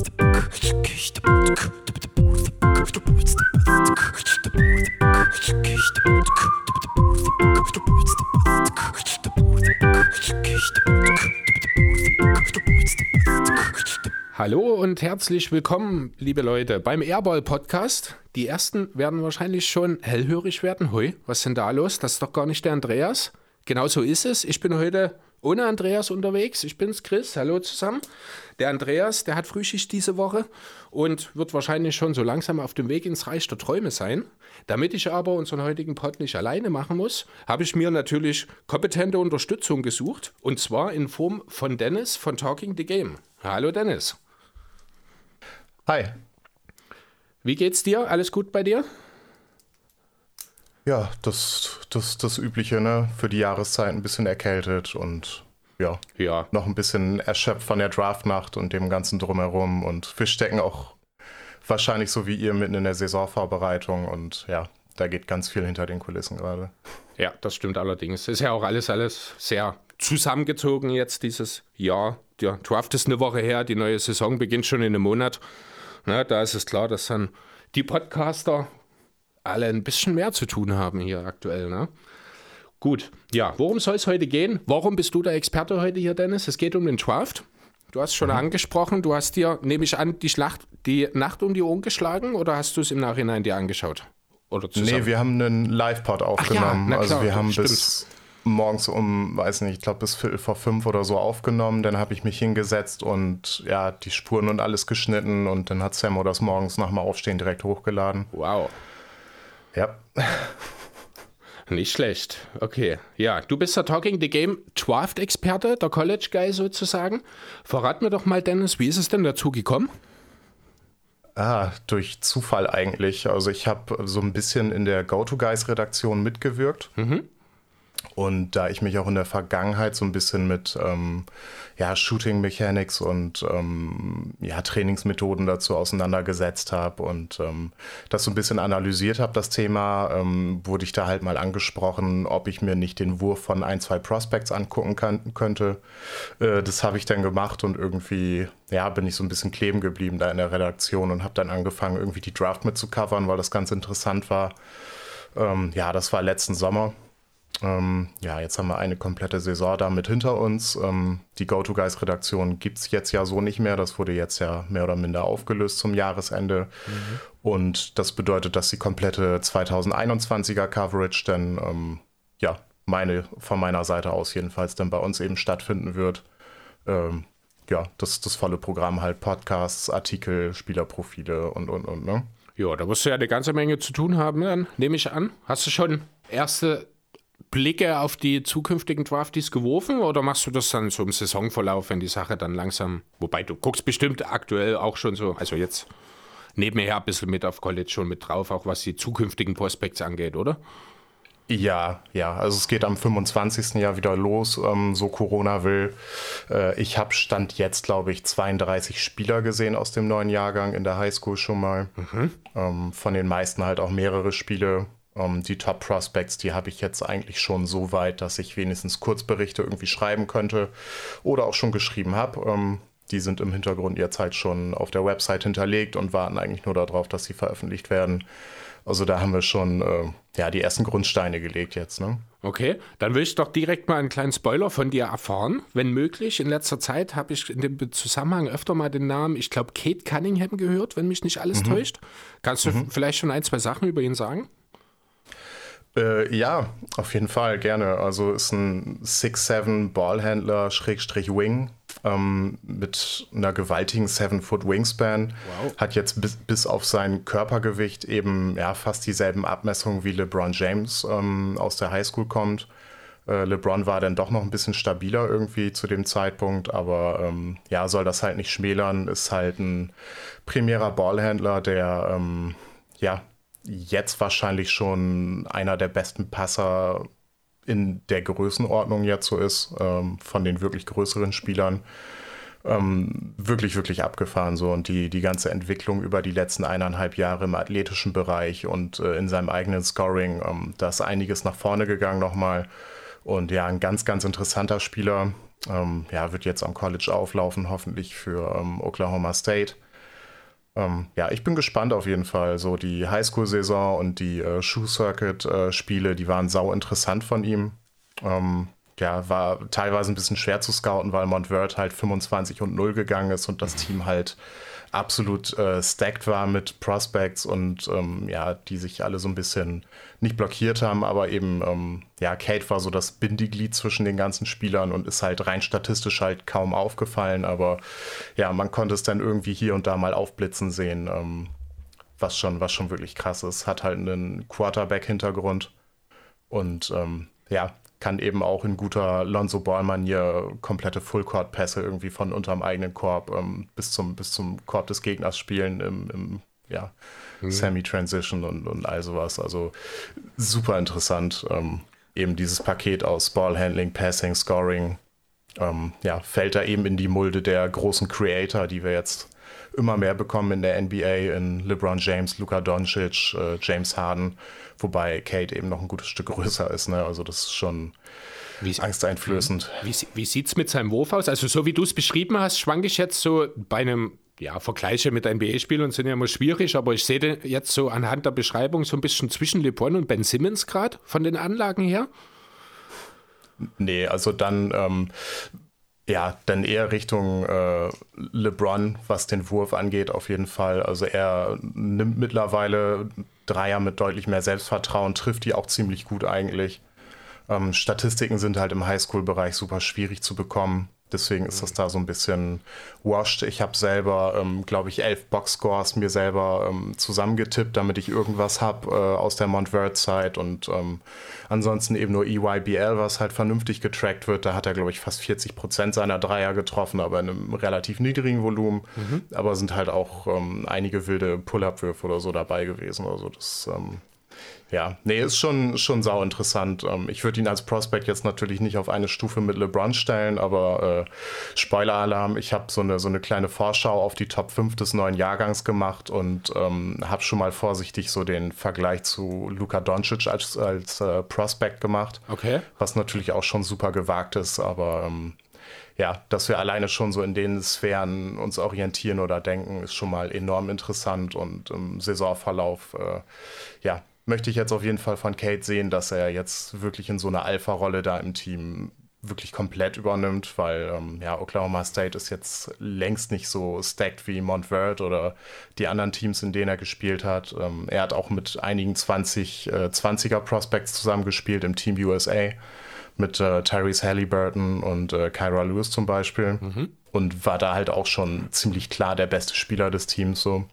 Hallo und herzlich willkommen, liebe Leute, beim Airball-Podcast. Die ersten werden wahrscheinlich schon hellhörig werden. Hui, was ist denn da los? Das ist doch gar nicht der Andreas. Genau so ist es. Ich bin heute ohne Andreas unterwegs. Ich bin's, Chris. Hallo zusammen. Der Andreas, der hat Frühschicht diese Woche und wird wahrscheinlich schon so langsam auf dem Weg ins Reich der Träume sein. Damit ich aber unseren heutigen Pod nicht alleine machen muss, habe ich mir natürlich kompetente Unterstützung gesucht. Und zwar in Form von Dennis von Talking the Game. Hallo Dennis. Hi. Wie geht's dir? Alles gut bei dir? Ja, das Übliche, ne? Für die Jahreszeit ein bisschen erkältet und ja, noch ein bisschen erschöpft von der Draftnacht und dem ganzen Drumherum. Und wir stecken auch wahrscheinlich so wie ihr mitten in der Saisonvorbereitung und ja, da geht ganz viel hinter den Kulissen gerade. Ja, das stimmt allerdings. Ist ja auch alles sehr zusammengezogen jetzt dieses Jahr. Der Draft ist eine Woche her, die neue Saison beginnt schon in einem Monat. Na, da ist es klar, dass dann die Podcaster alle ein bisschen mehr zu tun haben hier aktuell. Ne? Gut, ja, worum soll es heute gehen? Warum bist du der Experte heute hier, Dennis? Es geht um den Draft. Du hast schon angesprochen, du hast dir, nehme ich an, die Nacht um die Ohren geschlagen oder hast du es im Nachhinein dir angeschaut? Oder nee, wir haben einen Live-Pod aufgenommen. Ja, also wir haben bis morgens um, weiß nicht, ich glaube bis 4:45 oder so aufgenommen. Dann habe ich mich hingesetzt und ja, die Spuren und alles geschnitten und dann hat Sammo das morgens nach dem Aufstehen direkt hochgeladen. Wow. Ja. Nicht schlecht. Okay. Ja, du bist der Talking the Game Draft-Experte, der College Guy sozusagen. Verrat mir doch mal, Dennis, wie ist es denn dazu gekommen? Durch Zufall eigentlich. Also ich habe so ein bisschen in der Go-To-Guys-Redaktion mitgewirkt. Und da ich mich auch in der Vergangenheit so ein bisschen mit Shooting Mechanics und Trainingsmethoden dazu auseinandergesetzt habe und das so ein bisschen analysiert habe, das Thema, wurde ich da halt mal angesprochen, ob ich mir nicht den Wurf von 1, 2 Prospects angucken könnte. Das habe ich dann gemacht und irgendwie bin ich so ein bisschen kleben geblieben da in der Redaktion und habe dann angefangen, irgendwie die Draft mit zu covern, weil das ganz interessant war. Das war letzten Sommer. Jetzt haben wir eine komplette Saison damit hinter uns. Die Go-To-Guys-Redaktion gibt es jetzt ja so nicht mehr. Das wurde jetzt ja mehr oder minder aufgelöst zum Jahresende. Und das bedeutet, dass die komplette 2021er Coverage dann, von meiner Seite aus jedenfalls dann bei uns eben stattfinden wird. Das volle Programm halt Podcasts, Artikel, Spielerprofile und, ne? Ja, da wirst du ja eine ganze Menge zu tun haben, dann nehme ich an. Hast du schon erste Blicke auf die zukünftigen Draftees geworfen oder machst du das dann so im Saisonverlauf, wenn die Sache dann langsam, wobei du guckst bestimmt aktuell auch schon so, also jetzt nebenher ein bisschen mit auf College schon mit drauf, auch was die zukünftigen Prospects angeht, oder? Ja, also es geht am 25. Jahr wieder los, so Corona will. Ich habe Stand jetzt, glaube ich, 32 Spieler gesehen aus dem neuen Jahrgang in der Highschool schon mal. Von den meisten halt auch mehrere Spiele. Die Top Prospects, die habe ich jetzt eigentlich schon so weit, dass ich wenigstens Kurzberichte irgendwie schreiben könnte oder auch schon geschrieben habe. Die sind im Hintergrund jetzt halt schon auf der Website hinterlegt und warten eigentlich nur darauf, dass sie veröffentlicht werden. Also da haben wir schon die ersten Grundsteine gelegt jetzt, ne? Okay, dann will ich doch direkt mal einen kleinen Spoiler von dir erfahren. Wenn möglich, in letzter Zeit habe ich in dem Zusammenhang öfter mal den Namen, ich glaube, Cade Cunningham gehört, wenn mich nicht alles täuscht. Kannst du vielleicht schon 1, 2 Sachen über ihn sagen? Ja, auf jeden Fall, gerne. Also ist ein 6'7 Ballhändler, /Wing, mit einer gewaltigen 7-Foot Wingspan. Wow. Hat jetzt bis auf sein Körpergewicht eben fast dieselben Abmessungen wie LeBron James aus der Highschool kommt. LeBron war dann doch noch ein bisschen stabiler irgendwie zu dem Zeitpunkt, aber soll das halt nicht schmälern, ist halt ein primärer Ballhändler, der jetzt wahrscheinlich schon einer der besten Passer in der Größenordnung jetzt so ist, von den wirklich größeren Spielern. Wirklich, wirklich abgefahren so. Und die ganze Entwicklung über die letzten 1,5 Jahre im athletischen Bereich und in seinem eigenen Scoring, da ist einiges nach vorne gegangen nochmal. Und ein ganz, ganz interessanter Spieler. Wird jetzt am College auflaufen, hoffentlich für Oklahoma State. Ja, ich bin gespannt auf jeden Fall. So die Highschool-Saison und die Shoe-Circuit-Spiele, die waren sau interessant von ihm. Ja, war teilweise ein bisschen schwer zu scouten, weil Montverde halt 25-0 gegangen ist und das Team halt absolut stacked war mit Prospects und ja, die sich alle so ein bisschen nicht blockiert haben, aber eben, ja, Cade war so das Bindeglied zwischen den ganzen Spielern und ist halt rein statistisch halt kaum aufgefallen, aber ja, man konnte es dann irgendwie hier und da mal aufblitzen sehen, was schon wirklich krass ist. Hat halt einen Quarterback-Hintergrund und ja, kann eben auch in guter Lonzo Ball-Manier komplette Full-Court-Pässe irgendwie von unterm eigenen Korb bis zum Korb des Gegners spielen im ja, Semi-Transition und all sowas. Also super interessant. Eben dieses Paket aus Ballhandling, Passing, Scoring, ja, fällt da eben in die Mulde der großen Creator, die wir jetzt immer mehr bekommen in der NBA, in LeBron James, Luka Doncic, James Harden, wobei Cade eben noch ein gutes Stück größer ist, ne? Also das ist schon angsteinflößend. Wie sieht es mit seinem Wurf aus? Also so wie du es beschrieben hast, schwanke ich jetzt so bei einem, ja, Vergleiche mit NBA-Spielern sind ja immer schwierig, aber ich sehe jetzt so anhand der Beschreibung so ein bisschen zwischen LeBron und Ben Simmons gerade von den Anlagen her. Nee, also dann ja, dann eher Richtung LeBron, was den Wurf angeht, auf jeden Fall. Also er nimmt mittlerweile Dreier mit deutlich mehr Selbstvertrauen, trifft die auch ziemlich gut eigentlich. Statistiken sind halt im Highschool-Bereich super schwierig zu bekommen. Deswegen ist das da so ein bisschen washed. Ich habe selber, glaube ich, 11 Boxscores mir selber zusammengetippt, damit ich irgendwas habe aus der Montverde-Zeit und ansonsten eben nur EYBL, was halt vernünftig getrackt wird. Da hat er, glaube ich, fast 40% seiner Dreier getroffen, aber in einem relativ niedrigen Volumen. Aber sind halt auch einige wilde Pull-Up-Würfe oder so dabei gewesen. Also das ja, nee, ist schon sau interessant. Ich würde ihn als Prospect jetzt natürlich nicht auf eine Stufe mit LeBron stellen, aber Spoiler-Alarm, ich habe so eine kleine Vorschau auf die Top 5 des neuen Jahrgangs gemacht und habe schon mal vorsichtig so den Vergleich zu Luka Doncic als Prospect gemacht. Okay. Was natürlich auch schon super gewagt ist, aber ja, dass wir alleine schon so in den Sphären uns orientieren oder denken, ist schon mal enorm interessant und im Saisonverlauf, ja, möchte ich jetzt auf jeden Fall von Cade sehen, dass er jetzt wirklich in so einer Alpha-Rolle da im Team wirklich komplett übernimmt, weil ja, Oklahoma State ist jetzt längst nicht so stacked wie Montverde oder die anderen Teams, in denen er gespielt hat. Er hat auch mit einigen 20er Prospects zusammengespielt im Team USA, mit Tyrese Halliburton und Kyra Lewis zum Beispiel und war da halt auch schon ziemlich klar der beste Spieler des Teams so.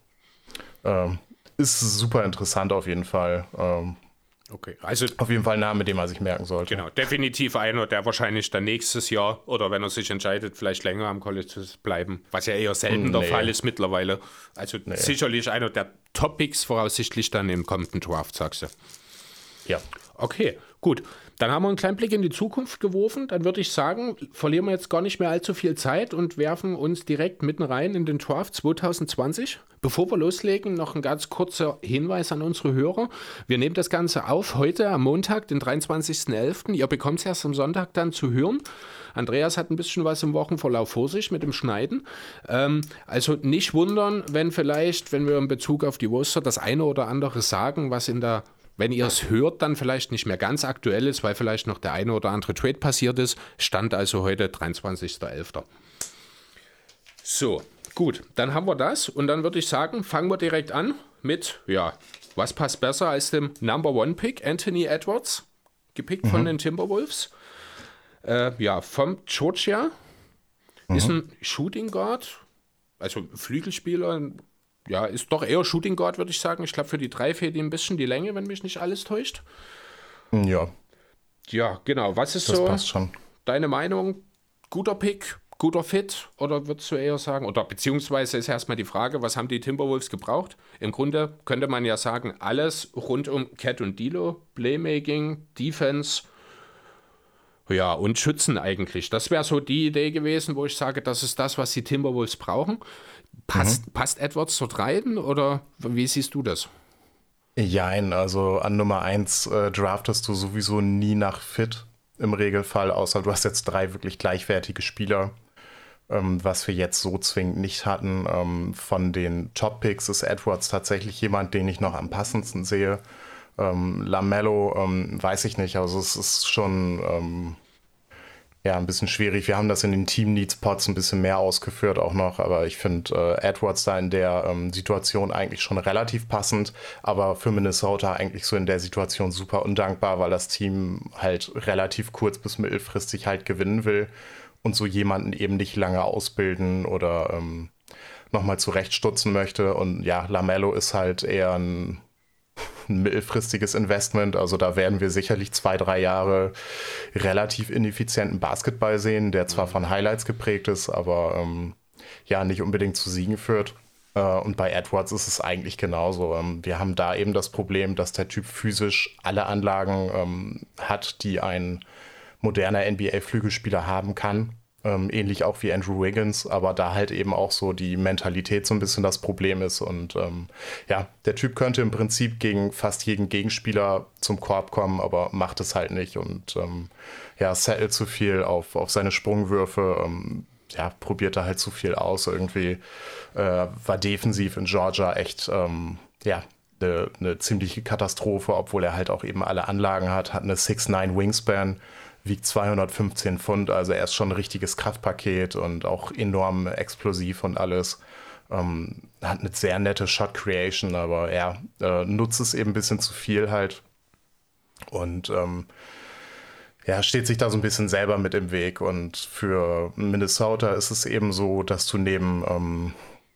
Ist super interessant auf jeden Fall. Okay, also auf jeden Fall ein Name, den man sich merken sollte. Genau, definitiv einer, der wahrscheinlich dann nächstes Jahr oder wenn er sich entscheidet, vielleicht länger am College bleiben, was ja eher selten der Fall ist mittlerweile. Also sicherlich einer der Topics voraussichtlich dann im kommenden Draft, sagst du. Ja. Okay, gut. Dann haben wir einen kleinen Blick in die Zukunft geworfen. Dann würde ich sagen, verlieren wir jetzt gar nicht mehr allzu viel Zeit und werfen uns direkt mitten rein in den Draft 2020. Bevor wir loslegen, noch ein ganz kurzer Hinweis an unsere Hörer. Wir nehmen das Ganze auf heute am Montag, den 23.11. Ihr bekommt es erst am Sonntag dann zu hören. Andreas hat ein bisschen was im Wochenverlauf vor sich mit dem Schneiden. Also nicht wundern, wenn wir in Bezug auf die Worcester das eine oder andere sagen, was wenn ihr es hört, dann vielleicht nicht mehr ganz aktuell ist, weil vielleicht noch der eine oder andere Trade passiert ist. Stand also heute 23.11. So, gut, dann haben wir das. Und dann würde ich sagen, fangen wir direkt an mit, ja, was passt besser als dem Number One Pick, Anthony Edwards, gepickt von den Timberwolves. Ja, vom Georgia. Ist ein Shooting Guard, also Flügelspieler. Ja, ist doch eher Shooting Guard, würde ich sagen. Ich glaube, für die 3 fehlt ihm ein bisschen die Länge, wenn mich nicht alles täuscht. Ja. Ja, genau. Was ist das passt schon. Deine Meinung? Guter Pick, guter Fit? Oder würdest du eher sagen, oder beziehungsweise ist erstmal die Frage, was haben die Timberwolves gebraucht? Im Grunde könnte man ja sagen, alles rund um Cat und D'Lo, Playmaking, Defense, ja, und Schützen eigentlich. Das wäre so die Idee gewesen, wo ich sage, das ist das, was die Timberwolves brauchen. Passt Edwards dort rein oder wie siehst du das? Jein, also an Nummer 1 draftest du sowieso nie nach Fit im Regelfall, außer du hast jetzt 3 wirklich gleichwertige Spieler. was wir jetzt so zwingend nicht hatten. Von den Top-Picks ist Edwards tatsächlich jemand, den ich noch am passendsten sehe. LaMelo weiß ich nicht, also es ist schon ein bisschen schwierig. Wir haben das in den Team-Needs-Pods ein bisschen mehr ausgeführt auch noch, aber ich finde Edwards da in der Situation eigentlich schon relativ passend, aber für Minnesota eigentlich so in der Situation super undankbar, weil das Team halt relativ kurz bis mittelfristig halt gewinnen will und so jemanden eben nicht lange ausbilden oder nochmal zurechtstutzen möchte. Und ja, LaMelo ist halt eher ein mittelfristiges Investment, also da werden wir sicherlich 2-3 Jahre relativ ineffizienten Basketball sehen, der zwar von Highlights geprägt ist, aber nicht unbedingt zu Siegen führt. Und bei Edwards ist es eigentlich genauso. Wir haben da eben das Problem, dass der Typ physisch alle Anlagen hat, die ein moderner NBA-Flügelspieler haben kann. Ähnlich auch wie Andrew Wiggins, aber da halt eben auch so die Mentalität so ein bisschen das Problem ist. Und der Typ könnte im Prinzip gegen fast jeden Gegenspieler zum Korb kommen, aber macht es halt nicht. Und settelt zu viel auf seine Sprungwürfe, probiert da halt zu viel aus. Irgendwie war defensiv in Georgia echt eine ziemliche Katastrophe, obwohl er halt auch eben alle Anlagen hat eine 6'9 Wingspan, wiegt 215 Pfund, also er ist schon ein richtiges Kraftpaket und auch enorm explosiv und alles. Hat eine sehr nette Shot Creation, aber er nutzt es eben ein bisschen zu viel halt. Und steht sich da so ein bisschen selber mit im Weg. Und für Minnesota ist es eben so, dass du neben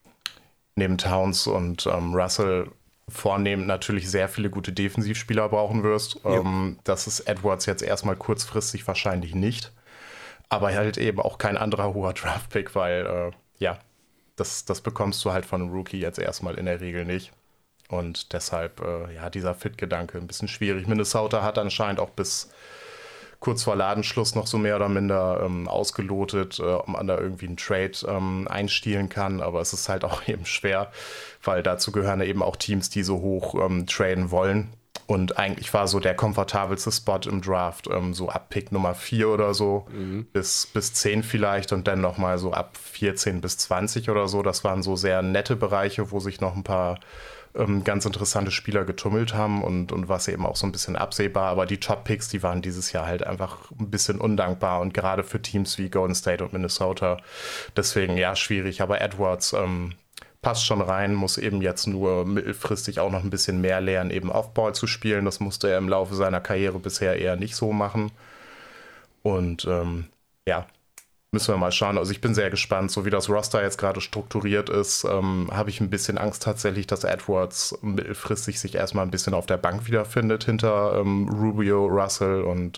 Towns und Russell vornehm natürlich sehr viele gute Defensivspieler brauchen wirst. Ja. Das ist Edwards jetzt erstmal kurzfristig wahrscheinlich nicht. Aber halt eben auch kein anderer hoher Draftpick, weil das bekommst du halt von einem Rookie jetzt erstmal in der Regel nicht. Und deshalb, dieser Fit-Gedanke ein bisschen schwierig. Minnesota hat anscheinend auch bis kurz vor Ladenschluss noch so mehr oder minder ausgelotet, ob man da irgendwie einen Trade einstielen kann. Aber es ist halt auch eben schwer, weil dazu gehören eben auch Teams, die so hoch traden wollen. Und eigentlich war so der komfortabelste Spot im Draft so ab Pick Nummer 4 oder so bis 10 vielleicht und dann nochmal so ab 14 bis 20 oder so. Das waren so sehr nette Bereiche, wo sich noch ein paar ganz interessante Spieler getummelt haben und was eben auch so ein bisschen absehbar. Aber die Top-Picks, die waren dieses Jahr halt einfach ein bisschen undankbar und gerade für Teams wie Golden State und Minnesota. Deswegen, schwierig. Aber Edwards passt schon rein, muss eben jetzt nur mittelfristig auch noch ein bisschen mehr lernen, eben Off-Ball zu spielen. Das musste er im Laufe seiner Karriere bisher eher nicht so machen. Und müssen wir mal schauen. Also ich bin sehr gespannt. So wie das Roster jetzt gerade strukturiert ist, habe ich ein bisschen Angst tatsächlich, dass Edwards mittelfristig sich erstmal ein bisschen auf der Bank wiederfindet hinter Rubio, Russell und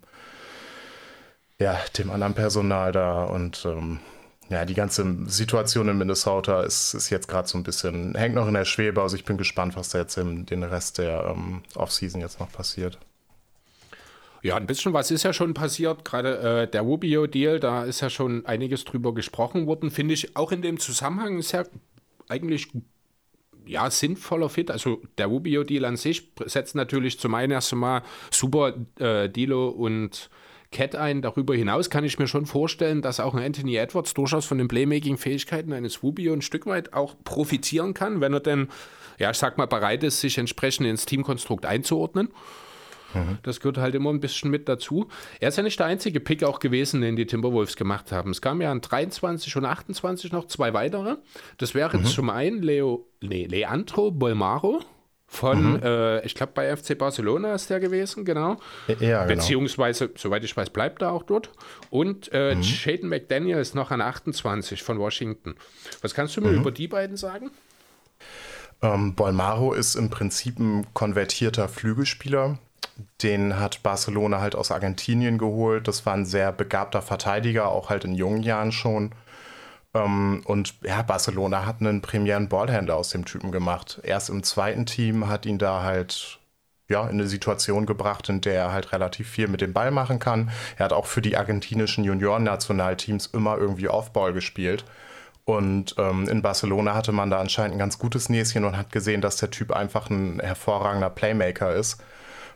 dem anderen Personal da. Und die ganze Situation in Minnesota ist jetzt gerade so ein bisschen, hängt noch in der Schwebe. Also ich bin gespannt, was da jetzt den Rest der Offseason jetzt noch passiert. Ja, ein bisschen was ist ja schon passiert, gerade der Rubio-Deal, da ist ja schon einiges drüber gesprochen worden, finde ich auch in dem Zusammenhang ist ja eigentlich sinnvoller Fit, also der Rubio-Deal an sich setzt natürlich zum einen erst einmal super D'Lo und Cat ein, darüber hinaus kann ich mir schon vorstellen, dass auch ein Anthony Edwards durchaus von den Playmaking-Fähigkeiten eines Rubio ein Stück weit auch profitieren kann, wenn er denn, bereit ist, sich entsprechend ins Teamkonstrukt einzuordnen. Das gehört halt immer ein bisschen mit dazu. Er ist ja nicht der einzige Pick auch gewesen, den die Timberwolves gemacht haben. Es kamen ja an 23 und 28 noch 2 weitere. Das wäre zum einen Leandro Bolmaro von, ich glaube bei FC Barcelona ist der gewesen, genau. Ja, genau. Beziehungsweise, soweit ich weiß, bleibt er auch dort. Und Jaden McDaniel ist noch an 28 von Washington. Was kannst du mir über die beiden sagen? Bolmaro ist im Prinzip ein konvertierter Flügelspieler. Den hat Barcelona halt aus Argentinien geholt. Das war ein sehr begabter Verteidiger, auch halt in jungen Jahren schon. Und Barcelona hat einen Premieren Ballhändler aus dem Typen gemacht. Erst im zweiten Team hat ihn da halt in eine Situation gebracht, in der er halt relativ viel mit dem Ball machen kann. Er hat auch für die argentinischen Junioren-Nationalteams immer irgendwie Off-Ball gespielt. Und in Barcelona hatte man da anscheinend ein ganz gutes Näschen und hat gesehen, dass der Typ einfach ein hervorragender Playmaker ist.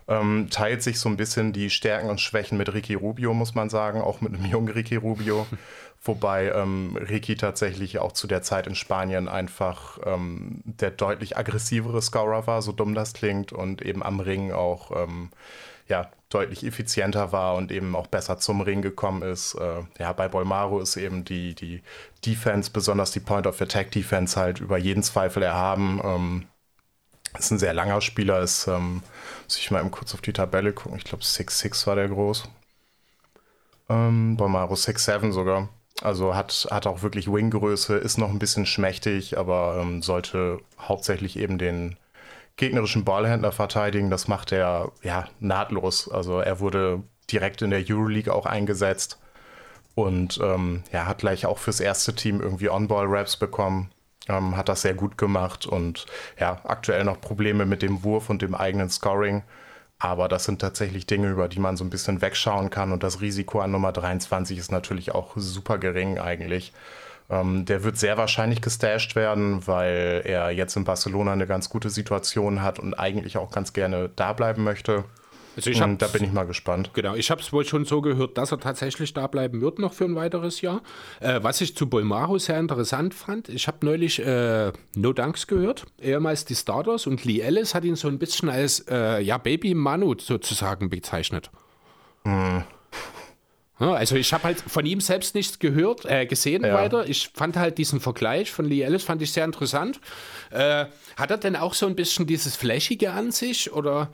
Teilt sich so ein bisschen die Stärken und Schwächen mit Ricky Rubio, muss man sagen, auch mit einem jungen Ricky Rubio. Wobei Ricky tatsächlich auch zu der Zeit in Spanien einfach der deutlich aggressivere Scorer war, so dumm das klingt, und eben am Ring auch deutlich effizienter war und eben auch besser zum Ring gekommen ist. Bei Bolmaro ist eben die Defense, besonders die Point-of-Attack-Defense, halt über jeden Zweifel erhaben. Ist ein sehr langer Spieler, muss ich mal eben kurz auf die Tabelle gucken. Ich glaube 6'6 war der groß. Bolmaro 6'7 sogar. Also hat auch wirklich Wing-Größe, ist noch ein bisschen schmächtig, aber sollte hauptsächlich eben den gegnerischen Ballhändler verteidigen. Das macht er nahtlos. Also er wurde direkt in der Euroleague auch eingesetzt und hat gleich auch fürs erste Team irgendwie On-Ball-Raps bekommen. Hat das sehr gut gemacht und aktuell noch Probleme mit dem Wurf und dem eigenen Scoring. Aber das sind tatsächlich Dinge, über die man so ein bisschen wegschauen kann. Und das Risiko an Nummer 23 ist natürlich auch super gering eigentlich. Der wird sehr wahrscheinlich gestasht werden, weil er jetzt in Barcelona eine ganz gute Situation hat und eigentlich auch ganz gerne da bleiben möchte. Also da bin ich mal gespannt. Genau, ich habe es wohl schon so gehört, dass er tatsächlich da bleiben wird noch für ein weiteres Jahr. Was ich zu Bolmaro sehr interessant fand, ich habe neulich No Dunks gehört, ehemals die Starters, und Lee Ellis hat ihn so ein bisschen als Baby Manu sozusagen bezeichnet. Ja, also ich habe halt von ihm selbst nichts gesehen weiter. Ich fand halt diesen Vergleich von Lee Ellis fand ich sehr interessant. Hat er denn auch so ein bisschen dieses Flashige an sich, oder?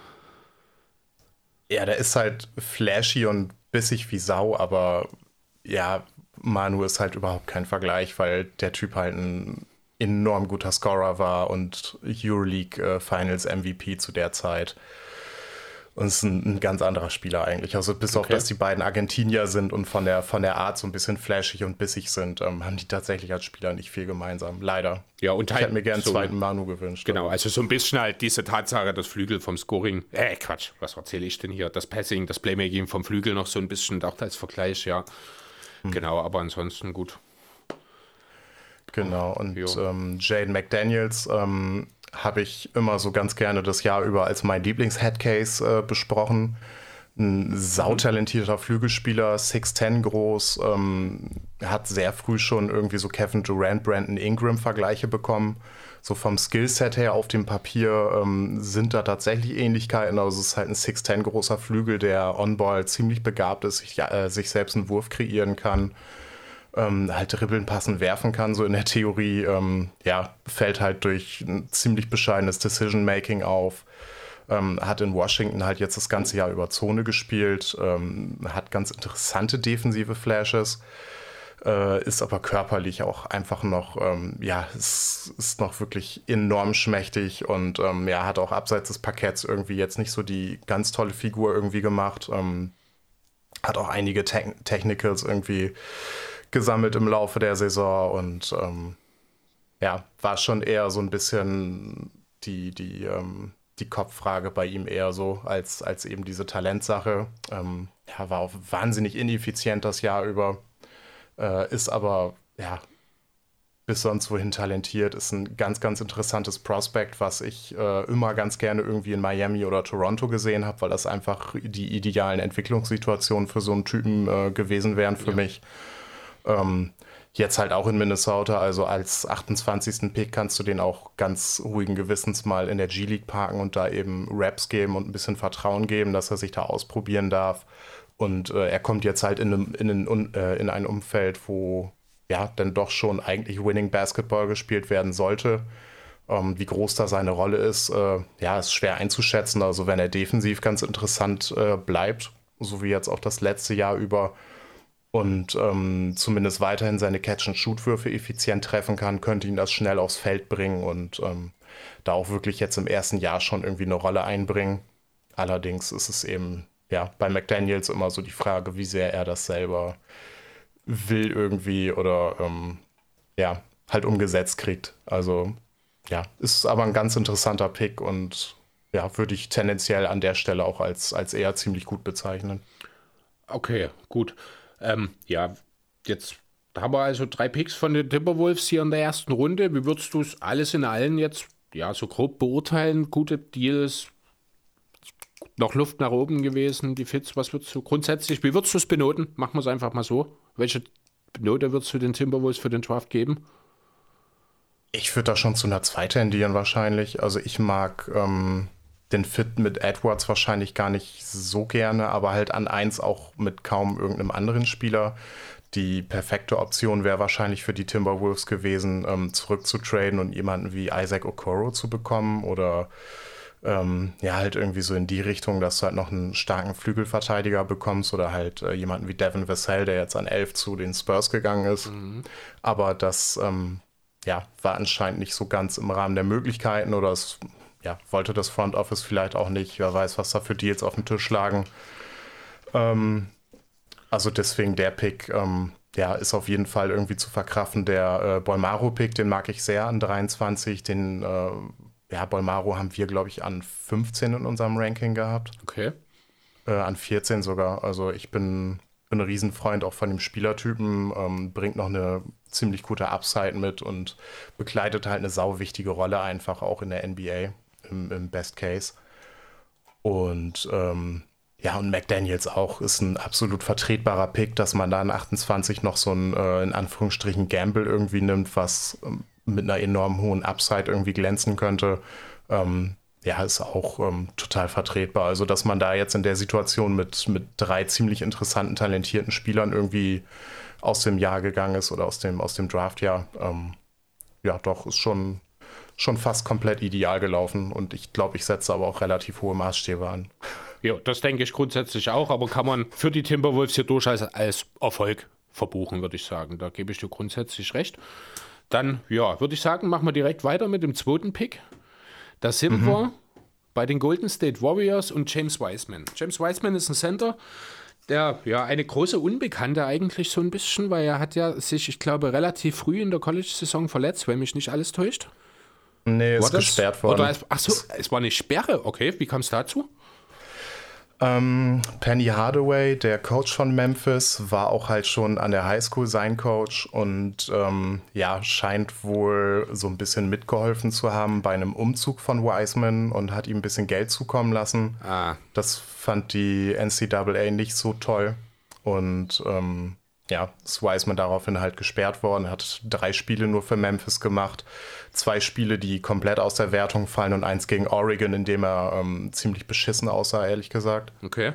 Ja, der ist halt flashy und bissig wie Sau, aber Manu ist halt überhaupt kein Vergleich, weil der Typ halt ein enorm guter Scorer war und Euroleague Finals MVP zu der Zeit. Und ist ein ganz anderer Spieler eigentlich. Also bis auf, dass die beiden Argentinier sind und von der Art so ein bisschen flashig und bissig sind, haben die tatsächlich als Spieler nicht viel gemeinsam. Leider. Ja, und ich hätte mir gerne einen zweiten Manu gewünscht. Genau, also so ein bisschen halt diese Tatsache, das Flügel vom Scoring, Quatsch, was erzähle ich denn hier? Das Passing, das Playmaking vom Flügel noch so ein bisschen, auch als Vergleich, ja. Genau, aber ansonsten gut. Genau, und Jaden McDaniels habe ich immer so ganz gerne das Jahr über als mein Lieblings-Headcase besprochen. Ein sautalentierter Flügelspieler, 6'10 groß, hat sehr früh schon irgendwie so Kevin Durant, Brandon Ingram-Vergleiche bekommen. So vom Skillset her auf dem Papier sind da tatsächlich Ähnlichkeiten. Also es ist halt ein 6'10 großer Flügel, der on-ball ziemlich begabt ist, sich selbst einen Wurf kreieren kann. Halt dribbeln, passen, werfen kann, so in der Theorie, fällt halt durch ein ziemlich bescheidenes Decision-Making auf, hat in Washington halt jetzt das ganze Jahr über Zone gespielt, hat ganz interessante defensive Flashes, ist aber körperlich auch einfach noch, ist noch wirklich enorm schmächtig und hat auch abseits des Parketts irgendwie jetzt nicht so die ganz tolle Figur irgendwie gemacht, hat auch einige Technicals irgendwie gesammelt im Laufe der Saison und war schon eher so ein bisschen die Kopffrage bei ihm eher so als eben diese Talentsache. War auch wahnsinnig ineffizient das Jahr über, ist aber bis sonst wohin talentiert, ist ein ganz, ganz interessantes Prospect, was ich immer ganz gerne irgendwie in Miami oder Toronto gesehen habe, weil das einfach die idealen Entwicklungssituationen für so einen Typen gewesen wären für mich. Jetzt halt auch in Minnesota, also als 28. Pick kannst du den auch ganz ruhigen Gewissens mal in der G-League parken und da eben Raps geben und ein bisschen Vertrauen geben, dass er sich da ausprobieren darf. Und er kommt jetzt halt in ein Umfeld, wo dann doch schon eigentlich Winning Basketball gespielt werden sollte. Wie groß da seine Rolle ist, ist schwer einzuschätzen. Also wenn er defensiv ganz interessant bleibt, so wie jetzt auch das letzte Jahr über, und zumindest weiterhin seine Catch-and-Shoot-Würfe effizient treffen kann, könnte ihn das schnell aufs Feld bringen und da auch wirklich jetzt im ersten Jahr schon irgendwie eine Rolle einbringen. Allerdings ist es eben bei McDaniels immer so die Frage, wie sehr er das selber will irgendwie oder halt umgesetzt kriegt. Also ist aber ein ganz interessanter Pick und würde ich tendenziell an der Stelle auch als eher ziemlich gut bezeichnen. Okay, gut. Jetzt haben wir also 3 Picks von den Timberwolves hier in der ersten Runde. Wie würdest du es alles in allen jetzt so grob beurteilen? Gute Deals, noch Luft nach oben gewesen, die Fits, was würdest du grundsätzlich, wie würdest du es benoten? Machen wir es einfach mal so. Welche Note würdest du den Timberwolves für den Draft geben? Ich würde da schon zu einer 2 tendieren wahrscheinlich. Also ich mag den Fit mit Edwards wahrscheinlich gar nicht so gerne, aber halt an 1 auch mit kaum irgendeinem anderen Spieler. Die perfekte Option wäre wahrscheinlich für die Timberwolves gewesen, zurückzutraden und jemanden wie Isaac Okoro zu bekommen oder halt irgendwie so in die Richtung, dass du halt noch einen starken Flügelverteidiger bekommst oder halt jemanden wie Devin Vassell, der jetzt an 11 zu den Spurs gegangen ist. Aber das war anscheinend nicht so ganz im Rahmen der Möglichkeiten oder es wollte das Front Office vielleicht auch nicht. Wer weiß, was da für Deals auf dem Tisch lagen. Also deswegen der Pick, ist auf jeden Fall irgendwie zu verkraften. Der Bolmaro-Pick, den mag ich sehr an 23. Den Bolmaro haben wir, glaube ich, an 15 in unserem Ranking gehabt. Okay. An 14 sogar. Also ich bin ein Riesenfreund auch von dem Spielertypen, bringt noch eine ziemlich gute Upside mit und bekleidet halt eine sauwichtige Rolle einfach auch in der NBA im Best Case. Und und McDaniels auch ist ein absolut vertretbarer Pick, dass man da in 28 noch so ein, in Anführungsstrichen, Gamble irgendwie nimmt, was mit einer enorm hohen Upside irgendwie glänzen könnte. Ist auch total vertretbar. Also, dass man da jetzt in der Situation mit 3 ziemlich interessanten, talentierten Spielern irgendwie aus dem Jahr gegangen ist oder aus dem Draftjahr, ist schon fast komplett ideal gelaufen. Und ich glaube, ich setze aber auch relativ hohe Maßstäbe an. Ja, das denke ich grundsätzlich auch, aber kann man für die Timberwolves hier durchaus als Erfolg verbuchen, würde ich sagen. Da gebe ich dir grundsätzlich recht. Dann, würde ich sagen, machen wir direkt weiter mit dem 2. Pick. Da sind wir bei den Golden State Warriors und James Wiseman. James Wiseman ist ein Center, der eine große Unbekannte eigentlich so ein bisschen, weil er hat ja sich, ich glaube, relativ früh in der College-Saison verletzt, wenn mich nicht alles täuscht. Nee, ist gesperrt worden. Es war eine Sperre, okay. Wie kam es dazu? Penny Hardaway, der Coach von Memphis, war auch halt schon an der Highschool sein Coach und scheint wohl so ein bisschen mitgeholfen zu haben bei einem Umzug von Wiseman und hat ihm ein bisschen Geld zukommen lassen. Das fand die NCAA nicht so toll und ist Wiseman daraufhin halt gesperrt worden, hat 3 Spiele nur für Memphis gemacht, 2 Spiele, die komplett aus der Wertung fallen und 1 gegen Oregon, in dem er ziemlich beschissen aussah, ehrlich gesagt. Okay.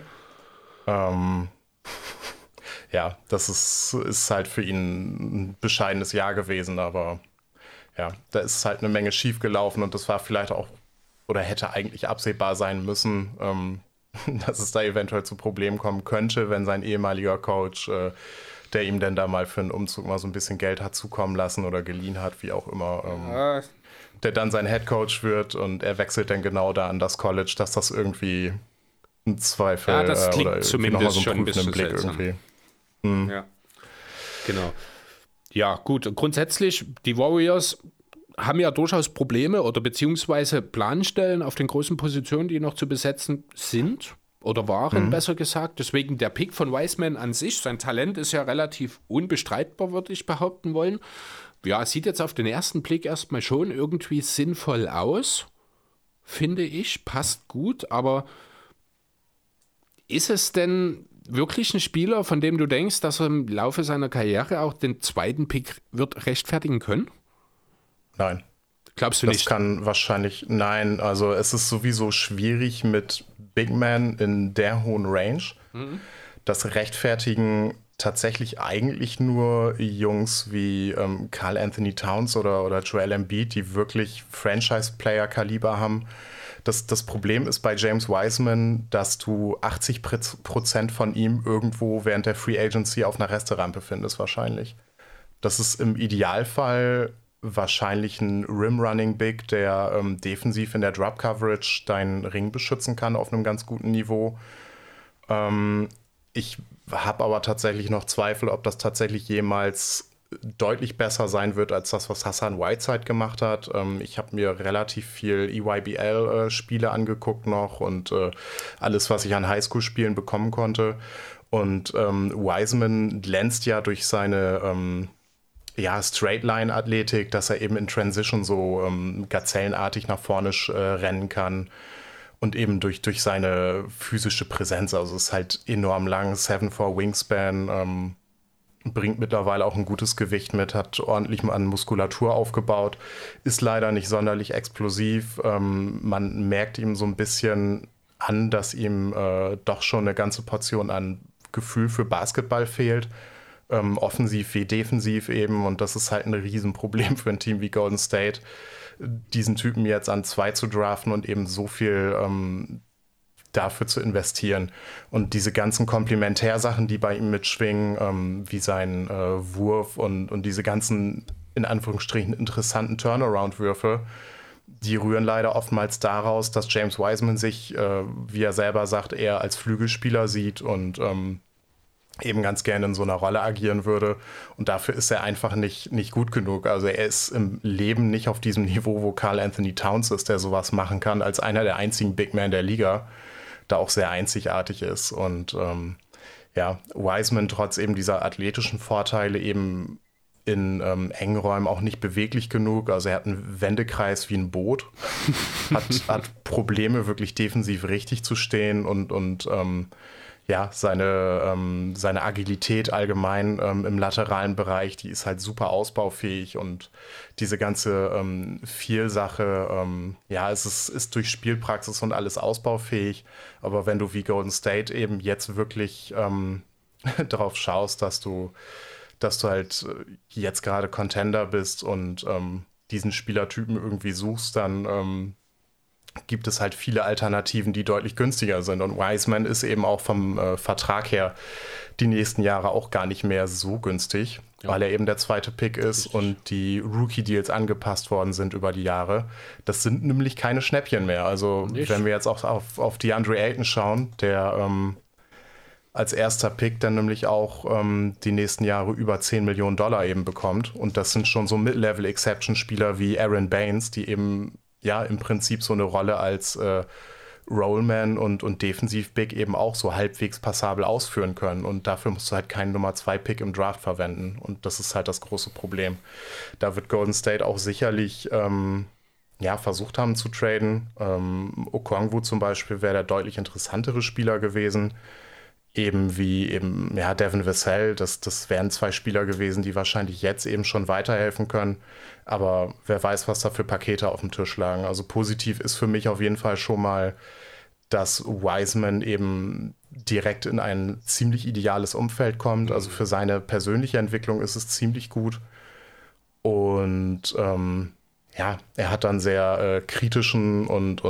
Das ist halt für ihn ein bescheidenes Jahr gewesen, aber da ist halt eine Menge schief gelaufen und das war vielleicht auch oder hätte eigentlich absehbar sein müssen, dass es da eventuell zu Problemen kommen könnte, wenn sein ehemaliger Coach der ihm denn da mal für einen Umzug mal so ein bisschen Geld hat zukommen lassen oder geliehen hat, wie auch immer, der dann sein Headcoach wird und er wechselt dann genau da an das College, dass das irgendwie ein Zweifel das klingt oder zumindest so schon ein bisschen Blick seltsam. irgendwie. Ja, genau. Ja, gut, grundsätzlich, die Warriors haben ja durchaus Probleme oder beziehungsweise Planstellen auf den großen Positionen, die noch zu besetzen sind. Oder waren, besser gesagt. Deswegen der Pick von Wiseman an sich, sein Talent ist ja relativ unbestreitbar, würde ich behaupten wollen. Ja, es sieht jetzt auf den ersten Blick erstmal schon irgendwie sinnvoll aus, finde ich, passt gut, aber ist es denn wirklich ein Spieler, von dem du denkst, dass er im Laufe seiner Karriere auch den 2. Pick wird rechtfertigen können? Nein. Glaubst du das nicht? Kann wahrscheinlich, nein, also es ist sowieso schwierig mit Big Man in der hohen Range. Das rechtfertigen tatsächlich eigentlich nur Jungs wie Karl Anthony Towns oder Joel Embiid, die wirklich Franchise-Player-Kaliber haben. Das Problem ist bei James Wiseman, dass du 80% von ihm irgendwo während der Free Agency auf einer Resterampe findest wahrscheinlich. Das ist im Idealfall wahrscheinlich ein Rim-Running Big, der defensiv in der Drop-Coverage deinen Ring beschützen kann auf einem ganz guten Niveau. Ich habe aber tatsächlich noch Zweifel, ob das tatsächlich jemals deutlich besser sein wird als das, was Hassan Whiteside gemacht hat. Ich habe mir relativ viel EYBL-Spiele angeguckt noch und alles, was ich an Highschool-Spielen bekommen konnte. Und Wiseman glänzt ja durch seine Straight-Line-Athletik, dass er eben in Transition so gazellenartig nach vorne rennen kann. Und eben durch seine physische Präsenz, also ist halt enorm lang, 7'4 Wingspan, bringt mittlerweile auch ein gutes Gewicht mit, hat ordentlich an Muskulatur aufgebaut, ist leider nicht sonderlich explosiv. Man merkt ihm so ein bisschen an, dass ihm doch schon eine ganze Portion an Gefühl für Basketball fehlt. Offensiv wie defensiv eben. Und das ist halt ein Riesenproblem für ein Team wie Golden State, diesen Typen jetzt an 2 zu draften und eben so viel dafür zu investieren. Und diese ganzen Komplementärsachen, die bei ihm mitschwingen, wie sein Wurf und diese ganzen, in Anführungsstrichen, interessanten Turnaround-Würfe, die rühren leider oftmals daraus, dass James Wiseman sich, wie er selber sagt, eher als Flügelspieler sieht und eben ganz gerne in so einer Rolle agieren würde. Und dafür ist er einfach nicht gut genug. Also er ist im Leben nicht auf diesem Niveau, wo Karl Anthony Towns ist, der sowas machen kann, als einer der einzigen Big Men der Liga, da auch sehr einzigartig ist. Und Wiseman trotz eben dieser athletischen Vorteile eben in engen Räumen auch nicht beweglich genug. Also er hat einen Wendekreis wie ein Boot, hat Probleme, wirklich defensiv richtig zu stehen und seine Agilität allgemein im lateralen Bereich, die ist halt super ausbaufähig und diese ganze Vielsache, es ist durch Spielpraxis und alles ausbaufähig, aber wenn du wie Golden State eben jetzt wirklich darauf schaust, dass du halt jetzt gerade Contender bist und diesen Spielertypen irgendwie suchst, dann gibt es halt viele Alternativen, die deutlich günstiger sind. Und Wiseman ist eben auch vom Vertrag her die nächsten Jahre auch gar nicht mehr so günstig, weil er eben der zweite Pick ist und die Rookie-Deals angepasst worden sind über die Jahre. Das sind nämlich keine Schnäppchen mehr. Also wenn wir jetzt auch auf DeAndre Ayton schauen, der als erster Pick dann nämlich auch die nächsten Jahre über $10 Millionen eben bekommt. Und das sind schon so Mid-Level-Exception-Spieler wie Aaron Baines, die eben im Prinzip so eine Rolle als Rollman und Defensiv-Big eben auch so halbwegs passabel ausführen können. Und dafür musst du halt keinen Nummer-2-Pick im Draft verwenden. Und das ist halt das große Problem. Da wird Golden State auch sicherlich versucht haben zu traden. Okongwu zum Beispiel wäre der deutlich interessantere Spieler gewesen. Eben wie Devin Vassell, das wären 2 Spieler gewesen, die wahrscheinlich jetzt eben schon weiterhelfen können. Aber wer weiß, was da für Pakete auf dem Tisch lagen. Also positiv ist für mich auf jeden Fall schon mal, dass Wiseman eben direkt in ein ziemlich ideales Umfeld kommt. Also für seine persönliche Entwicklung ist es ziemlich gut. Und er hat dann sehr kritischen und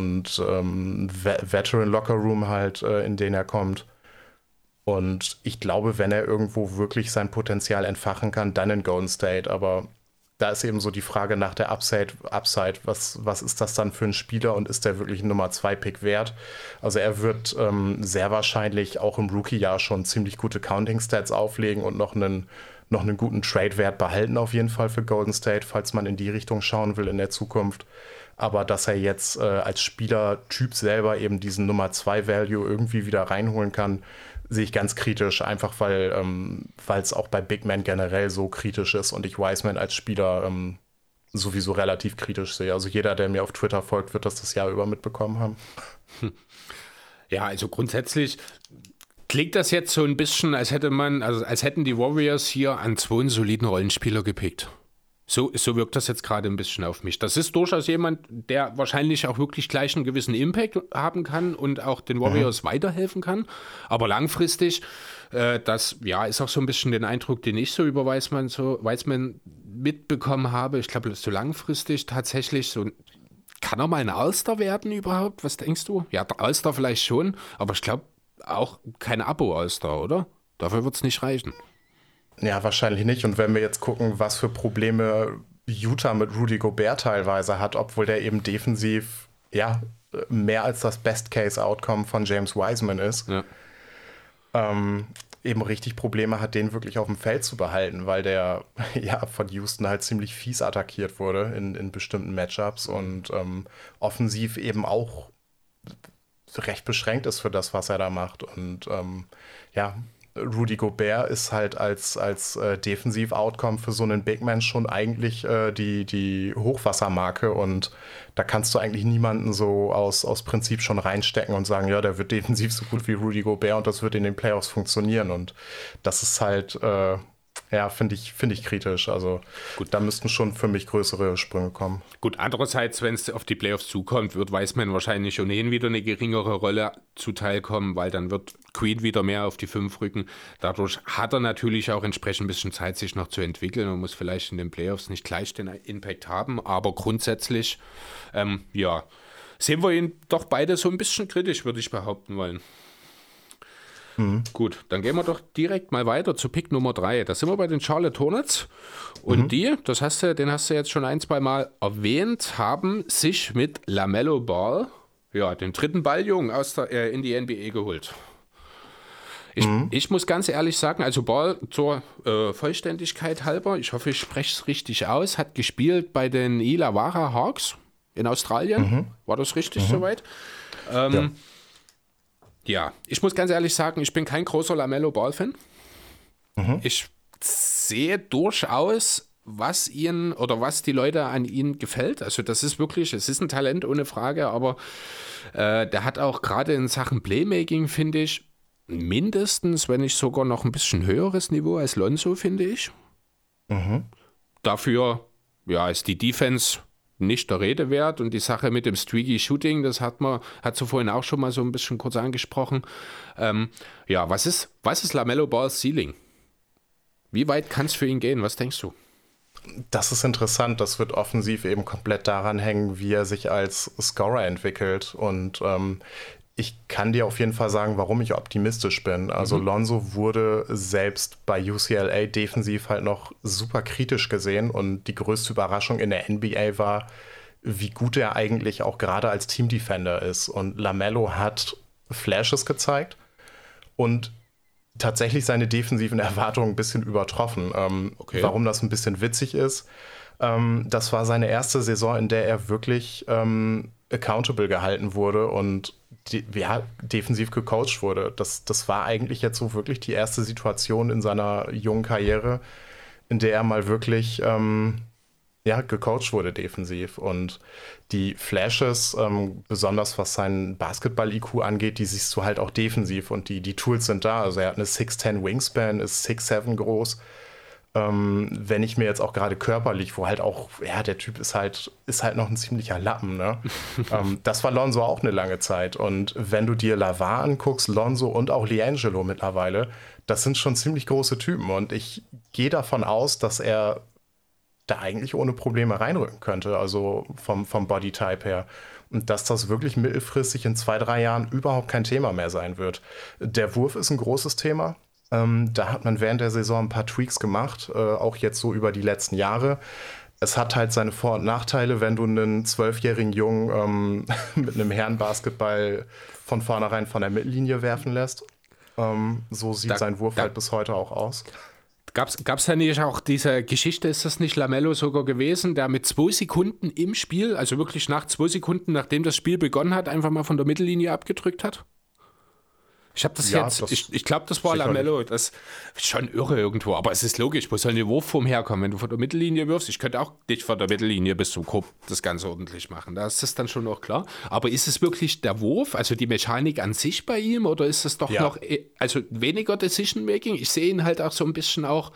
Veteran-Locker-Room halt, in den er kommt. Und ich glaube, wenn er irgendwo wirklich sein Potenzial entfachen kann, dann in Golden State. Aber da ist eben so die Frage nach der Upside. Was ist das dann für ein Spieler und ist der wirklich ein Nummer-2-Pick wert? Also er wird sehr wahrscheinlich auch im Rookie-Jahr schon ziemlich gute Counting-Stats auflegen und noch einen guten Trade-Wert behalten auf jeden Fall für Golden State, falls man in die Richtung schauen will in der Zukunft. Aber dass er jetzt als Spielertyp selber eben diesen Nummer-2-Value irgendwie wieder reinholen kann, sehe ich ganz kritisch, einfach weil es auch bei Big Men generell so kritisch ist und ich Wiseman als Spieler sowieso relativ kritisch sehe. Also jeder, der mir auf Twitter folgt, wird das Jahr über mitbekommen haben. Ja, also grundsätzlich klingt das jetzt so ein bisschen, als hätten die Warriors hier an 2 soliden Rollenspieler gepickt. So wirkt das jetzt gerade ein bisschen auf mich. Das ist durchaus jemand, der wahrscheinlich auch wirklich gleich einen gewissen Impact haben kann und auch den Warriors weiterhelfen kann. Aber langfristig, das ist auch so ein bisschen den Eindruck, den ich so über Wiseman mitbekommen habe. Ich glaube, so langfristig tatsächlich so, kann er mal ein All-Star werden überhaupt? Was denkst du? Ja, der All-Star vielleicht schon, aber ich glaube auch kein Abo-All-Star, oder? Dafür wird es nicht reichen. Ja, wahrscheinlich nicht. Und wenn wir jetzt gucken, was für Probleme Utah mit Rudy Gobert teilweise hat, obwohl der eben defensiv mehr als das Best-Case-Outcome von James Wiseman ist, eben richtig Probleme hat, den wirklich auf dem Feld zu behalten, weil der von Houston halt ziemlich fies attackiert wurde in bestimmten Matchups und offensiv eben auch recht beschränkt ist für das, was er da macht. Und Rudy Gobert ist halt als Defensiv-Outcome für so einen Big Man schon eigentlich die Hochwassermarke, und da kannst du eigentlich niemanden so aus Prinzip schon reinstecken und sagen, ja, der wird defensiv so gut wie Rudy Gobert und das wird in den Playoffs funktionieren, und das ist halt, finde ich kritisch. Also gut, da müssten schon für mich größere Sprünge kommen. Gut, andererseits, wenn es auf die Playoffs zukommt, wird Wiseman wahrscheinlich ohnehin wieder eine geringere Rolle zuteilkommen, weil dann wird Queen wieder mehr auf die 5 rücken. Dadurch hat er natürlich auch entsprechend ein bisschen Zeit, sich noch zu entwickeln und muss vielleicht in den Playoffs nicht gleich den Impact haben, aber grundsätzlich, sehen wir ihn doch beide so ein bisschen kritisch, würde ich behaupten wollen. Gut, dann gehen wir doch direkt mal weiter zu Pick Nummer 3. Da sind wir bei den Charlotte Hornets. Und den hast du jetzt schon 1-2 Mal erwähnt, haben sich mit LaMelo Ball, den dritten Balljungen in die NBA geholt. Ich muss ganz ehrlich sagen, also Ball zur Vollständigkeit halber, ich hoffe, ich spreche es richtig aus, hat gespielt bei den Illawarra Hawks in Australien. War das richtig soweit? Ja, ich muss ganz ehrlich sagen, ich bin kein großer LaMelo Ball-Fan. Ich sehe durchaus, was die Leute an ihm gefällt. Also das ist wirklich, es ist ein Talent ohne Frage, aber der hat auch gerade in Sachen Playmaking, finde ich, mindestens, wenn nicht sogar noch ein bisschen höheres Niveau als Lonzo, finde ich. Dafür, ist die Defense nicht der Rede wert, und die Sache mit dem Streaky Shooting, das hat sie vorhin auch schon mal so ein bisschen kurz angesprochen. Was ist LaMelo Balls Ceiling? Wie weit kann es für ihn gehen? Was denkst du? Das ist interessant. Das wird offensiv eben komplett daran hängen, wie er sich als Scorer entwickelt, und ich kann dir auf jeden Fall sagen, warum ich optimistisch bin. Also Lonzo wurde selbst bei UCLA defensiv halt noch super kritisch gesehen, und die größte Überraschung in der NBA war, wie gut er eigentlich auch gerade als Teamdefender ist. Und LaMelo hat Flashes gezeigt und tatsächlich seine defensiven Erwartungen ein bisschen übertroffen. Warum das ein bisschen witzig ist, das war seine erste Saison, in der er wirklich accountable gehalten wurde und defensiv gecoacht wurde. Das war eigentlich jetzt so wirklich die erste Situation in seiner jungen Karriere, in der er mal wirklich gecoacht wurde defensiv. Und die Flashes, besonders was seinen Basketball-IQ angeht, die siehst du halt auch defensiv, und die Tools sind da. Also er hat eine 6'10 Wingspan, ist 6'7 groß. Wenn ich mir jetzt auch gerade körperlich, wo halt auch, der Typ ist halt noch ein ziemlicher Lappen, ne? Das war Lonzo auch eine lange Zeit. Und wenn du dir Lavar anguckst, Lonzo und auch LiAngelo mittlerweile, das sind schon ziemlich große Typen. Und ich gehe davon aus, dass er da eigentlich ohne Probleme reinrücken könnte, also vom Bodytype her. Und dass das wirklich mittelfristig in 2-3 Jahren überhaupt kein Thema mehr sein wird. Der Wurf ist ein großes Thema. Da hat man während der Saison ein paar Tweaks gemacht, auch jetzt so über die letzten Jahre. Es hat halt seine Vor- und Nachteile, wenn du einen 12-jährigen Jungen mit einem Herrenbasketball von vornherein von der Mittellinie werfen lässt. So sieht sein Wurf halt bis heute auch aus. Gab's da nicht auch diese Geschichte, ist das nicht LaMelo sogar gewesen, der mit 2 Sekunden im Spiel, also wirklich nach 2 Sekunden, nachdem das Spiel begonnen hat, einfach mal von der Mittellinie abgedrückt hat? Ich habe das ich glaube, das war LaMelo. Das ist schon irre irgendwo, aber es ist logisch, wo soll eine Wurfform herkommen? Wenn du von der Mittellinie wirfst, ich könnte auch nicht von der Mittellinie bis zum Korb das Ganze ordentlich machen, da ist das dann schon noch klar. Aber ist es wirklich der Wurf, also die Mechanik an sich bei ihm, oder ist es doch noch, also weniger Decision-Making? Ich sehe ihn halt auch so ein bisschen auch,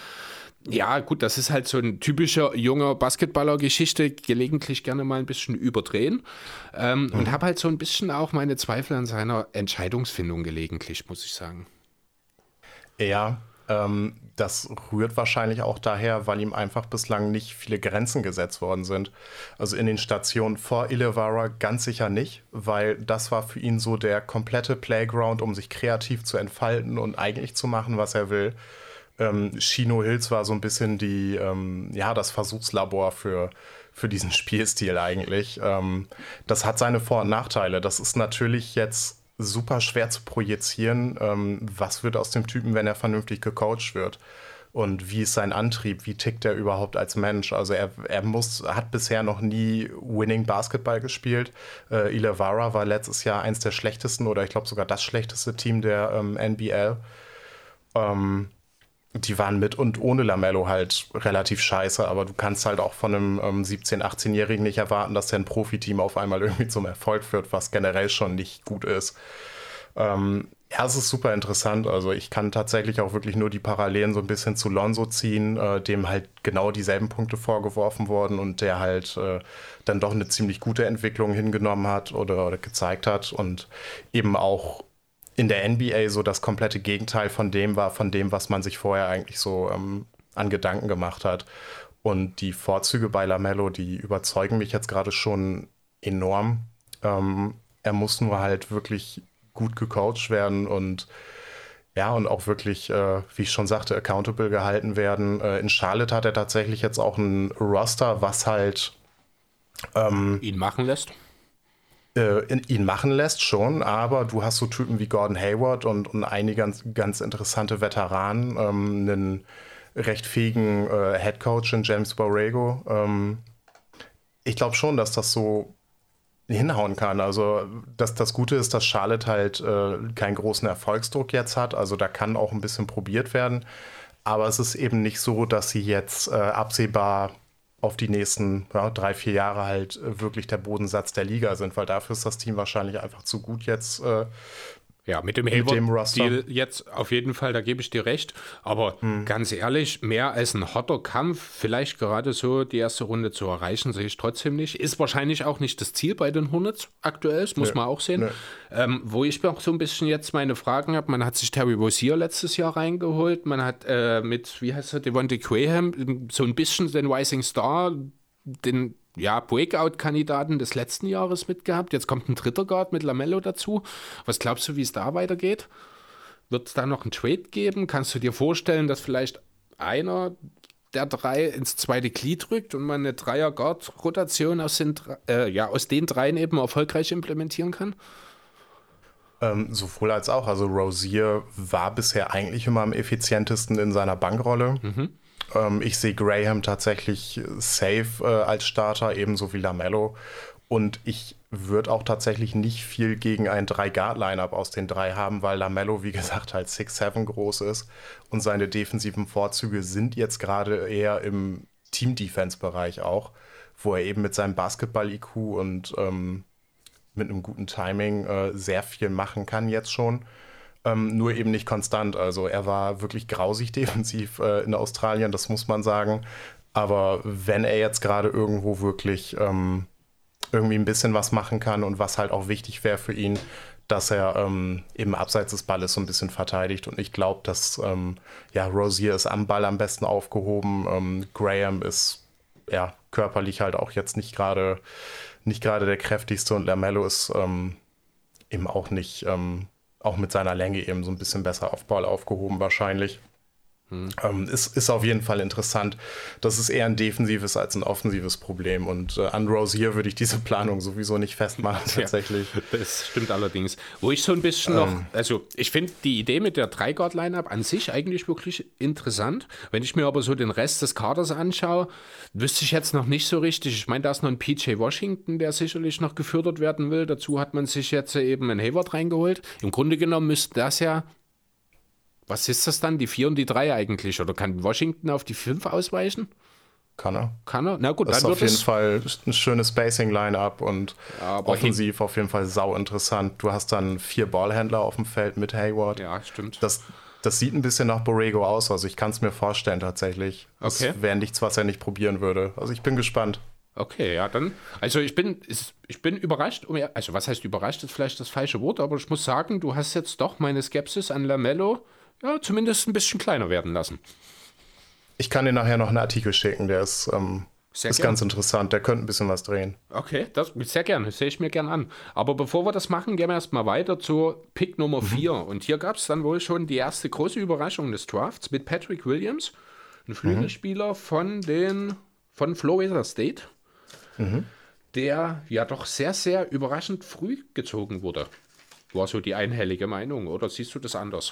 ja gut, das ist halt so ein typischer junger Basketballer-Geschichte, gelegentlich gerne mal ein bisschen überdrehen und habe halt so ein bisschen auch meine Zweifel an seiner Entscheidungsfindung gelegentlich, muss ich sagen. Ja, das rührt wahrscheinlich auch daher, weil ihm einfach bislang nicht viele Grenzen gesetzt worden sind. Also in den Stationen vor Illawarra ganz sicher nicht, weil das war für ihn so der komplette Playground, um sich kreativ zu entfalten und eigentlich zu machen, was er will. Chino Hills war so ein bisschen das Versuchslabor für diesen Spielstil eigentlich. Das hat seine Vor- und Nachteile. Das ist natürlich jetzt super schwer zu projizieren. Was wird aus dem Typen, wenn er vernünftig gecoacht wird? Und wie ist sein Antrieb? Wie tickt er überhaupt als Mensch? Also er hat bisher noch nie Winning Basketball gespielt. Illawarra war letztes Jahr eins der schlechtesten oder ich glaube sogar das schlechteste Team der NBL. Die waren mit und ohne LaMelo halt relativ scheiße, aber du kannst halt auch von einem 17-, 18-Jährigen nicht erwarten, dass der ein Profiteam auf einmal irgendwie zum Erfolg führt, was generell schon nicht gut ist. Ja, es ist super interessant. Also ich kann tatsächlich auch wirklich nur die Parallelen so ein bisschen zu Lonzo ziehen, dem halt genau dieselben Punkte vorgeworfen wurden und der halt dann doch eine ziemlich gute Entwicklung hingenommen hat oder gezeigt hat und eben auch in der NBA so das komplette Gegenteil von dem war, von dem, was man sich vorher eigentlich so an Gedanken gemacht hat. Und die Vorzüge bei LaMelo, die überzeugen mich jetzt gerade schon enorm. Er muss nur halt wirklich gut gecoacht werden und ja, und auch wirklich, wie ich schon sagte, accountable gehalten werden. In Charlotte hat er tatsächlich jetzt auch ein Roster, was halt ihn machen lässt. Ihn machen lässt schon, aber du hast so Typen wie Gordon Hayward und einige ganz interessante Veteranen, einen recht fähigen Headcoach in James Borrego. Ich glaube schon, dass das so hinhauen kann. Also das Gute ist, dass Charlotte halt keinen großen Erfolgsdruck jetzt hat. Also da kann auch ein bisschen probiert werden. Aber es ist eben nicht so, dass sie jetzt absehbar auf die nächsten 3-4 Jahre halt wirklich der Bodensatz der Liga sind, weil dafür ist das Team wahrscheinlich einfach zu gut jetzt. Ja, mit dem Hayward-Deal jetzt auf jeden Fall, da gebe ich dir recht. Aber ganz ehrlich, mehr als ein harter Kampf, vielleicht gerade so die erste Runde zu erreichen, sehe ich trotzdem nicht. Ist wahrscheinlich auch nicht das Ziel bei den Hornets aktuell, das muss man auch sehen. Wo ich noch so ein bisschen jetzt meine Fragen habe, man hat sich Terry Rozier letztes Jahr reingeholt, man hat mit, wie heißt er, Devontae Graham, so ein bisschen den Rising Star, den Breakout-Kandidaten des letzten Jahres mitgehabt. Jetzt kommt ein dritter Guard mit LaMelo dazu. Was glaubst du, wie es da weitergeht? Wird es da noch einen Trade geben? Kannst du dir vorstellen, dass vielleicht einer der drei ins zweite Glied rückt und man eine Dreier-Guard-Rotation aus den dreien eben erfolgreich implementieren kann? Sowohl als auch. Also Rozier war bisher eigentlich immer am effizientesten in seiner Bankrolle. Ich sehe Graham tatsächlich safe als Starter, ebenso wie LaMelo. Und ich würde auch tatsächlich nicht viel gegen ein 3-Guard-Lineup aus den drei haben, weil LaMelo, wie gesagt, halt 6'7 groß ist. Und seine defensiven Vorzüge sind jetzt gerade eher im Team-Defense-Bereich auch, wo er eben mit seinem Basketball-IQ und mit einem guten Timing sehr viel machen kann jetzt schon. Nur eben nicht konstant. Also er war wirklich grausig defensiv in Australien, das muss man sagen. Aber wenn er jetzt gerade irgendwo wirklich irgendwie ein bisschen was machen kann und was halt auch wichtig wäre für ihn, dass er eben abseits des Balles so ein bisschen verteidigt. Und ich glaube, dass Rozier ist am Ball am besten aufgehoben. Graham ist körperlich halt auch jetzt nicht gerade der kräftigste und LaMelo ist eben auch nicht auch mit seiner Länge eben so ein bisschen besser auf Ball aufgehoben wahrscheinlich. Ist auf jeden Fall interessant. Das ist eher ein defensives als ein offensives Problem. Und an Rozier würde ich diese Planung sowieso nicht festmachen, tatsächlich. Ja, das stimmt allerdings. Wo ich so ein bisschen ich finde die Idee mit der 3-Guard-Lineup an sich eigentlich wirklich interessant. Wenn ich mir aber so den Rest des Kaders anschaue, wüsste ich jetzt noch nicht so richtig. Ich meine, da ist noch ein PJ Washington, der sicherlich noch gefördert werden will. Dazu hat man sich jetzt eben einen Hayward reingeholt. Im Grunde genommen müsste das ja. Was ist das dann, die 4 und die 3 eigentlich? Oder kann Washington auf die 5 ausweichen? Kann er. Na gut, das ist auf jeden Fall ein schönes Spacing-Line-Up und offensiv auf jeden Fall sau interessant. Du hast dann 4 Ballhändler auf dem Feld mit Hayward. Ja, stimmt. Das sieht ein bisschen nach Borrego aus, also ich kann es mir vorstellen tatsächlich. Das wäre nichts, was er nicht probieren würde. Also ich bin gespannt. Okay, ja, dann, also ich bin überrascht, also was heißt überrascht, ist vielleicht das falsche Wort, aber ich muss sagen, du hast jetzt doch meine Skepsis an LaMelo zumindest ein bisschen kleiner werden lassen. Ich kann dir nachher noch einen Artikel schicken, der ist ganz interessant, der könnte ein bisschen was drehen. Okay, das sehr gerne, das sehe ich mir gern an. Aber bevor wir das machen, gehen wir erstmal weiter zu Pick Nummer 4. Und hier gab es dann wohl schon die erste große Überraschung des Drafts mit Patrick Williams, ein Flügelspieler von Florida State, der ja doch sehr, sehr überraschend früh gezogen wurde. War so die einhellige Meinung, oder siehst du das anders?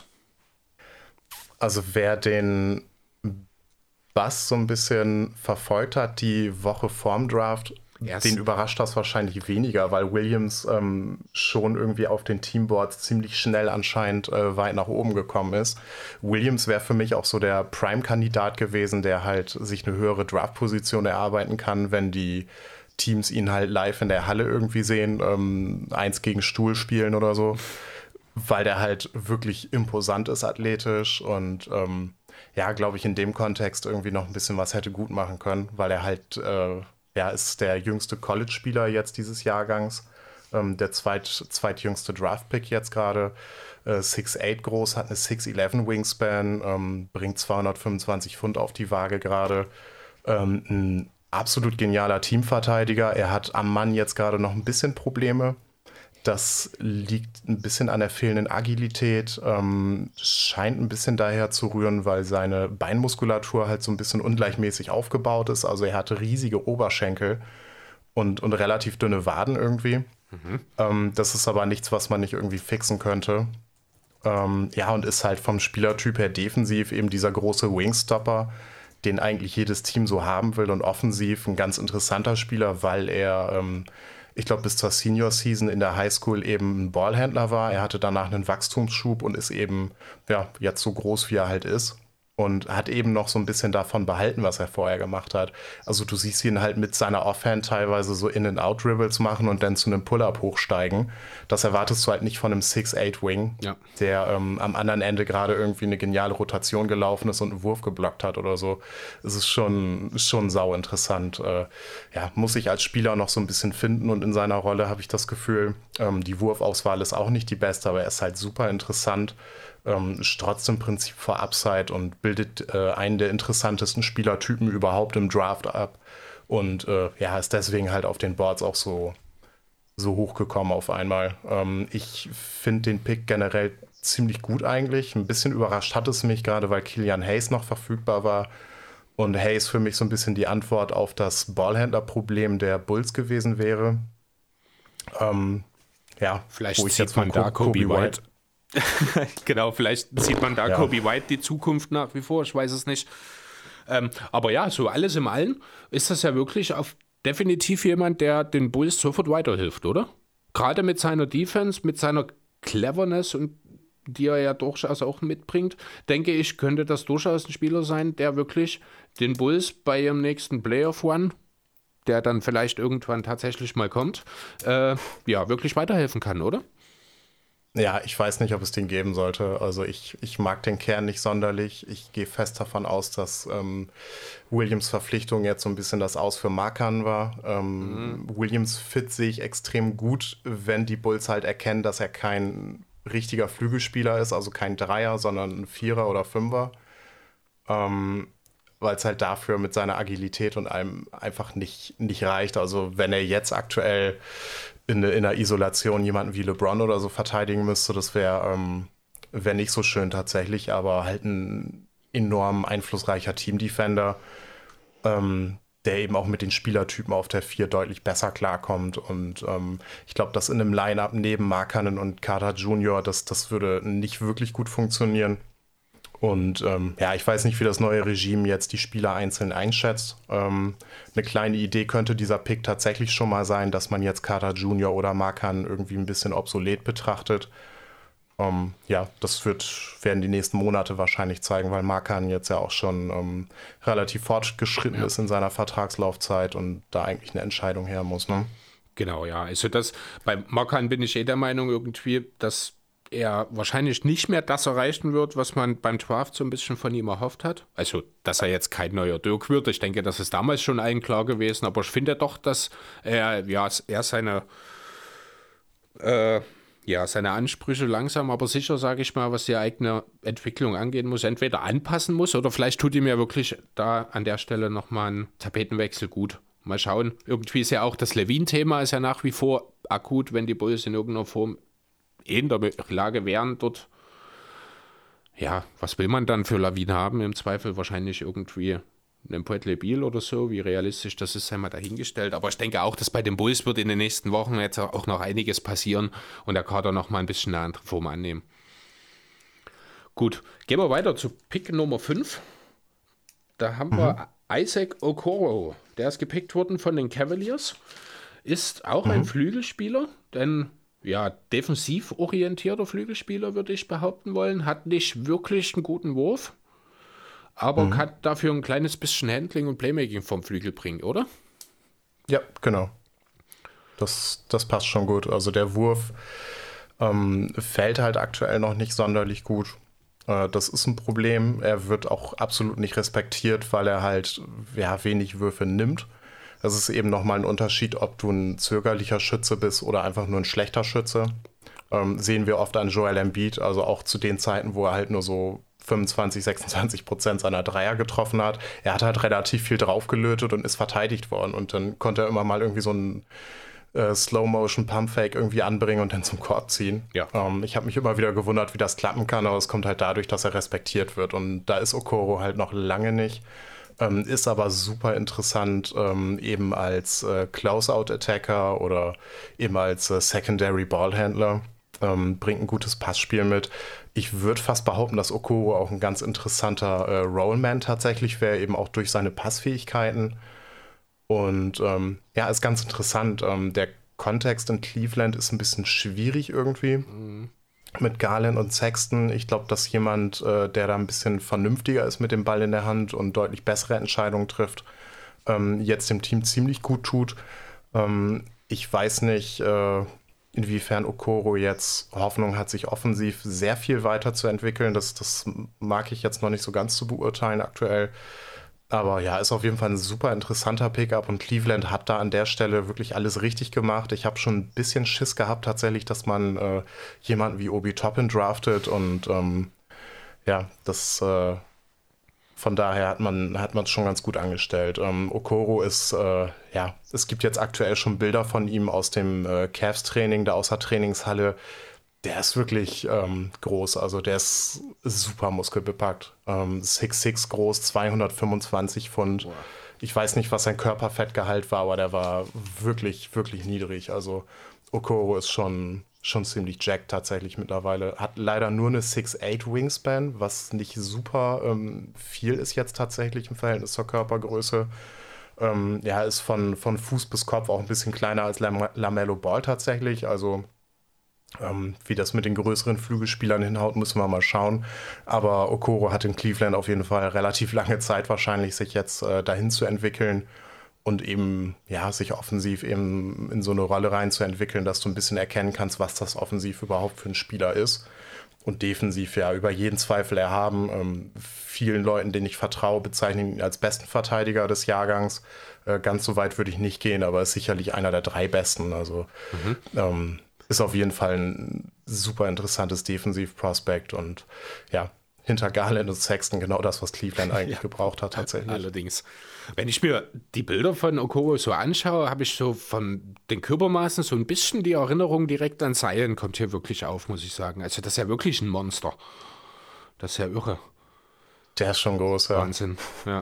Also wer den Bass so ein bisschen verfolgt hat, die Woche vorm Draft, den überrascht das wahrscheinlich weniger, weil Williams schon irgendwie auf den Teamboards ziemlich schnell anscheinend weit nach oben gekommen ist. Williams wäre für mich auch so der Prime-Kandidat gewesen, der halt sich eine höhere Draft-Position erarbeiten kann, wenn die Teams ihn halt live in der Halle irgendwie sehen, 1 gegen Stuhl spielen oder so, weil der halt wirklich imposant ist athletisch und glaube ich, in dem Kontext irgendwie noch ein bisschen was hätte gut machen können, weil er halt ist der jüngste College-Spieler jetzt dieses Jahrgangs, der zweitjüngste Draft-Pick jetzt gerade, 6'8 groß, hat eine 6'11 Wingspan, bringt 225 Pfund auf die Waage gerade, ein absolut genialer Teamverteidiger. Er hat am Mann jetzt gerade noch ein bisschen Probleme. Das liegt ein bisschen an der fehlenden Agilität, scheint ein bisschen daher zu rühren, weil seine Beinmuskulatur halt so ein bisschen ungleichmäßig aufgebaut ist. Also er hatte riesige Oberschenkel und relativ dünne Waden irgendwie. Das ist aber nichts, was man nicht irgendwie fixen könnte. Und ist halt vom Spielertyp her defensiv eben dieser große Wingstopper, den eigentlich jedes Team so haben will, und offensiv ein ganz interessanter Spieler, weil er ich glaube, bis zur Senior Season in der Highschool eben ein Ballhändler war. Er hatte danach einen Wachstumsschub und ist eben jetzt so groß, wie er halt ist. Und hat eben noch so ein bisschen davon behalten, was er vorher gemacht hat. Also du siehst ihn halt mit seiner Offhand teilweise so In-and-Out-Dribbles machen und dann zu einem Pull-Up hochsteigen. Das erwartest du halt nicht von einem 6'8 Wing, der am anderen Ende gerade irgendwie eine geniale Rotation gelaufen ist und einen Wurf geblockt hat oder so. Es ist schon sau interessant. Muss ich als Spieler noch so ein bisschen finden, und in seiner Rolle habe ich das Gefühl, die Wurfauswahl ist auch nicht die beste, aber er ist halt super interessant. Strotzt im Prinzip vor Upside und bildet einen der interessantesten Spielertypen überhaupt im Draft ab. Und ist deswegen halt auf den Boards auch so hochgekommen auf einmal. Ich finde den Pick generell ziemlich gut eigentlich. Ein bisschen überrascht hat es mich, gerade weil Killian Hayes noch verfügbar war. Und Hayes für mich so ein bisschen die Antwort auf das Ballhändlerproblem der Bulls gewesen wäre. Vielleicht wo ich jetzt mal da Kobe White. Genau, vielleicht sieht man da Kobe White die Zukunft nach wie vor, ich weiß es nicht. Aber ja, so alles im Allen ist das ja wirklich definitiv jemand, der den Bulls sofort weiterhilft, oder? Gerade mit seiner Defense, mit seiner Cleverness, und die er ja durchaus auch mitbringt, denke ich, könnte das durchaus ein Spieler sein, der wirklich den Bulls bei ihrem nächsten Playoff-Run, der dann vielleicht irgendwann tatsächlich mal kommt, wirklich weiterhelfen kann, oder? Ja, ich weiß nicht, ob es den geben sollte. Also ich mag den Kern nicht sonderlich. Ich gehe fest davon aus, dass Williams Verpflichtung jetzt so ein bisschen das Aus für Markan war. Williams fit sehe ich extrem gut, wenn die Bulls halt erkennen, dass er kein richtiger Flügelspieler ist, also kein Dreier, sondern ein Vierer oder Fünfer. Weil es halt dafür mit seiner Agilität und allem einfach nicht reicht. Also wenn er jetzt aktuell in einer Isolation jemanden wie LeBron oder so verteidigen müsste, das wäre nicht so schön tatsächlich, aber halt ein enorm einflussreicher Team-Defender, der eben auch mit den Spielertypen auf der 4 deutlich besser klarkommt, und ich glaube, dass in einem Line-Up neben Markkanen und Carter Jr., das würde nicht wirklich gut funktionieren. Und ich weiß nicht, wie das neue Regime jetzt die Spieler einzeln einschätzt. Eine kleine Idee könnte dieser Pick tatsächlich schon mal sein, dass man jetzt Carter Jr. oder Markan irgendwie ein bisschen obsolet betrachtet. Das werden die nächsten Monate wahrscheinlich zeigen, weil Markan jetzt ja auch schon relativ fortgeschritten ist in seiner Vertragslaufzeit und da eigentlich eine Entscheidung her muss. Ne? Genau, ja. Also bei Markan bin ich der Meinung irgendwie, dass er wahrscheinlich nicht mehr das erreichen wird, was man beim Draft so ein bisschen von ihm erhofft hat. Also, dass er jetzt kein neuer Dirk wird. Ich denke, das ist damals schon allen klar gewesen. Aber ich finde doch, dass er seine Ansprüche langsam, aber sicher, sage ich mal, was die eigene Entwicklung angehen muss, entweder anpassen muss, oder vielleicht tut ihm ja wirklich da an der Stelle nochmal ein Tapetenwechsel gut. Mal schauen. Irgendwie ist ja auch das Levine-Thema ist ja nach wie vor akut, wenn die Bulls in irgendeiner Form in der Lage wären, dort, was will man dann für Lawine haben? Im Zweifel wahrscheinlich irgendwie einen Bradley Beal oder so. Wie realistisch das ist, sei mal dahingestellt. Aber ich denke auch, dass bei den Bulls wird in den nächsten Wochen jetzt auch noch einiges passieren und der Kader noch mal ein bisschen eine andere Form annehmen. Gut, gehen wir weiter zu Pick Nummer 5. Da haben wir Isaac Okoro, der ist gepickt worden von den Cavaliers, ist auch ein Flügelspieler, denn ja, defensiv orientierter Flügelspieler würde ich behaupten wollen, hat nicht wirklich einen guten Wurf, aber kann dafür ein kleines bisschen Handling und Playmaking vom Flügel bringen, oder? Ja, genau. Das passt schon gut. Also der Wurf fällt halt aktuell noch nicht sonderlich gut. Das ist ein Problem. Er wird auch absolut nicht respektiert, weil er halt wenig Würfe nimmt. Das ist eben nochmal ein Unterschied, ob du ein zögerlicher Schütze bist oder einfach nur ein schlechter Schütze. Sehen wir oft an Joel Embiid, also auch zu den Zeiten, wo er halt nur so 25-26% seiner Dreier getroffen hat. Er hat halt relativ viel draufgelötet und ist verteidigt worden. Und dann konnte er immer mal irgendwie so ein Slow-Motion-Pump-Fake irgendwie anbringen und dann zum Korb ziehen. Ja. Ich habe mich immer wieder gewundert, wie das klappen kann, aber es kommt halt dadurch, dass er respektiert wird. Und da ist Okoro halt noch lange nicht. Ist aber super interessant, eben als Close-Out-Attacker oder eben als Secondary Ballhandler. Bringt ein gutes Passspiel mit. Ich würde fast behaupten, dass Okoro auch ein ganz interessanter Rollman tatsächlich wäre, eben auch durch seine Passfähigkeiten. Und ist ganz interessant. Der Kontext in Cleveland ist ein bisschen schwierig irgendwie. Mit Garland und Sexton. Ich glaube, dass jemand, der da ein bisschen vernünftiger ist mit dem Ball in der Hand und deutlich bessere Entscheidungen trifft, jetzt dem Team ziemlich gut tut. Ich weiß nicht, inwiefern Okoro jetzt Hoffnung hat, sich offensiv sehr viel weiterzuentwickeln. Das mag ich jetzt noch nicht so ganz zu beurteilen aktuell. Aber ja, ist auf jeden Fall ein super interessanter Pickup und Cleveland hat da an der Stelle wirklich alles richtig gemacht. Ich habe schon ein bisschen Schiss gehabt tatsächlich, dass man jemanden wie Obi Toppin draftet und von daher hat man es schon ganz gut angestellt. Okoro ist, es gibt jetzt aktuell schon Bilder von ihm aus dem Cavs-Training, da aus der Trainingshalle. Der ist wirklich groß, also der ist super muskelbepackt. 6'6 groß, 225 Pfund. Boah. Ich weiß nicht, was sein Körperfettgehalt war, aber der war wirklich, wirklich niedrig. Also Okoro ist schon ziemlich jacked tatsächlich mittlerweile. Hat leider nur eine 6'8 Wingspan, was nicht super viel ist jetzt tatsächlich im Verhältnis zur Körpergröße. Ist von Fuß bis Kopf auch ein bisschen kleiner als LaMelo Ball tatsächlich, also wie das mit den größeren Flügelspielern hinhaut, müssen wir mal schauen. Aber Okoro hat in Cleveland auf jeden Fall relativ lange Zeit wahrscheinlich, sich jetzt dahin zu entwickeln und eben, sich offensiv eben in so eine Rolle reinzuentwickeln, dass du ein bisschen erkennen kannst, was das offensiv überhaupt für ein Spieler ist. Und defensiv über jeden Zweifel erhaben. Vielen Leuten, denen ich vertraue, bezeichnen ihn als besten Verteidiger des Jahrgangs. Ganz so weit würde ich nicht gehen, aber ist sicherlich einer der 3 besten. Also ist auf jeden Fall ein super interessantes Defensiv-Prospect und hinter Garland und Sexton genau das, was Cleveland eigentlich gebraucht hat tatsächlich. Allerdings. Wenn ich mir die Bilder von Okoro so anschaue, habe ich so von den Körpermaßen so ein bisschen die Erinnerung direkt an Zion kommt hier wirklich auf, muss ich sagen. Also das ist ja wirklich ein Monster. Das ist ja irre. Der ist schon groß, ja. Wahnsinn, ja.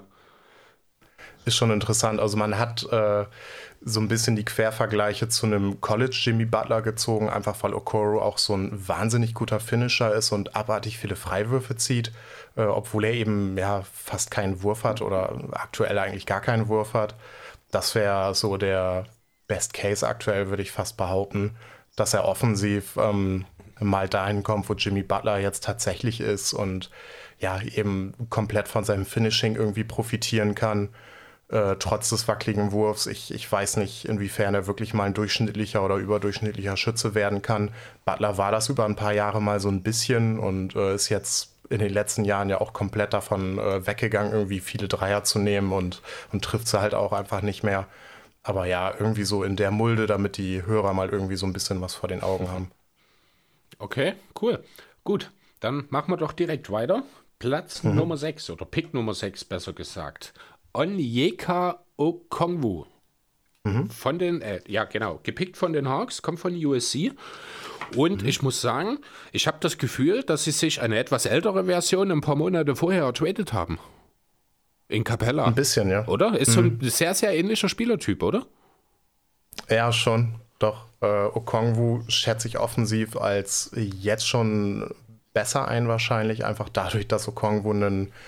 Ist schon interessant. Also man hat so ein bisschen die Quervergleiche zu einem College Jimmy Butler gezogen, einfach weil Okoro auch so ein wahnsinnig guter Finisher ist und abartig viele Freiwürfe zieht, obwohl er eben fast keinen Wurf hat oder aktuell eigentlich gar keinen Wurf hat. Das wäre so der Best Case aktuell, würde ich fast behaupten, dass er offensiv mal dahin kommt, wo Jimmy Butler jetzt tatsächlich ist und eben komplett von seinem Finishing irgendwie profitieren kann. Trotz des wackeligen Wurfs. Ich weiß nicht, inwiefern er wirklich mal ein durchschnittlicher oder überdurchschnittlicher Schütze werden kann. Butler war das über ein paar Jahre mal so ein bisschen und ist jetzt in den letzten Jahren ja auch komplett davon weggegangen, irgendwie viele Dreier zu nehmen und trifft sie halt auch einfach nicht mehr. Aber irgendwie so in der Mulde, damit die Hörer mal irgendwie so ein bisschen was vor den Augen haben. Okay, cool. Gut, dann machen wir doch direkt weiter. Platz Nummer 6 oder Pick Nummer 6 besser gesagt. Onyeka Okongwu. Von den, gepickt von den Hawks, kommt von USC. Und ich muss sagen, ich habe das Gefühl, dass sie sich eine etwas ältere Version ein paar Monate vorher ertradet haben. In Capella. Ein bisschen, ja. Oder? Ist so ein sehr, sehr ähnlicher Spielertyp, oder? Ja, schon. Doch. Okongwu schätze ich offensiv als jetzt schon besser ein wahrscheinlich. Einfach dadurch, dass Okongwu einen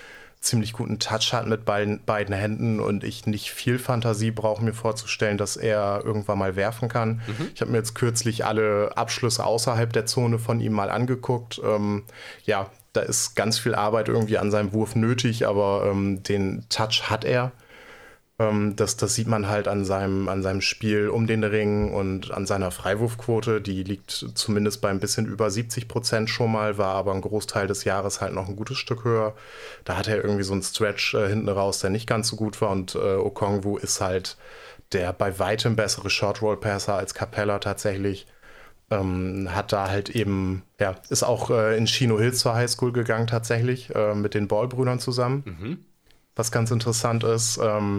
ziemlich guten Touch hat mit beiden Händen und ich nicht viel Fantasie brauche, mir vorzustellen, dass er irgendwann mal werfen kann. Ich habe mir jetzt kürzlich alle Abschlüsse außerhalb der Zone von ihm mal angeguckt. Ja, da ist ganz viel Arbeit irgendwie an seinem Wurf nötig, aber den Touch hat er. Das sieht man halt an seinem Spiel um den Ring und an seiner Freiwurfquote. Die liegt zumindest bei ein bisschen über 70% schon mal, war aber ein Großteil des Jahres halt noch ein gutes Stück höher. Da hat er irgendwie so einen Stretch hinten raus, der nicht ganz so gut war. Und Okongwu ist halt der bei weitem bessere Short-Roll-Passer als Capella tatsächlich. Hat da halt eben, ja, ist auch in Chino Hills zur Highschool gegangen tatsächlich, mit den Ball-Brüdern zusammen. Was ganz interessant ist.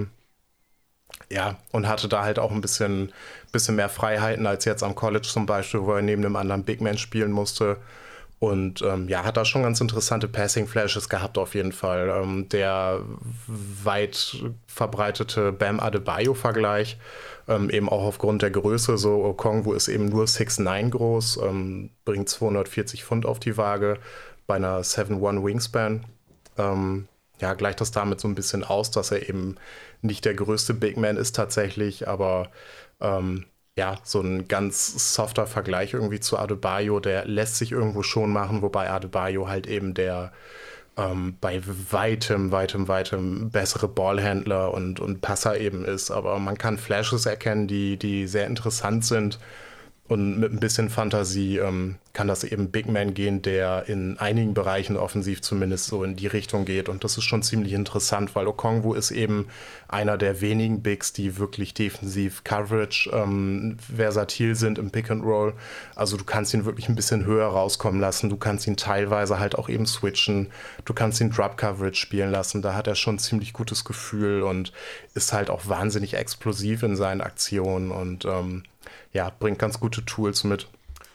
Ja, und hatte da halt auch ein bisschen mehr Freiheiten als jetzt am College zum Beispiel, wo er neben einem anderen Big Man spielen musste. Und ja, hat da schon ganz interessante Passing-Flashes gehabt auf jeden Fall. Der weit verbreitete Bam Adebayo-Vergleich, eben auch aufgrund der Größe, so Okongwu ist eben nur 6'9 groß, bringt 240 Pfund auf die Waage bei einer 7'1 Wingspan. Ja, gleicht das damit so ein bisschen aus, dass er eben nicht der größte Big Man ist tatsächlich, aber ja, so ein ganz softer Vergleich irgendwie zu Adebayo, der lässt sich irgendwo schon machen, wobei Adebayo halt eben der bei weitem bessere Ballhändler und Passer eben ist. Aber man kann Flashes erkennen, die sehr interessant sind. Und mit ein bisschen Fantasie kann das eben Big Man gehen, der in einigen Bereichen offensiv zumindest so in die Richtung geht. Und das ist schon ziemlich interessant, weil Okongwu ist eben einer der wenigen Bigs, die wirklich defensiv Coverage versatil sind im Pick and Roll. Also du kannst ihn wirklich ein bisschen höher rauskommen lassen. Du kannst ihn teilweise halt auch eben switchen. Du kannst ihn Drop Coverage spielen lassen. Da hat er schon ein ziemlich gutes Gefühl und ist halt auch wahnsinnig explosiv in seinen Aktionen und ja, bringt ganz gute Tools mit.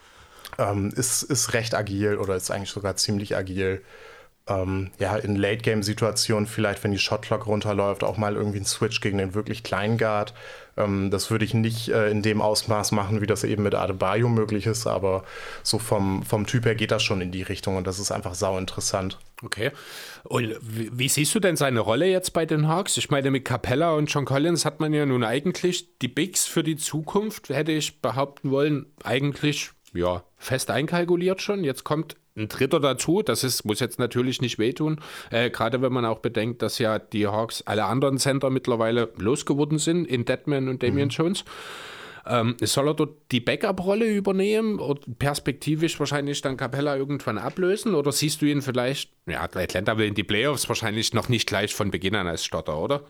Ist recht agil oder ist eigentlich sogar ziemlich agil. Ja, in Late-Game-Situationen vielleicht, wenn die Shotclock runterläuft, auch mal irgendwie ein Switch gegen den wirklich kleinen Guard. Das würde ich nicht in dem Ausmaß machen, wie das eben mit Adebayo möglich ist, aber so vom Typ her geht das schon in die Richtung und das ist einfach sau interessant. Okay. Und wie siehst du denn seine Rolle jetzt bei den Hawks? Ich meine, mit Capella und John Collins hat man ja nun eigentlich die Bigs für die Zukunft, hätte ich behaupten wollen, eigentlich ja fest einkalkuliert schon. Jetzt kommt ein Dritter dazu, muss jetzt natürlich nicht wehtun, gerade wenn man auch bedenkt, dass ja die Hawks alle anderen Center mittlerweile losgeworden sind, in Dedman und Damian Jones. Soll er dort die Backup-Rolle übernehmen und perspektivisch wahrscheinlich dann Capella irgendwann ablösen? Oder siehst du ihn vielleicht, ja, Atlanta will in die Playoffs wahrscheinlich noch nicht gleich von Beginn an als Starter, oder?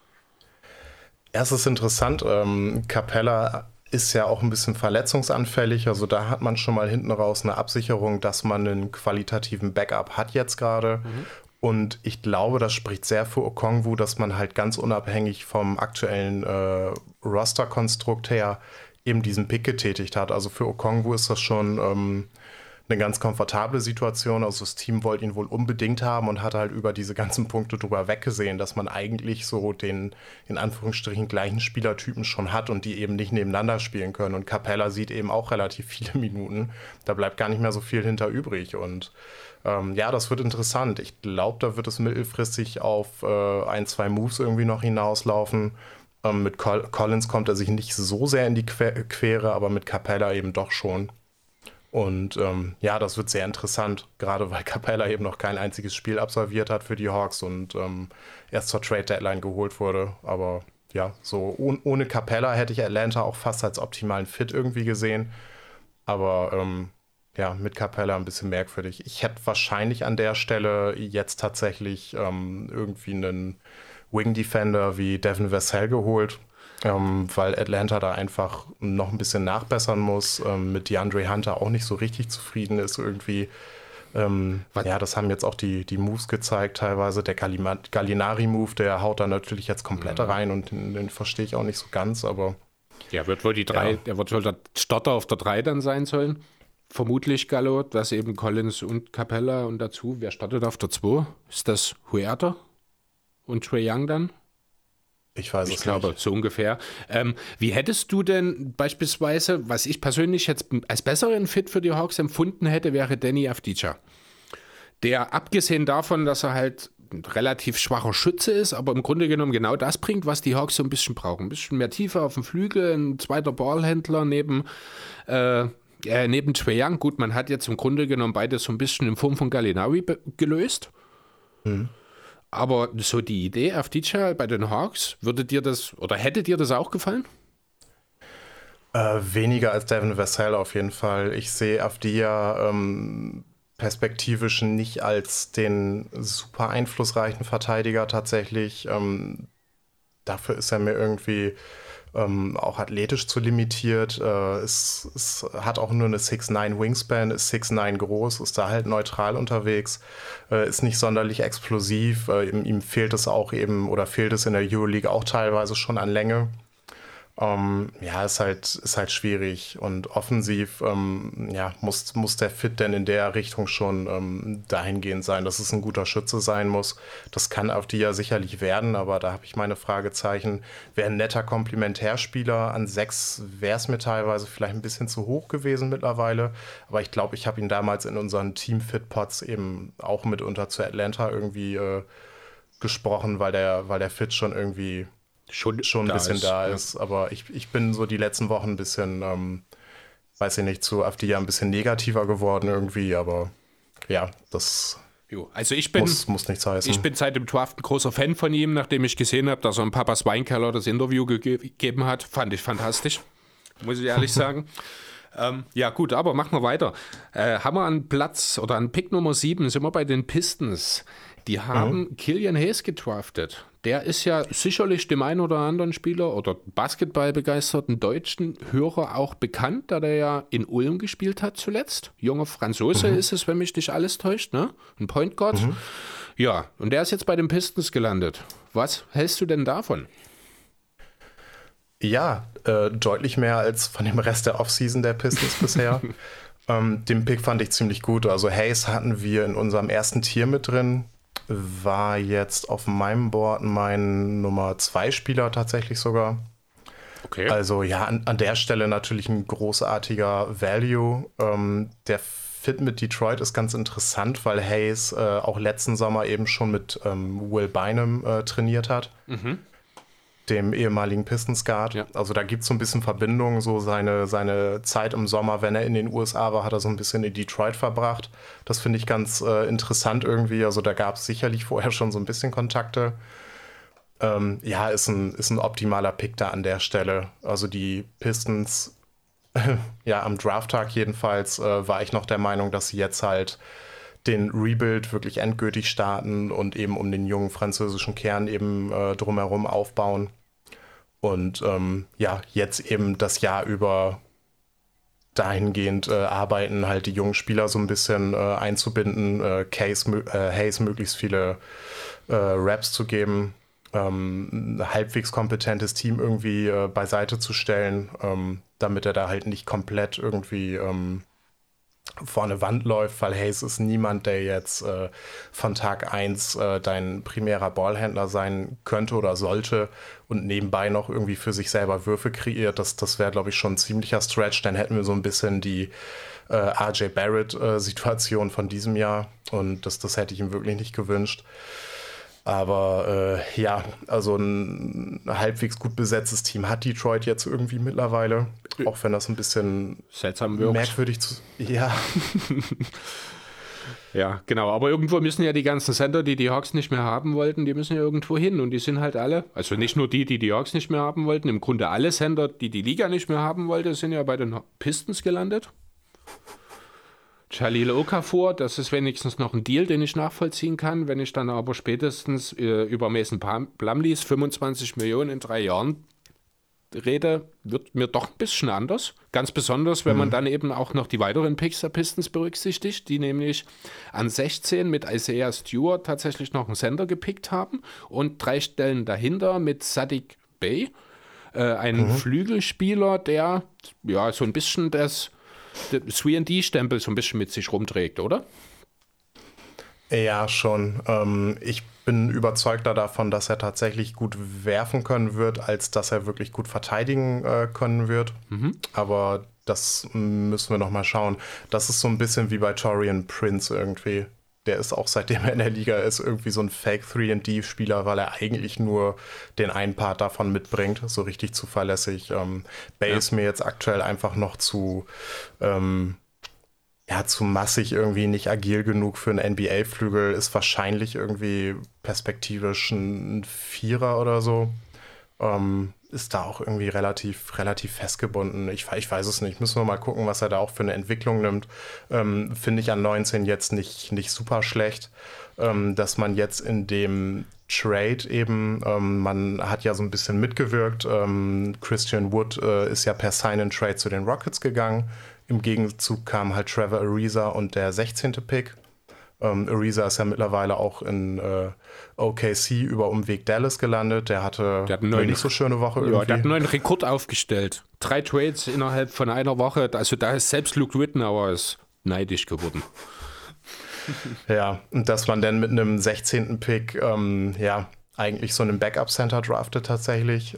Es ist interessant, Capella ist ja auch ein bisschen verletzungsanfällig, also da hat man schon mal hinten raus eine Absicherung, dass man einen qualitativen Backup hat jetzt gerade. Und ich glaube, das spricht sehr für Okongwu, dass man halt ganz unabhängig vom aktuellen Roster-Konstrukt her eben diesen Pick getätigt hat. Also für Okongwu ist das schon eine ganz komfortable Situation. Also das Team wollte ihn wohl unbedingt haben und hat halt über diese ganzen Punkte drüber weggesehen, dass man eigentlich so den in Anführungsstrichen gleichen Spielertypen schon hat und die eben nicht nebeneinander spielen können. Und Capella sieht eben auch relativ viele Minuten. Da bleibt gar nicht mehr so viel hinter übrig. Und ja, das wird interessant. Ich glaube, da wird es mittelfristig auf 1-2 Moves irgendwie noch hinauslaufen. Mit Collins kommt er sich nicht so sehr in die Quere, aber mit Capella eben doch schon. Und ja, das wird sehr interessant, gerade weil Capella eben noch kein einziges Spiel absolviert hat für die Hawks und erst zur Trade-Deadline geholt wurde. Aber ja, so ohne Capella hätte ich Atlanta auch fast als optimalen Fit irgendwie gesehen. Aber ja, mit Capella ein bisschen merkwürdig. Ich hätte wahrscheinlich an der Stelle jetzt tatsächlich irgendwie einen Wing-Defender wie Devin Vassell geholt. Weil Atlanta da einfach noch ein bisschen nachbessern muss, mit DeAndre Hunter auch nicht so richtig zufrieden ist irgendwie. Ja, das haben jetzt auch die Moves gezeigt teilweise. Der Gallinari-Move, der haut da natürlich jetzt komplett rein und den verstehe ich auch nicht so ganz, aber... Ja, wird wohl der wird wohl der Starter auf der 3 dann sein sollen. Vermutlich Gallo, dass eben Collins und Capella und dazu. Wer startet auf der 2? Ist das Huerta und Trae Young dann? Ich weiß es nicht. Ich glaube, so ungefähr. Wie hättest du denn beispielsweise, was ich persönlich jetzt als besseren Fit für die Hawks empfunden hätte, wäre Danny Avdija. Der, abgesehen davon, dass er halt ein relativ schwacher Schütze ist, aber im Grunde genommen genau das bringt, was die Hawks so ein bisschen brauchen. Ein bisschen mehr Tiefe auf dem Flügel, ein zweiter Ballhändler neben Trae Young. Gut, man hat jetzt im Grunde genommen beides so ein bisschen in Form von Gallinari gelöst. Aber so die Idee auf DJ bei den Hawks, hätte dir das auch gefallen? Weniger als Devin Vassell auf jeden Fall. Ich sehe Avdija perspektivisch nicht als den super einflussreichen Verteidiger tatsächlich. Dafür ist er mir irgendwie auch athletisch zu limitiert. Es hat auch nur eine 6'9 Wingspan, ist 6'9 groß, ist da halt neutral unterwegs, ist nicht sonderlich explosiv. Ihm fehlt es auch eben, oder fehlt es in der Euroleague auch teilweise schon an Länge. Ist halt schwierig und offensiv muss der Fit denn in der Richtung schon dahingehend sein, dass es ein guter Schütze sein muss. Das kann Avdija sicherlich werden, aber da habe ich meine Fragezeichen. Wäre ein netter Komplementärspieler, an 6 wäre es mir teilweise vielleicht ein bisschen zu hoch gewesen mittlerweile, aber ich glaube, ich habe ihn damals in unseren Team-Fit-Pods eben auch mitunter zu Atlanta irgendwie gesprochen, weil der Fit schon irgendwie schon ein bisschen da ist, aber ich bin so die letzten Wochen ein bisschen, weiß ich nicht, zu Avdija ein bisschen negativer geworden irgendwie, aber ja, das also muss nichts heißen. Ich bin seit dem Draft ein großer Fan von ihm, nachdem ich gesehen habe, dass er im Papas Weinkeller das Interview gegeben hat. Fand ich fantastisch, muss ich ehrlich sagen. Ja gut, aber machen wir weiter. Haben wir an Platz oder an Pick Nummer 7 sind wir bei den Pistons. Die haben Killian Hayes gedraftet. Der ist ja sicherlich dem einen oder anderen Spieler oder basketballbegeisterten deutschen Hörer auch bekannt, da der ja in Ulm gespielt hat zuletzt. Junger Franzose ist es, wenn mich nicht alles täuscht, ne? Ein Point Guard. Ja, und der ist jetzt bei den Pistons gelandet. Was hältst du denn davon? Ja, deutlich mehr als von dem Rest der Offseason der Pistons bisher. Den Pick fand ich ziemlich gut. Also Hayes hatten wir in unserem ersten Tier mit drin. War jetzt auf meinem Board mein Nummer 2 Spieler tatsächlich sogar. Okay. Also ja, an der Stelle natürlich ein großartiger Value. Der Fit mit Detroit ist ganz interessant, weil Hayes auch letzten Sommer eben schon mit Will Bynum trainiert hat. Dem ehemaligen Pistons Guard. Ja. Also da gibt es so ein bisschen Verbindung, so seine Zeit im Sommer, wenn er in den USA war, hat er so ein bisschen in Detroit verbracht. Das finde ich ganz interessant irgendwie. Also da gab es sicherlich vorher schon so ein bisschen Kontakte. Ist ein optimaler Pick da an der Stelle. Also die Pistons, am Drafttag jedenfalls, war ich noch der Meinung, dass sie jetzt halt den Rebuild wirklich endgültig starten und eben um den jungen französischen Kern eben drumherum aufbauen. Und jetzt eben das Jahr über dahingehend arbeiten, halt die jungen Spieler so ein bisschen einzubinden, Hayes möglichst viele Raps zu geben, ein halbwegs kompetentes Team irgendwie beiseite zu stellen, damit er da halt nicht komplett irgendwie vor eine Wand läuft, weil Hayes ist niemand, der jetzt von Tag 1 dein primärer Ballhändler sein könnte oder sollte und nebenbei noch irgendwie für sich selber Würfe kreiert. Das wäre, glaube ich, schon ein ziemlicher Stretch. Dann hätten wir so ein bisschen die RJ Barrett-Situation von diesem Jahr und das hätte ich ihm wirklich nicht gewünscht. Aber also ein halbwegs gut besetztes Team hat Detroit jetzt irgendwie mittlerweile, auch wenn das ein bisschen seltsam wirkt. Merkwürdig ja. Ja, genau. Aber irgendwo müssen ja die ganzen Center, die die Hawks nicht mehr haben wollten, die müssen ja irgendwo hin. Und die sind halt alle, also nicht nur die Hawks nicht mehr haben wollten, im Grunde alle Center, die Liga nicht mehr haben wollte, sind ja bei den Pistons gelandet. Jahlil Okafor, das ist wenigstens noch ein Deal, den ich nachvollziehen kann. Wenn ich dann aber spätestens über Mason Plumlees 25 Millionen in 3 Jahren rede, wird mir doch ein bisschen anders. Ganz besonders, wenn man dann eben auch noch die weiteren Picks der Pistons berücksichtigt, die nämlich an 16 mit Isaiah Stewart tatsächlich noch einen Center gepickt haben und 3 Stellen dahinter mit Saddiq Bey, einen Flügelspieler, der ja so ein bisschen das 3&D-Stempel so ein bisschen mit sich rumträgt, oder? Ja, schon. Ich bin überzeugter davon, dass er tatsächlich gut werfen können wird, als dass er wirklich gut verteidigen können wird. Aber das müssen wir noch mal schauen. Das ist so ein bisschen wie bei Taurean Prince irgendwie. der ist auch seitdem er in der Liga ist irgendwie so ein Fake 3&D-Spieler, weil er eigentlich nur den einen Part davon mitbringt, so richtig zuverlässig. Bay ist mir jetzt aktuell einfach noch zu massig, irgendwie nicht agil genug für einen NBA-Flügel, ist wahrscheinlich irgendwie perspektivisch ein Vierer oder so. Ist da auch irgendwie relativ festgebunden. Ich weiß es nicht. Müssen wir mal gucken, was er da auch für eine Entwicklung nimmt. Finde ich an 19 jetzt nicht super schlecht, dass man jetzt in dem Trade eben, man hat ja so ein bisschen mitgewirkt. Christian Wood ist ja per Sign-and-Trade zu den Rockets gegangen. Im Gegenzug kam halt Trevor Ariza und der 16. Pick. Ariza ist ja mittlerweile auch in OKC über Umweg Dallas gelandet. Der hatte eine nicht so schöne Woche irgendwie. Ja, der hat einen neuen Rekord aufgestellt. 3 Trades innerhalb von einer Woche. Also da ist selbst Luke Rittenauer ist neidisch geworden. Ja, und dass man dann mit einem 16. Pick eigentlich so einen Backup-Center draftet tatsächlich,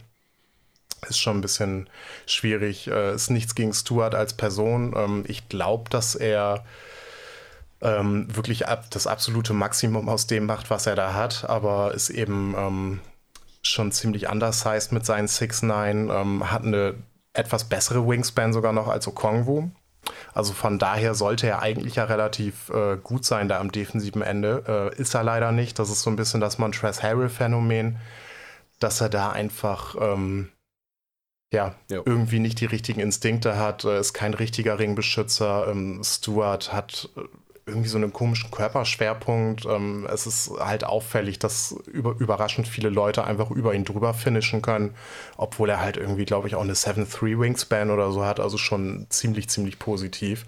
ist schon ein bisschen schwierig. Ist nichts gegen Stewart als Person. Ich glaube, dass er wirklich das absolute Maximum aus dem macht, was er da hat, aber ist eben schon ziemlich undersized mit seinen 6'9", hat eine etwas bessere Wingspan sogar noch als Okongwu. Also von daher sollte er eigentlich ja relativ gut sein da am defensiven Ende. Ist er leider nicht. Das ist so ein bisschen das Montrezl Harrell-Phänomen, dass er da einfach irgendwie nicht die richtigen Instinkte hat, ist kein richtiger Ringbeschützer. Stewart hat irgendwie so einen komischen Körperschwerpunkt. Es ist halt auffällig, dass überraschend viele Leute einfach über ihn drüber finishen können, obwohl er halt irgendwie, glaube ich, auch eine 7'3 Wingspan oder so hat, also schon ziemlich positiv.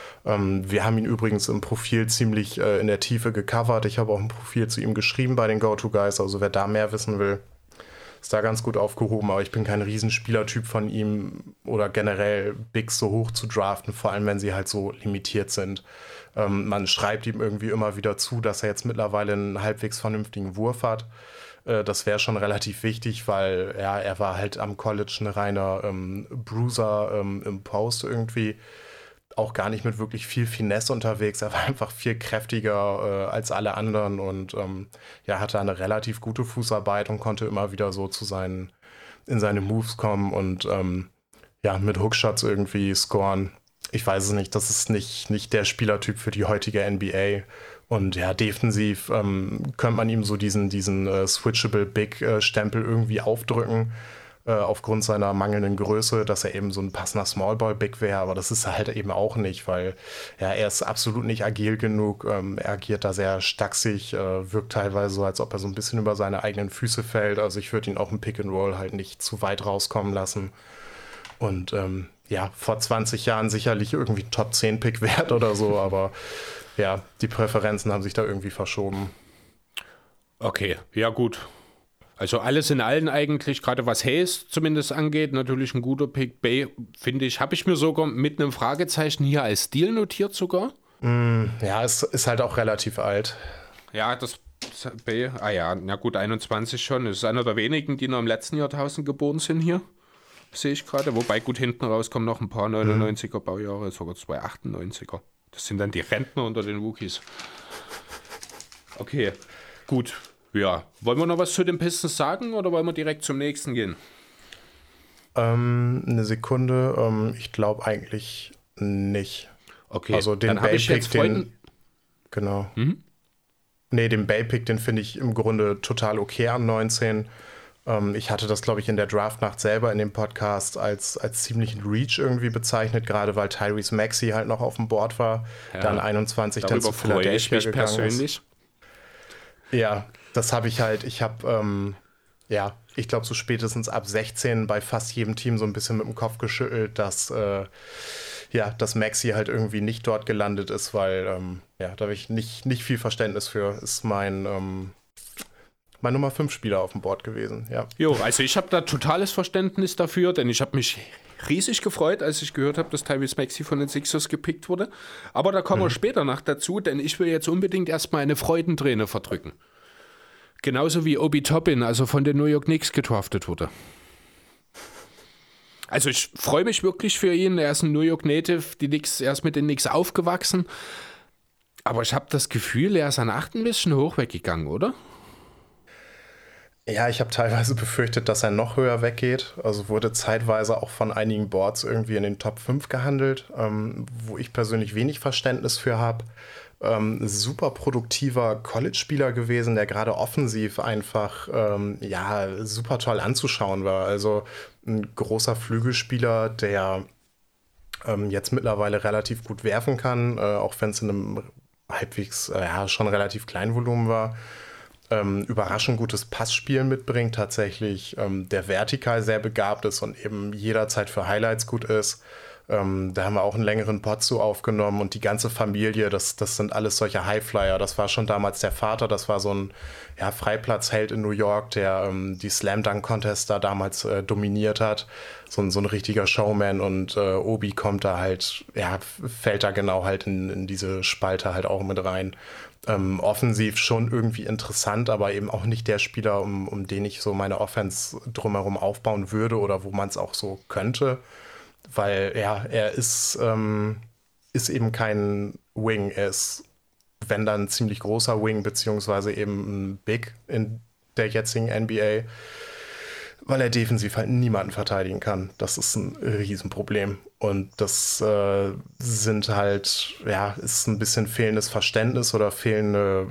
Wir haben ihn übrigens im Profil ziemlich in der Tiefe gecovert. Ich habe auch ein Profil zu ihm geschrieben bei den Go-To-Guys, also wer da mehr wissen will, ist da ganz gut aufgehoben, aber ich bin kein Riesenspielertyp von ihm oder generell Bigs so hoch zu draften, vor allem wenn sie halt so limitiert sind. Man schreibt ihm irgendwie immer wieder zu, dass er jetzt mittlerweile einen halbwegs vernünftigen Wurf hat. Das wäre schon relativ wichtig, weil er war halt am College ein reiner Bruiser im Post irgendwie. Auch gar nicht mit wirklich viel Finesse unterwegs. Er war einfach viel kräftiger als alle anderen und hatte eine relativ gute Fußarbeit und konnte immer wieder so in seine Moves kommen und mit Hookshots irgendwie scoren. Ich weiß es nicht, das ist nicht der Spielertyp für die heutige NBA. Und ja, defensiv könnte man ihm so diesen Switchable Big Stempel irgendwie aufdrücken, aufgrund seiner mangelnden Größe, dass er eben so ein passender Smallball Big wäre, aber das ist er halt eben auch nicht, weil er ist absolut nicht agil genug, er agiert da sehr stacksig, wirkt teilweise so, als ob er so ein bisschen über seine eigenen Füße fällt, also ich würde ihn auch im Pick and Roll halt nicht zu weit rauskommen lassen und vor 20 Jahren sicherlich irgendwie ein Top 10 Pick wert oder so, aber ja, die Präferenzen haben sich da irgendwie verschoben. Okay, ja gut. Also alles in allem eigentlich, gerade was Hayes zumindest angeht, natürlich ein guter Pick. Bay, finde ich, habe ich mir sogar mit einem Fragezeichen hier als Deal notiert sogar. Ja, es ist halt auch relativ alt. Ja, das Bay, na gut, 21 schon. Das ist einer der wenigen, die noch im letzten Jahrtausend geboren sind hier. Sehe ich gerade. Wobei gut hinten raus kommen noch ein paar 99er Baujahre, sogar 2 98er. Das sind dann die Rentner unter den Wookies. Okay, gut. Ja, wollen wir noch was zu den Pistons sagen oder wollen wir direkt zum nächsten gehen? Eine Sekunde, ich glaube eigentlich nicht. Okay, also den dann habe ich jetzt genau. Nee, den Bay-Pick, den finde ich im Grunde total okay an 19. Ich hatte das, glaube ich, in der Draftnacht selber in dem Podcast als ziemlichen Reach irgendwie bezeichnet, gerade weil Tyrese Maxey halt noch auf dem Board war, dann 21 dann zu Philadelphia gegangen persönlich. Ja, das habe ich halt, ich glaube so spätestens ab 16 bei fast jedem Team so ein bisschen mit dem Kopf geschüttelt, dass Maxey halt irgendwie nicht dort gelandet ist, weil da habe ich nicht viel Verständnis für, ist mein Nummer 5 Spieler auf dem Board gewesen, ja. Jo, also ich habe da totales Verständnis dafür, denn ich habe mich riesig gefreut, als ich gehört habe, dass Tyrese Maxey von den Sixers gepickt wurde. Aber da kommen wir später noch dazu, denn ich will jetzt unbedingt erstmal eine Freudenträne verdrücken. Genauso wie Obi Toppin, also von den New York Knicks gedraftet wurde. Also ich freue mich wirklich für ihn, er ist ein New York Native, er ist mit den Knicks aufgewachsen. Aber ich habe das Gefühl, er ist an 8 ein bisschen hoch weggegangen, oder? Ja, ich habe teilweise befürchtet, dass er noch höher weggeht. Also wurde zeitweise auch von einigen Boards irgendwie in den Top 5 gehandelt, wo ich persönlich wenig Verständnis für habe. Super produktiver College-Spieler gewesen, der gerade offensiv einfach super toll anzuschauen war. Also ein großer Flügelspieler, der jetzt mittlerweile relativ gut werfen kann, auch wenn es in einem halbwegs schon relativ kleinen Volumen war. Überraschend gutes Passspiel mitbringt tatsächlich, der vertikal sehr begabt ist und eben jederzeit für Highlights gut ist. Da haben wir auch einen längeren Pod zu aufgenommen und die ganze Familie, das sind alles solche Highflyer. Das war schon damals der Vater, das war so ein Freiplatzheld in New York, der die Slam Dunk Contest da damals dominiert hat. So ein richtiger Showman und Obi kommt da halt, fällt da genau halt in diese Spalte halt auch mit rein. Offensiv schon irgendwie interessant, aber eben auch nicht der Spieler, um den ich so meine Offense drumherum aufbauen würde oder wo man es auch so könnte. Weil er ist eben kein Wing. Er ist, wenn dann, ein ziemlich großer Wing, beziehungsweise eben ein Big in der jetzigen NBA, weil er defensiv halt niemanden verteidigen kann. Das ist ein Riesenproblem. Und das sind halt, ist ein bisschen fehlendes Verständnis oder fehlende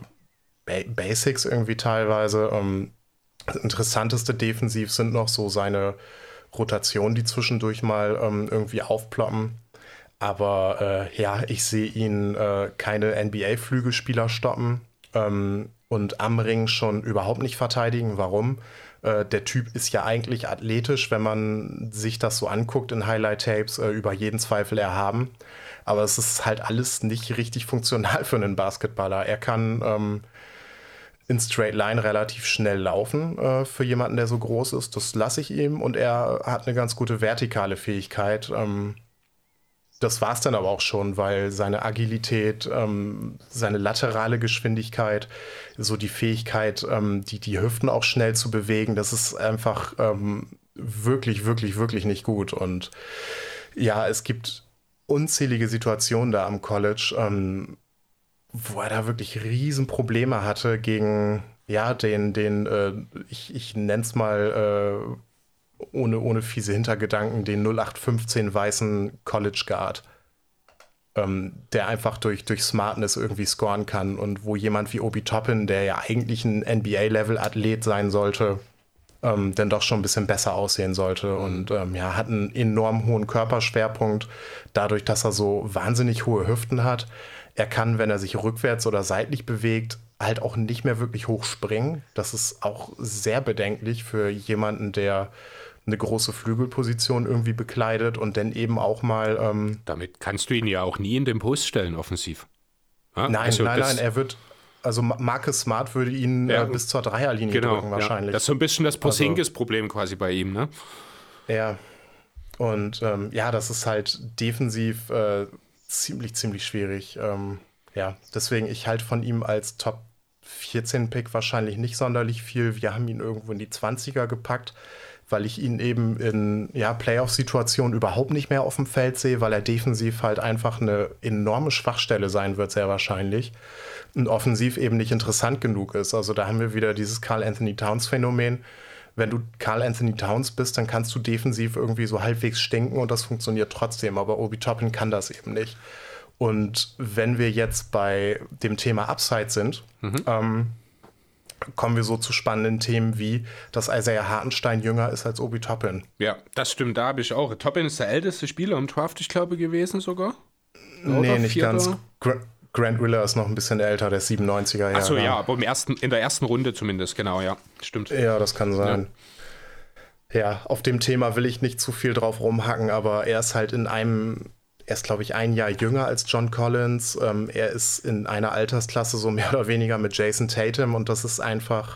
Basics irgendwie teilweise. Das Interessanteste defensiv sind noch so seine Rotationen, die zwischendurch mal irgendwie aufploppen. Aber ich sehe ihn keine NBA-Flügelspieler stoppen und am Ring schon überhaupt nicht verteidigen. Warum? Der Typ ist ja eigentlich athletisch, wenn man sich das so anguckt in Highlight-Tapes, über jeden Zweifel erhaben. Aber es ist halt alles nicht richtig funktional für einen Basketballer. Er kann in Straight Line relativ schnell laufen für jemanden, der so groß ist. Das lasse ich ihm. Und er hat eine ganz gute vertikale Fähigkeit. Das war es dann aber auch schon, weil seine Agilität, seine laterale Geschwindigkeit, so die Fähigkeit, die Hüften auch schnell zu bewegen, das ist einfach wirklich, wirklich, wirklich nicht gut. Und ja, es gibt unzählige Situationen da am College, wo er da wirklich Riesenprobleme hatte gegen ich nenne es mal ohne fiese Hintergedanken, den 0815 weißen College Guard, der einfach durch Smartness irgendwie scoren kann und wo jemand wie Obi Toppin, der ja eigentlich ein NBA-Level-Athlet sein sollte, dann doch schon ein bisschen besser aussehen sollte und hat einen enorm hohen Körperschwerpunkt, dadurch, dass er so wahnsinnig hohe Hüften hat. Er kann, wenn er sich rückwärts oder seitlich bewegt, halt auch nicht mehr wirklich hoch springen. Das ist auch sehr bedenklich für jemanden, der eine große Flügelposition irgendwie bekleidet und dann eben auch mal... Damit kannst du ihn ja auch nie in den Post stellen, offensiv. Ja? Nein, er wird... Also Marcus Smart würde ihn bis zur Dreierlinie drücken wahrscheinlich. Das ist so ein bisschen das Porzingis-Problem quasi bei ihm, ne? Ja, und das ist halt defensiv ziemlich, ziemlich schwierig. Deswegen, ich halte von ihm als Top 14-Pick wahrscheinlich nicht sonderlich viel. Wir haben ihn irgendwo in die 20er gepackt, weil ich ihn eben in Playoff-Situationen überhaupt nicht mehr auf dem Feld sehe, weil er defensiv halt einfach eine enorme Schwachstelle sein wird, sehr wahrscheinlich. Und offensiv eben nicht interessant genug ist. Also da haben wir wieder dieses Karl-Anthony Towns-Phänomen. Wenn du Karl-Anthony Towns bist, dann kannst du defensiv irgendwie so halbwegs stinken und das funktioniert trotzdem. Aber Obi Toppin kann das eben nicht. Und wenn wir jetzt bei dem Thema Upside sind, kommen wir so zu spannenden Themen wie, dass Isaiah Hartenstein jünger ist als Obi Toppin. Ja, das stimmt, da habe ich auch. Toppin ist der älteste Spieler im Draft, ich glaube, gewesen sogar. Nee, nicht ganz. Grant Riller ist noch ein bisschen älter, der 97er Jahre. Achso, ja, aber in der ersten Runde zumindest, genau, ja, stimmt. Ja, das kann sein. Ja, auf dem Thema will ich nicht zu viel drauf rumhacken, aber er ist halt glaube ich, ein Jahr jünger als John Collins. Er ist in einer Altersklasse so mehr oder weniger mit Jason Tatum und das ist einfach,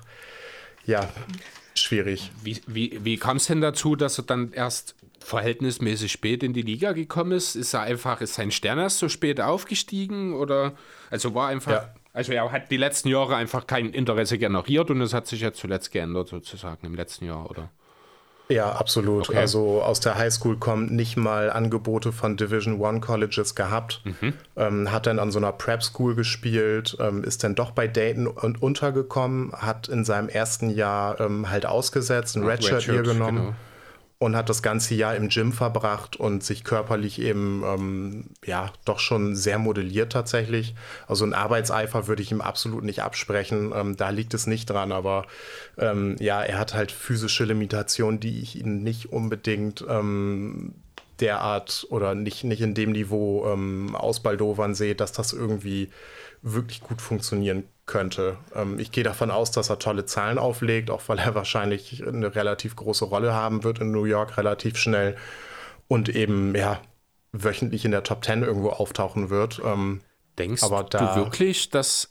schwierig. Wie kam es denn dazu, dass er dann erst verhältnismäßig spät in die Liga gekommen ist? Ist sein Stern erst so spät aufgestiegen oder also er hat die letzten Jahre einfach kein Interesse generiert und es hat sich ja zuletzt geändert sozusagen im letzten Jahr, oder? Ja, absolut. Okay. Also aus der Highschool kommt, nicht mal Angebote von Division I Colleges gehabt. Hat dann an so einer Prep School gespielt, ist dann doch bei Dayton und untergekommen, hat in seinem ersten Jahr halt ausgesetzt, ein Redshirt hier genommen. Genau. Und hat das ganze Jahr im Gym verbracht und sich körperlich eben doch schon sehr modelliert tatsächlich. Also ein Arbeitseifer würde ich ihm absolut nicht absprechen. Da liegt es nicht dran, aber er hat halt physische Limitationen, die ich ihn nicht unbedingt derart oder nicht in dem Niveau ausbaldowern sehe, dass das irgendwie wirklich gut funktionieren könnte. Ich gehe davon aus, dass er tolle Zahlen auflegt, auch weil er wahrscheinlich eine relativ große Rolle haben wird in New York relativ schnell und eben wöchentlich in der Top 10 irgendwo auftauchen wird. Denkst du wirklich, dass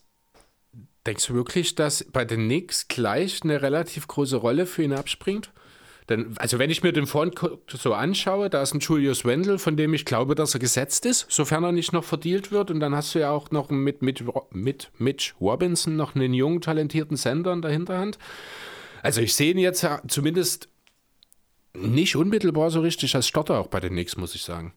bei den Knicks gleich eine relativ große Rolle für ihn abspringt? Denn, also wenn ich mir den Front so anschaue, da ist ein Julius Randle, von dem ich glaube, dass er gesetzt ist, sofern er nicht noch verdealt wird. Und dann hast du ja auch noch mit Mitch Robinson noch einen jungen, talentierten Center in der Hinterhand. Also ich sehe ihn jetzt ja zumindest nicht unmittelbar so richtig als Starter auch bei den Knicks, muss ich sagen.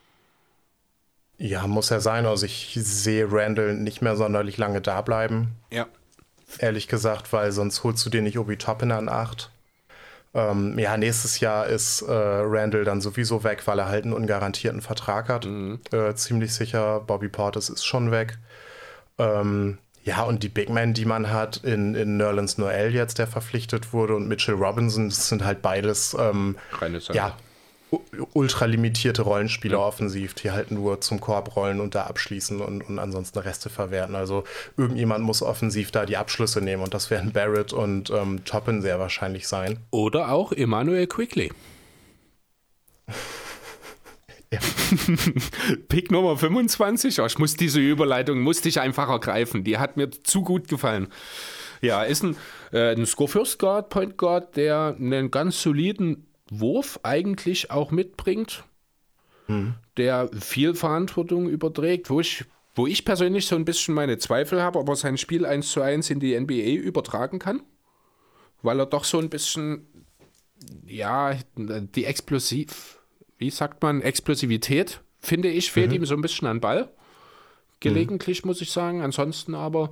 Ja, muss ja sein. Also ich sehe Randle nicht mehr sonderlich lange da bleiben. Ja. Ehrlich gesagt, weil sonst holst du dir nicht Obi Toppin an 8. Nächstes Jahr ist Randle dann sowieso weg, weil er halt einen ungarantierten Vertrag hat. Ziemlich sicher. Bobby Portis ist schon weg. Und die Big Men, die man hat in Nerlens Noel jetzt, der verpflichtet wurde, und Mitchell Robinson, das sind halt beides ultra limitierte Rollenspieler offensiv, die halt nur zum Korb rollen und da abschließen und ansonsten Reste verwerten. Also irgendjemand muss offensiv da die Abschlüsse nehmen und das werden Barrett und Toppin sehr wahrscheinlich sein. Oder auch Immanuel Quickley. Ja. Pick Nummer 25. Ich muss diese Überleitung einfach ergreifen. Die hat mir zu gut gefallen. Ja, ist ein Score-First Guard, Point Guard, der einen ganz soliden Wurf eigentlich auch mitbringt, der viel Verantwortung überträgt, wo ich persönlich so ein bisschen meine Zweifel habe, ob er sein Spiel 1:1 in die NBA übertragen kann, weil er doch so ein bisschen, die Explosivität, finde ich, fehlt ihm so ein bisschen an Ball. Gelegentlich, muss ich sagen. Ansonsten aber,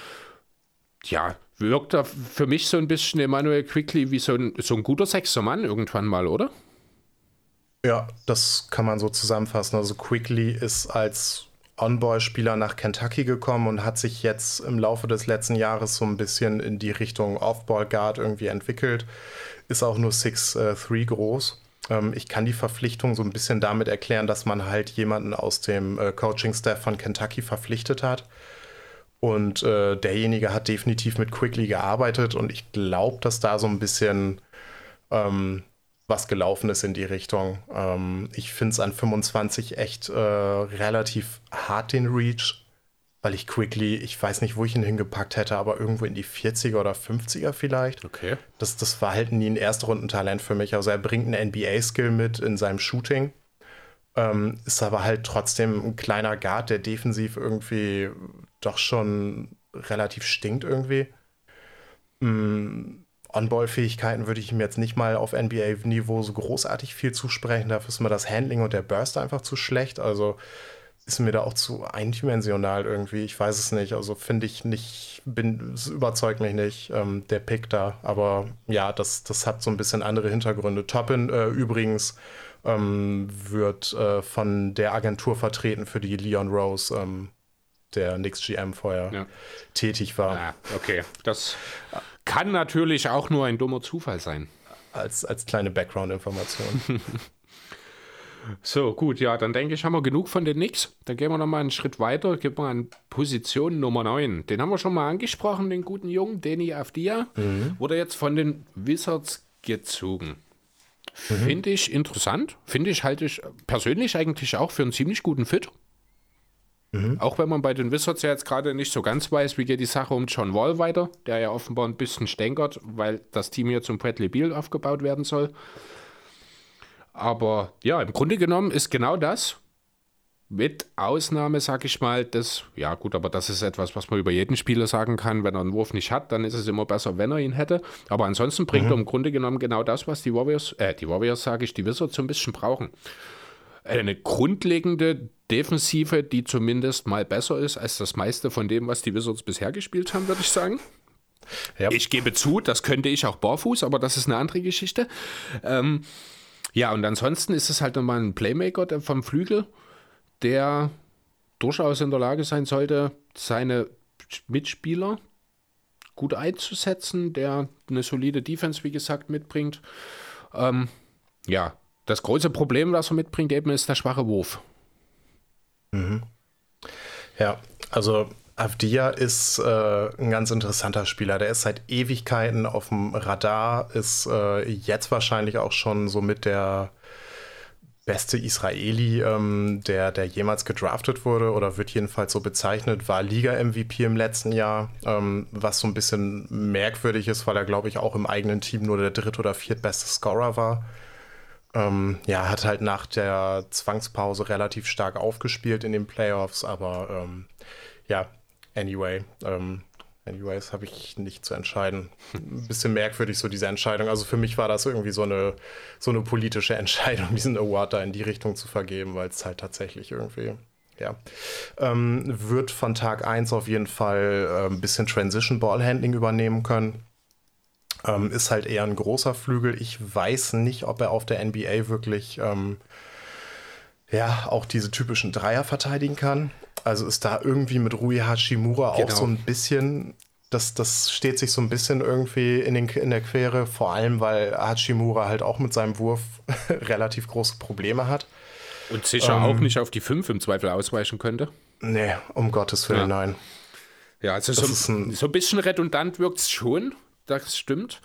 wirkt er für mich so ein bisschen Immanuel Quickley wie so ein guter sechster Mann irgendwann mal, oder? Ja, das kann man so zusammenfassen. Also Quickley ist als On-Ball-Spieler nach Kentucky gekommen und hat sich jetzt im Laufe des letzten Jahres so ein bisschen in die Richtung Off-Ball-Guard irgendwie entwickelt. Ist auch nur 6'3" groß. Ich kann die Verpflichtung so ein bisschen damit erklären, dass man halt jemanden aus dem Coaching-Staff von Kentucky verpflichtet hat. Und derjenige hat definitiv mit Quickley gearbeitet und ich glaube, dass da so ein bisschen was gelaufen ist in die Richtung. Ich finde es an 25 echt relativ hart, den Reach, weil ich Quickley, ich weiß nicht, wo ich ihn hingepackt hätte, aber irgendwo in die 40er oder 50er vielleicht. Okay. Das war halt nie ein Erstrundentalent für mich. Also er bringt einen NBA-Skill mit in seinem Shooting. Ist aber halt trotzdem ein kleiner Guard, der defensiv irgendwie doch schon relativ stinkt irgendwie. On-Ball-Fähigkeiten würde ich ihm jetzt nicht mal auf NBA-Niveau so großartig viel zusprechen. Dafür ist mir das Handling und der Burst einfach zu schlecht. Also ist mir da auch zu eindimensional irgendwie. Ich weiß es nicht. Also finde ich nicht, es überzeugt mich nicht, der Pick da. Aber ja, das hat so ein bisschen andere Hintergründe. Toppin übrigens wird von der Agentur vertreten, für die Leon Rose, der Knicks GM vorher tätig war. Ah, okay, das kann natürlich auch nur ein dummer Zufall sein. Als kleine Background-Information. So, gut, dann denke ich, haben wir genug von den Knicks. Dann gehen wir nochmal einen Schritt weiter, gehen wir an Position Nummer 9. Den haben wir schon mal angesprochen, den guten Jungen, Deni Avdija. Wurde jetzt von den Wizards gezogen. Finde ich interessant. Halte ich persönlich eigentlich auch für einen ziemlich guten Fit. Auch wenn man bei den Wizards ja jetzt gerade nicht so ganz weiß, wie geht die Sache um John Wall weiter, der ja offenbar ein bisschen stänkert, weil das Team jetzt um Bradley Beal aufgebaut werden soll. Aber ja, im Grunde genommen ist genau das, Mit Ausnahme, sag ich mal, ja gut, aber das ist etwas, was man über jeden Spieler sagen kann. Wenn er einen Wurf nicht hat, dann ist es immer besser, wenn er ihn hätte. Aber ansonsten bringt er im Grunde genommen genau das, was die Wizards so ein bisschen brauchen. Eine grundlegende Defensive, die zumindest mal besser ist als das meiste von dem, was die Wizards bisher gespielt haben, würde ich sagen. Ja. Ich gebe zu, das könnte ich auch barfuß, aber das ist eine andere Geschichte. Ja, und ansonsten ist es halt nochmal ein Playmaker vom Flügel, der durchaus in der Lage sein sollte, seine Mitspieler gut einzusetzen, der eine solide Defense, wie gesagt, mitbringt. Ja, das große Problem, was er mitbringt, eben ist der schwache Wurf. Ja, also Avdija ist ein ganz interessanter Spieler. Der ist seit Ewigkeiten auf dem Radar, ist jetzt wahrscheinlich auch schon so mit der beste Israeli, der jemals gedraftet wurde oder wird jedenfalls so bezeichnet, war Liga-MVP im letzten Jahr, was so ein bisschen merkwürdig ist, weil er, glaube ich, auch im eigenen Team nur der dritt- oder viertbeste Scorer war. Ja, hat halt nach der Zwangspause relativ stark aufgespielt in den Playoffs, aber ja, anyways habe ich nicht zu entscheiden. Ein bisschen merkwürdig so diese Entscheidung. Also für mich war das irgendwie so eine politische Entscheidung, diesen Award da in die Richtung zu vergeben, weil es halt tatsächlich irgendwie, ja, wird von Tag 1 auf jeden Fall ein bisschen Transition Ball Handling übernehmen können. Ist halt eher ein großer Flügel. Ich weiß nicht, ob er auf der NBA wirklich auch diese typischen Dreier verteidigen kann. Also ist da irgendwie mit Rui Hachimura auch so ein bisschen, das steht sich so ein bisschen irgendwie in der Quere, vor allem weil Hachimura halt auch mit seinem Wurf relativ große Probleme hat. Und sicher auch nicht auf die 5 im Zweifel ausweichen könnte. Nee, um Gottes Willen, nein. Ja, also so ein bisschen redundant wirkt es schon, das stimmt.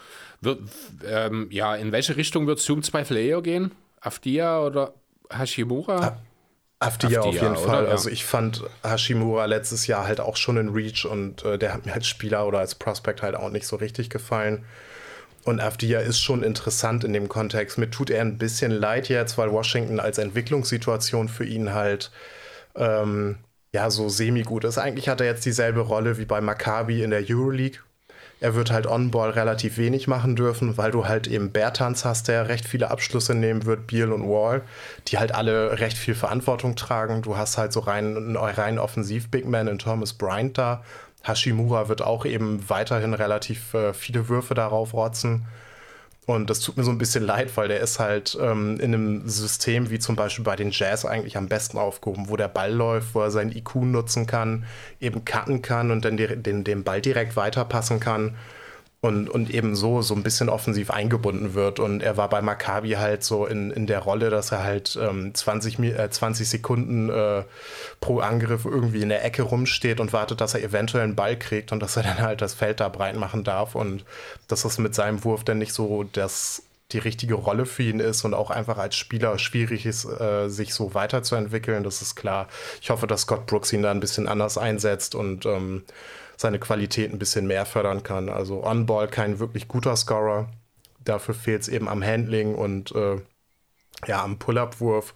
In welche Richtung wird es im Zweifel eher gehen? Avdija oder Hachimura? Avdija auf jeden Fall. Ja. Also ich fand Hachimura letztes Jahr halt auch schon in Reach und der hat mir als Spieler oder als Prospect halt auch nicht so richtig gefallen. Und Avdija ist schon interessant in dem Kontext. Mir tut er ein bisschen leid jetzt, weil Washington als Entwicklungssituation für ihn halt so semi-gut ist. Eigentlich hat er jetzt dieselbe Rolle wie bei Maccabi in der Euroleague. Er wird halt on-ball relativ wenig machen dürfen, weil du halt eben Bertans hast, der recht viele Abschlüsse nehmen wird, Beal und Wall, die halt alle recht viel Verantwortung tragen. Du hast halt so rein Offensiv-Big-Man in Thomas Bryant da. Hachimura wird auch eben weiterhin relativ viele Würfe darauf rotzen. Und das tut mir so ein bisschen leid, weil der ist halt in einem System wie zum Beispiel bei den Jazz eigentlich am besten aufgehoben, wo der Ball läuft, wo er seinen IQ nutzen kann, eben cutten kann und dann den Ball direkt weiterpassen kann und eben so ein bisschen offensiv eingebunden wird. Und er war bei Maccabi halt so in der Rolle, dass er halt 20 Sekunden pro Angriff irgendwie in der Ecke rumsteht und wartet, dass er eventuell einen Ball kriegt und dass er dann halt das Feld da breit machen darf und dass das mit seinem Wurf dann nicht so die richtige Rolle für ihn ist und auch einfach als Spieler schwierig ist, sich so weiterzuentwickeln, das ist klar. Ich hoffe, dass Scott Brooks ihn da ein bisschen anders einsetzt und seine Qualität ein bisschen mehr fördern kann. Also On-Ball kein wirklich guter Scorer. Dafür fehlt es eben am Handling und am Pull-Up-Wurf.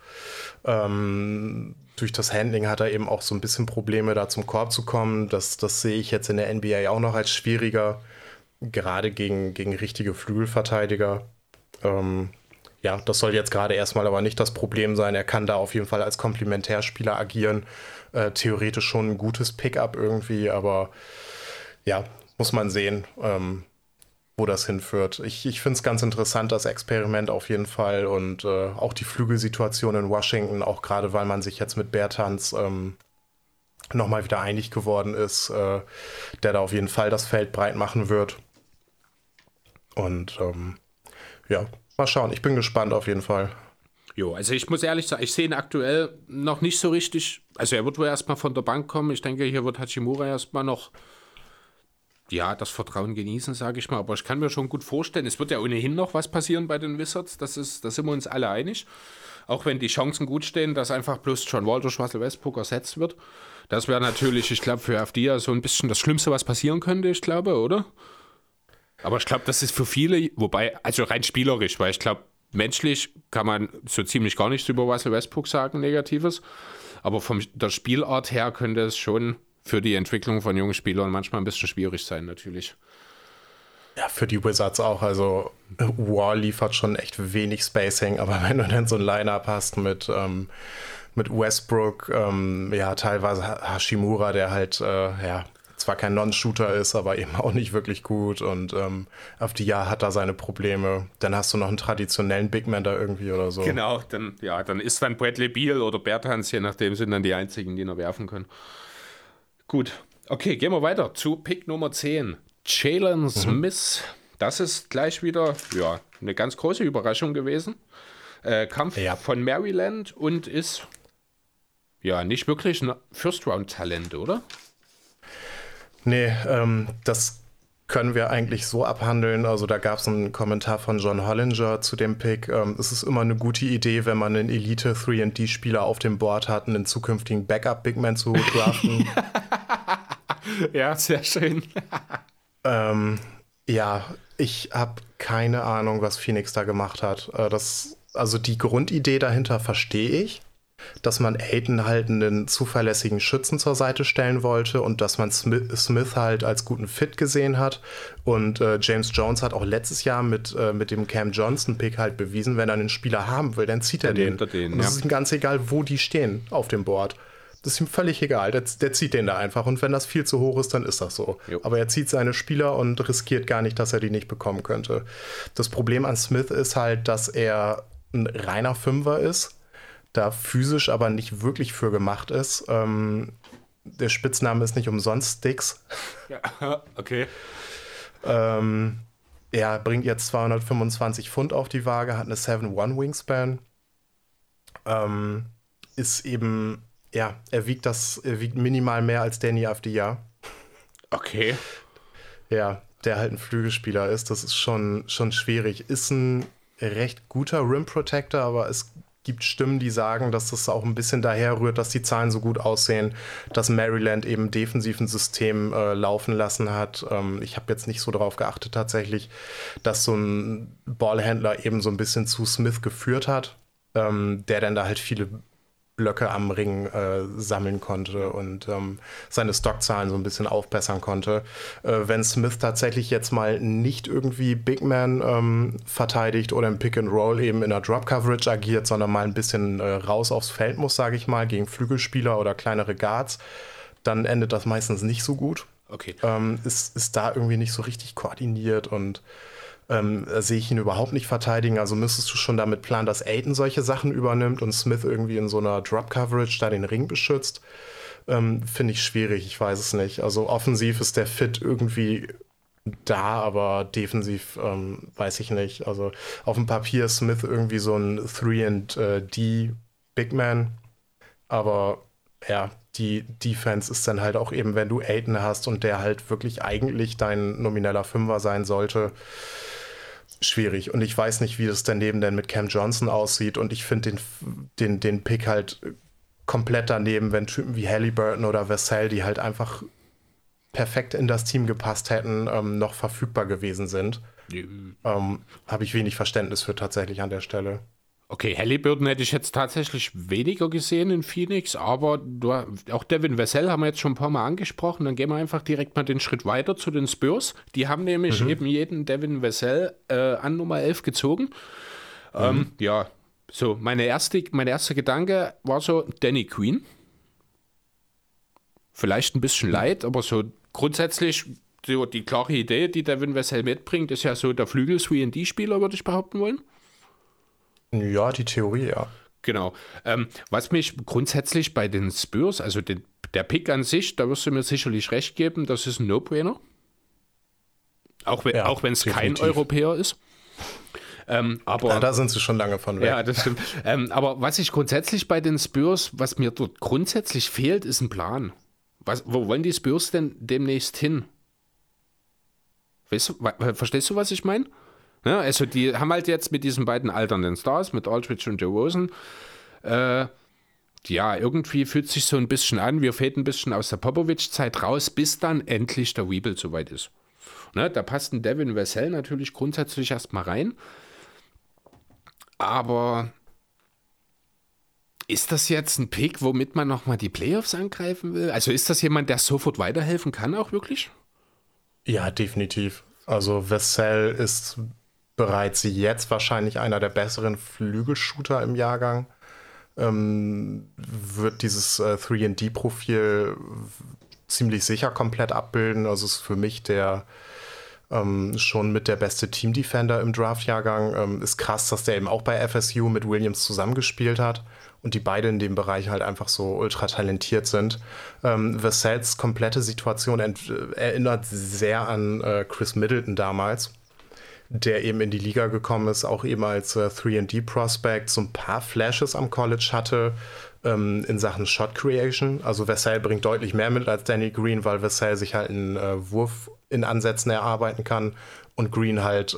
Durch das Handling hat er eben auch so ein bisschen Probleme, da zum Korb zu kommen. Das sehe ich jetzt in der NBA auch noch als schwieriger, gerade gegen richtige Flügelverteidiger. Das soll jetzt gerade erstmal aber nicht das Problem sein. Er kann da auf jeden Fall als Komplementärspieler agieren. Theoretisch schon ein gutes Pickup irgendwie, aber ja, muss man sehen, wo das hinführt. Ich finde es ganz interessant, das Experiment auf jeden Fall und auch die Flügelsituation in Washington, auch gerade weil man sich jetzt mit Bertans nochmal wieder einig geworden ist, der da auf jeden Fall das Feld breit machen wird. Und mal schauen, ich bin gespannt auf jeden Fall. Jo, also ich muss ehrlich sagen, ich sehe ihn aktuell noch nicht so richtig. Also er wird wohl erstmal von der Bank kommen. Ich denke, hier wird Hachimura erstmal noch das Vertrauen genießen, sage ich mal. Aber ich kann mir schon gut vorstellen, es wird ja ohnehin noch was passieren bei den Wizards. Da sind wir uns alle einig. Auch wenn die Chancen gut stehen, dass einfach bloß John Wall durch Russell Westbrook ersetzt wird. Das wäre natürlich, ich glaube, für Avdija so ein bisschen das Schlimmste, was passieren könnte, ich glaube, oder? Aber ich glaube, das ist für viele, wobei, also rein spielerisch, weil ich glaube, menschlich kann man so ziemlich gar nichts über Russell Westbrook sagen, Negatives. Aber von der Spielart her könnte es schon für die Entwicklung von jungen Spielern manchmal ein bisschen schwierig sein, natürlich. Ja, für die Wizards auch. Also War liefert schon echt wenig Spacing, aber wenn du dann so ein Line-Up hast mit Westbrook, teilweise Hashimura, der halt zwar kein Non-Shooter ist, aber eben auch nicht wirklich gut, und auf die Jahr hat er seine Probleme. Dann hast du noch einen traditionellen Big Man da irgendwie oder so. Genau, dann ist dann Bradley Beal oder Bertans, je nachdem, sind dann die einzigen, die noch werfen können. Gut, okay, gehen wir weiter zu Pick Nummer 10. Jalen Smith. Das ist gleich wieder eine ganz große Überraschung gewesen. Kampf von Maryland und ist nicht wirklich ein First-Round-Talent, oder? Nee, das können wir eigentlich so abhandeln. Also da gab es einen Kommentar von John Hollinger zu dem Pick. Es ist immer eine gute Idee, wenn man einen Elite 3&D-Spieler auf dem Board hat, einen zukünftigen Backup-Bigman zu draften. Ja, sehr schön. Ich habe keine Ahnung, was Phoenix da gemacht hat. Also die Grundidee dahinter verstehe ich, dass man Ayton halt einen zuverlässigen Schützen zur Seite stellen wollte und dass man Smith halt als guten Fit gesehen hat. Und James Jones hat auch letztes Jahr mit dem Cam Johnson-Pick halt bewiesen, wenn er einen Spieler haben will, dann zieht er den. Und es ist ihm ganz egal, wo die stehen auf dem Board. Das ist ihm völlig egal. Der zieht den da einfach. Und wenn das viel zu hoch ist, dann ist das so. Jo. Aber er zieht seine Spieler und riskiert gar nicht, dass er die nicht bekommen könnte. Das Problem an Smith ist halt, dass er ein reiner Fünfer ist, da physisch aber nicht wirklich für gemacht ist. Der Spitzname ist nicht umsonst Sticks. Ja, okay. Er bringt jetzt 225 Pfund auf die Waage, hat eine 7'1 Wingspan. Ist eben... Ja, er wiegt minimal mehr als Danny Avdija. Okay. Ja, der halt ein Flügelspieler ist. Das ist schon schwierig. Ist ein recht guter Rim Protector, aber es gibt Stimmen, die sagen, dass das auch ein bisschen daher rührt, dass die Zahlen so gut aussehen, dass Maryland eben defensiv ein System laufen lassen hat. Ich habe jetzt nicht so darauf geachtet tatsächlich, dass so ein Ballhändler eben so ein bisschen zu Smith geführt hat, der dann da halt viele Blöcke am Ring sammeln konnte und seine Stockzahlen so ein bisschen aufbessern konnte. Wenn Smith tatsächlich jetzt mal nicht irgendwie Big Man verteidigt oder im Pick and Roll eben in der Drop Coverage agiert, sondern mal ein bisschen raus aufs Feld muss, sage ich mal, gegen Flügelspieler oder kleinere Guards, dann endet das meistens nicht so gut. Okay. Ist da irgendwie nicht so richtig koordiniert und sehe ich ihn überhaupt nicht verteidigen. Also müsstest du schon damit planen, dass Ayton solche Sachen übernimmt und Smith irgendwie in so einer Drop-Coverage da den Ring beschützt. Finde ich schwierig, ich weiß es nicht. Also offensiv ist der Fit irgendwie da, aber defensiv weiß ich nicht. Also auf dem Papier ist Smith irgendwie so ein 3&D Big Man, aber ja, die Defense ist dann halt auch eben, wenn du Ayton hast und der halt wirklich eigentlich dein nomineller Fünfer sein sollte, schwierig. Und ich weiß nicht, wie das daneben denn mit Cam Johnson aussieht. Und ich finde den Pick halt komplett daneben, wenn Typen wie Halliburton oder Vassell, die halt einfach perfekt in das Team gepasst hätten, noch verfügbar gewesen sind. Habe ich wenig Verständnis für tatsächlich an der Stelle. Okay, Halliburton hätte ich jetzt tatsächlich weniger gesehen in Phoenix, aber auch Devin Vassell haben wir jetzt schon ein paar Mal angesprochen. Dann gehen wir einfach direkt mal den Schritt weiter zu den Spurs. Die haben nämlich eben jeden Devin Vassell an Nummer 11 gezogen. So, mein erster Gedanke war so Danny Queen. Vielleicht ein bisschen leid, aber so grundsätzlich die klare Idee, die Devin Vassell mitbringt, ist ja so der Flügel-3&D-Spieler, würde ich behaupten wollen. Ja, die Theorie, ja. Genau. Was mich grundsätzlich bei den Spurs, also der Pick an sich, da wirst du mir sicherlich recht geben, das ist ein No-Brainer. Auch wenn es kein Europäer ist. Aber da sind sie schon lange von weg. Ja, das stimmt. Aber was ich grundsätzlich bei den Spurs, was mir dort grundsätzlich fehlt, ist ein Plan. Wo wollen die Spurs denn demnächst hin? Verstehst du, was ich meine? Ja, also die haben halt jetzt mit diesen beiden alternden Stars, mit Aldridge und DeRozan, irgendwie fühlt sich so ein bisschen an, wir fäden ein bisschen aus der Popovic-Zeit raus, bis dann endlich der Weeble soweit ist. Ne, da passt ein Devin Vassell natürlich grundsätzlich erstmal rein, aber Ist das jetzt ein Pick, womit man nochmal die Playoffs angreifen will? Also ist das jemand, der sofort weiterhelfen kann auch wirklich? Ja, definitiv. Also Vassell ist bereits jetzt wahrscheinlich einer der besseren Flügelshooter im Jahrgang. Wird dieses 3&D-Profil ziemlich sicher komplett abbilden. Also ist für mich der schon mit der beste Team-Defender im Draft-Jahrgang. Ist krass, dass der eben auch bei FSU mit Williams zusammengespielt hat und die beide in dem Bereich halt einfach so ultra talentiert sind. Vassells komplette Situation erinnert sehr an Chris Middleton damals, der eben in die Liga gekommen ist, auch eben als 3&D-Prospect, so ein paar Flashes am College hatte in Sachen Shot Creation. Also Vassell bringt deutlich mehr mit als Danny Green, weil Vassell sich halt einen Wurf in Ansätzen erarbeiten kann und Green halt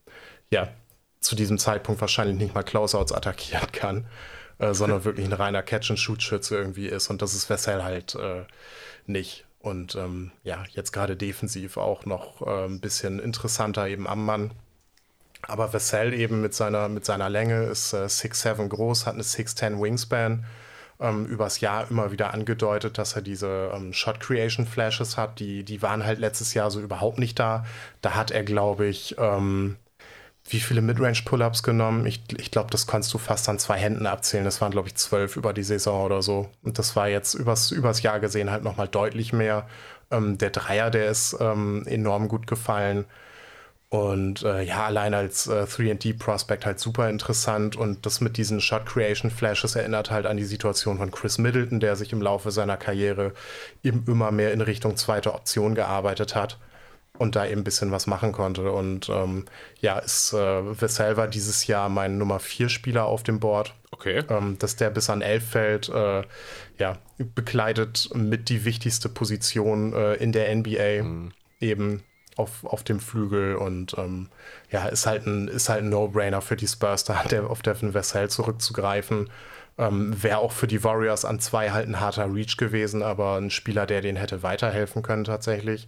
zu diesem Zeitpunkt wahrscheinlich nicht mal Closeouts attackieren kann, sondern wirklich ein reiner Catch-and-Shoot-Schütze irgendwie ist. Und das ist Vassell halt nicht. Und jetzt gerade defensiv auch noch ein bisschen interessanter eben am Mann. Aber Vassell eben mit seiner Länge ist 6'7 groß, hat eine 6'10 Wingspan. Übers Jahr immer wieder angedeutet, dass er diese Shot-Creation-Flashes hat. Die waren halt letztes Jahr so überhaupt nicht da. Da hat er, glaube ich, wie viele Midrange-Pull-Ups genommen? Ich glaube, das kannst du fast an 2 Händen abzählen. Das waren, glaube ich, 12 über die Saison oder so. Und das war jetzt übers Jahr gesehen halt nochmal deutlich mehr. Der Dreier, der ist enorm gut gefallen. Und allein als 3&D-Prospect halt super interessant. Und das mit diesen Shot-Creation-Flashes erinnert halt an die Situation von Chris Middleton, der sich im Laufe seiner Karriere eben immer mehr in Richtung zweite Option gearbeitet hat und da eben ein bisschen was machen konnte. Und Vassell war dieses Jahr mein Nummer 4 Spieler auf dem Board. Okay. Dass der bis an 11 fällt, bekleidet mit die wichtigste Position in der NBA eben auf dem Flügel und ist halt ein No-Brainer für die Spurs, da auf Devin Vassell zurückzugreifen. Wäre auch für die Warriors an 2 halt ein harter Reach gewesen, aber ein Spieler, der denen hätte weiterhelfen können tatsächlich.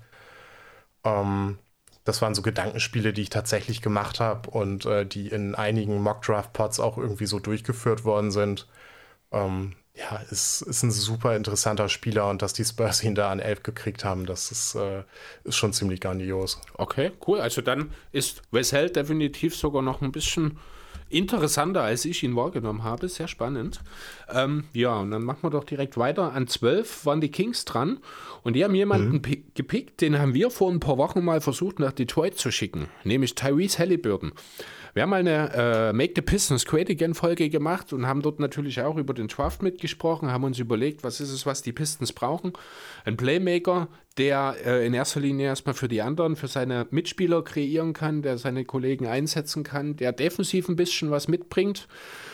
Das waren so Gedankenspiele, die ich tatsächlich gemacht habe und die in einigen Mock-Draft-Pods auch irgendwie so durchgeführt worden sind. Ist ein super interessanter Spieler und dass die Spurs ihn da an 11 gekriegt haben, das ist schon ziemlich grandios. Okay, cool. Also dann ist Vassell definitiv sogar noch ein bisschen interessanter, als ich ihn wahrgenommen habe. Sehr spannend. Und dann machen wir doch direkt weiter. An 12 waren die Kings dran und die haben jemanden gepickt, den haben wir vor ein paar Wochen mal versucht nach Detroit zu schicken, nämlich Tyrese Haliburton. Wir haben mal eine Make the Pistons Great Again Folge gemacht und haben dort natürlich auch über den Draft mitgesprochen, haben uns überlegt, was ist es, was die Pistons brauchen. Ein Playmaker, der in erster Linie erstmal für die anderen, für seine Mitspieler kreieren kann, der seine Kollegen einsetzen kann, der defensiv ein bisschen was mitbringt.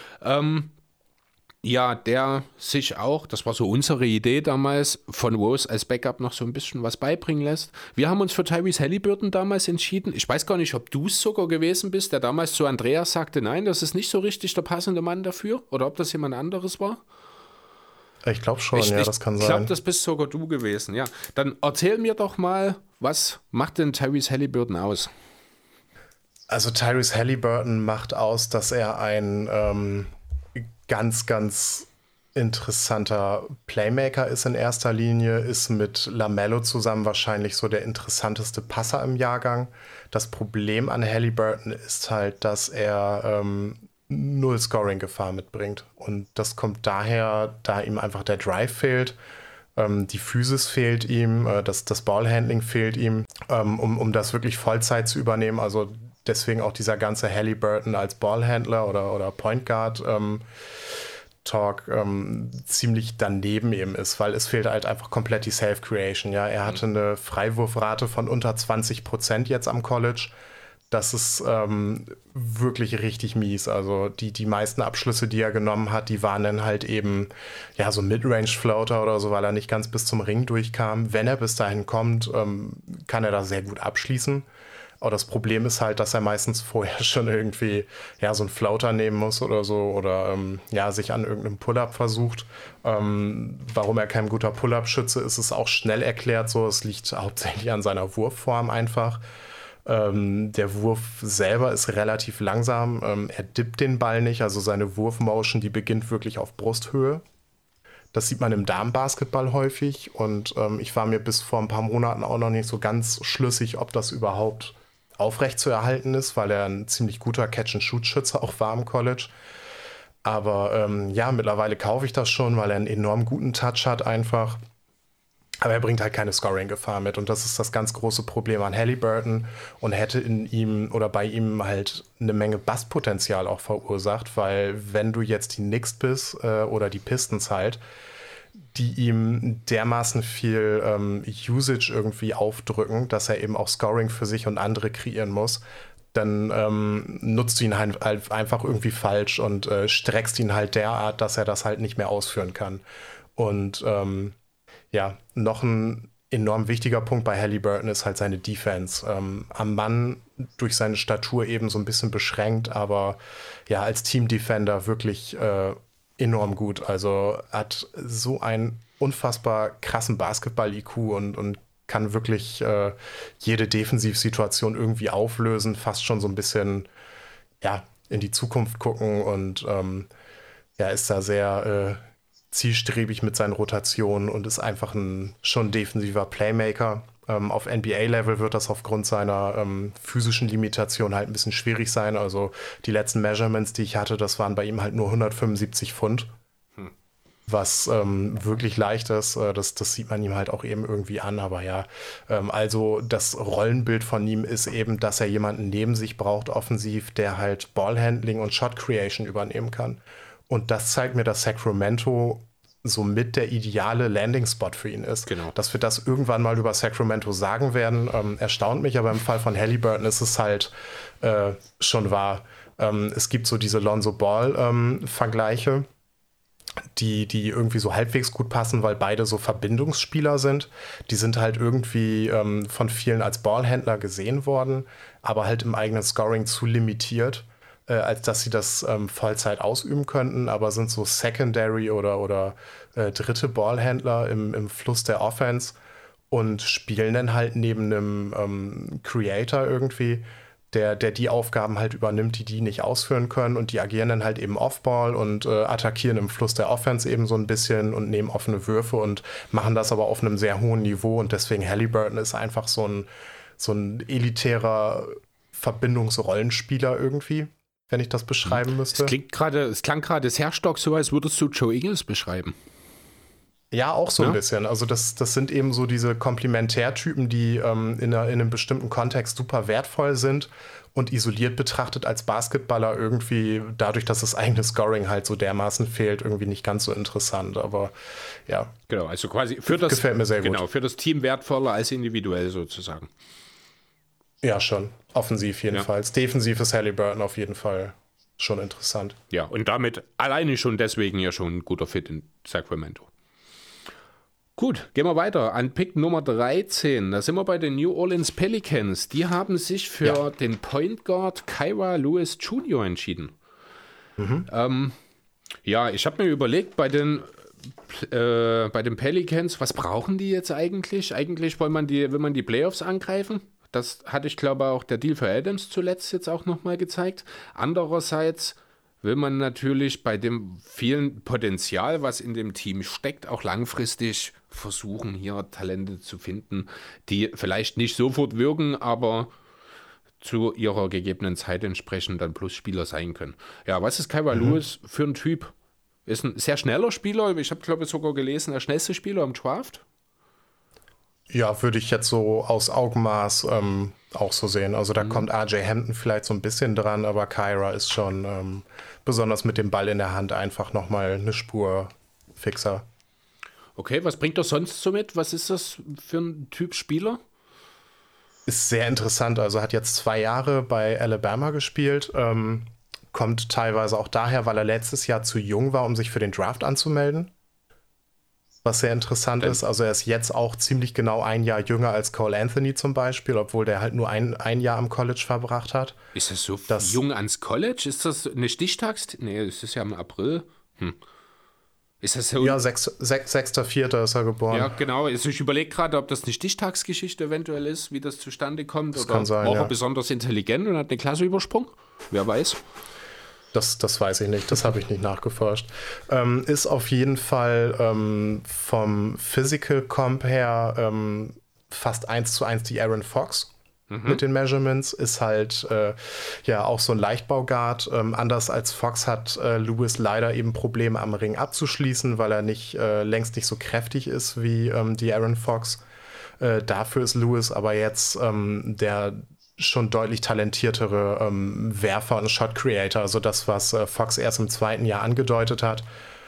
Der sich auch, das war so unsere Idee damals, von Rose als Backup noch so ein bisschen was beibringen lässt. Wir haben uns für Tyrese Haliburton damals entschieden. Ich weiß gar nicht, ob du es sogar gewesen bist, der damals zu Andreas sagte, nein, das ist nicht so richtig der passende Mann dafür. Oder ob das jemand anderes war. Ich glaube schon, das kann sein. Ich glaube, das bist sogar du gewesen, ja. Dann erzähl mir doch mal, was macht denn Tyrese Haliburton aus? Also Tyrese Haliburton macht aus, dass er ein ganz, ganz interessanter Playmaker ist in erster Linie, ist mit LaMelo zusammen wahrscheinlich so der interessanteste Passer im Jahrgang. Das Problem an Haliburton ist halt, dass er 0 Scoring-Gefahr mitbringt. Und das kommt daher, da ihm einfach der Drive fehlt. Die Physis fehlt ihm, das Ballhandling fehlt ihm, um das wirklich Vollzeit zu übernehmen. Also deswegen auch dieser ganze Haliburton als Ballhandler oder Point Guard Talk ziemlich daneben eben ist, weil es fehlt halt einfach komplett die Self-Creation. Ja? Er hatte eine Freiwurfrate von unter 20% jetzt am College. Das ist wirklich richtig mies. Also die meisten Abschlüsse, die er genommen hat, die waren dann halt eben so Midrange-Floater oder so, weil er nicht ganz bis zum Ring durchkam. Wenn er bis dahin kommt, kann er da sehr gut abschließen. Aber das Problem ist halt, dass er meistens vorher schon irgendwie so einen Floater nehmen muss oder so oder sich an irgendeinem Pull-Up versucht. Warum er kein guter Pull-Up-Schütze ist, ist auch schnell erklärt so. Es liegt hauptsächlich an seiner Wurfform einfach. Der Wurf selber ist relativ langsam. Er dippt den Ball nicht, also seine Wurfmotion, die beginnt wirklich auf Brusthöhe. Das sieht man im Damenbasketball häufig und ich war mir bis vor ein paar Monaten auch noch nicht so ganz schlüssig, ob das überhaupt aufrecht zu erhalten ist, weil er ein ziemlich guter Catch-and-Shoot-Schütze auch war im College. Aber ja, mittlerweile kaufe ich das schon, weil er einen enorm guten Touch hat einfach. Aber er bringt halt keine Scoring-Gefahr mit und das ist das ganz große Problem an Haliburton und hätte in ihm oder bei ihm halt eine Menge Bustpotenzial auch verursacht, weil wenn du jetzt die Knicks bist oder die Pistons halt, die ihm dermaßen viel Usage irgendwie aufdrücken, dass er eben auch Scoring für sich und andere kreieren muss, dann nutzt du ihn halt einfach irgendwie falsch und streckst ihn halt derart, dass er das halt nicht mehr ausführen kann. Und ja, noch ein enorm wichtiger Punkt bei Haliburton ist halt seine Defense. Am Mann durch seine Statur eben so ein bisschen beschränkt, aber ja, als Team-Defender wirklich enorm gut. Also hat so einen unfassbar krassen Basketball-IQ und kann wirklich jede Defensivsituation irgendwie auflösen, fast schon so ein bisschen ja, in die Zukunft gucken und ja, ist da sehr zielstrebig mit seinen Rotationen und ist einfach schon defensiver Playmaker. Auf NBA-Level wird das aufgrund seiner physischen Limitation halt ein bisschen schwierig sein. Also die letzten Measurements, die ich hatte, das waren bei ihm halt nur 175 Pfund. Was wirklich leicht ist. Das sieht man ihm halt auch eben irgendwie an. Aber ja, also das Rollenbild von ihm ist eben, dass er jemanden neben sich braucht, offensiv, der halt Ballhandling und Shot Creation übernehmen kann. Und das zeigt mir, dass Sacramento somit der ideale Landing-Spot für ihn ist. Genau. Dass wir das irgendwann mal über Sacramento sagen werden, erstaunt mich, aber im Fall von Haliburton ist es halt schon wahr. Es gibt so diese Lonzo Ball-Vergleiche, die irgendwie so halbwegs gut passen, weil beide so Verbindungsspieler sind. Die sind halt irgendwie von vielen als Ballhändler gesehen worden, aber halt im eigenen Scoring zu limitiert, als dass sie das Vollzeit ausüben könnten, aber sind so Secondary oder dritte Ballhändler im Fluss der Offense und spielen dann halt neben einem Creator irgendwie, der die Aufgaben halt übernimmt, die nicht ausführen können und die agieren dann halt eben Off-Ball und attackieren im Fluss der Offense eben so ein bisschen und nehmen offene Würfe und machen das aber auf einem sehr hohen Niveau und deswegen Haliburton ist einfach so ein elitärer Verbindungsrollenspieler irgendwie, wenn ich das beschreiben müsste. Es klang gerade sehr stark so, als würdest du Joe Ingles beschreiben. Ja, auch so ein bisschen. Also das sind eben so diese Komplementärtypen, die in einem bestimmten Kontext super wertvoll sind und isoliert betrachtet als Basketballer irgendwie, dadurch, dass das eigene Scoring halt so dermaßen fehlt, irgendwie nicht ganz so interessant. Aber ja. Genau, also quasi gefällt mir sehr gut. Genau, für das Team wertvoller als individuell sozusagen. Ja, schon. Offensiv jedenfalls. Ja. Defensiv ist Haliburton auf jeden Fall schon interessant. Ja, und damit alleine schon deswegen ja schon ein guter Fit in Sacramento. Gut, gehen wir weiter an Pick Nummer 13. Da sind wir bei den New Orleans Pelicans. Die haben sich für den Point Guard Kira Lewis Jr. entschieden. Mhm. Ich habe mir überlegt, bei den Pelicans, was brauchen die jetzt eigentlich? Eigentlich will man die Playoffs angreifen. Das hatte ich, glaube auch der Deal für Adams zuletzt jetzt auch nochmal gezeigt. Andererseits will man natürlich bei dem vielen Potenzial, was in dem Team steckt, auch langfristig versuchen, hier Talente zu finden, die vielleicht nicht sofort wirken, aber zu ihrer gegebenen Zeit entsprechend dann Plusspieler sein können. Ja, was ist Kira Lewis für ein Typ? Ist ein sehr schneller Spieler. Ich habe, glaube ich, sogar gelesen, der schnellste Spieler im Draft. Ja, würde ich jetzt so aus Augenmaß auch so sehen. Also da kommt RJ Hampton vielleicht so ein bisschen dran, aber Kira ist schon besonders mit dem Ball in der Hand einfach nochmal eine Spur fixer. Okay, was bringt er sonst so mit? Was ist das für ein Typ Spieler? Ist sehr interessant. Also hat jetzt 2 Jahre bei Alabama gespielt. Kommt teilweise auch daher, weil er letztes Jahr zu jung war, um sich für den Draft anzumelden. Was sehr interessant ist. Also er ist jetzt auch ziemlich genau 1 Jahr jünger als Cole Anthony zum Beispiel, obwohl der halt nur ein Jahr am College verbracht hat. Ist das so jung ans College? Ist das eine Stichtags? Nee, es ist ja im April. Ist das so? Ja, 6.4. ist er geboren. Ja, genau. Also ich überlege gerade, ob das eine Stichtagsgeschichte eventuell ist, wie das zustande kommt. Das oder kann sein, war er ja. besonders intelligent und hat eine Klasse übersprungen? Wer weiß. Das weiß ich nicht, das habe ich nicht nachgeforscht. Ist auf jeden Fall vom Physical Comp her fast 1:1 die Aaron Fox. Mit den Measurements, ist halt ja auch so ein Leichtbauguard. Anders als Fox hat Lewis leider eben Probleme am Ring abzuschließen, weil er längst nicht so kräftig ist wie die Aaron Fox. Dafür ist Lewis aber jetzt der schon deutlich talentiertere Werfer und Shot Creator, also das, was Fox erst im 2. Jahr angedeutet hat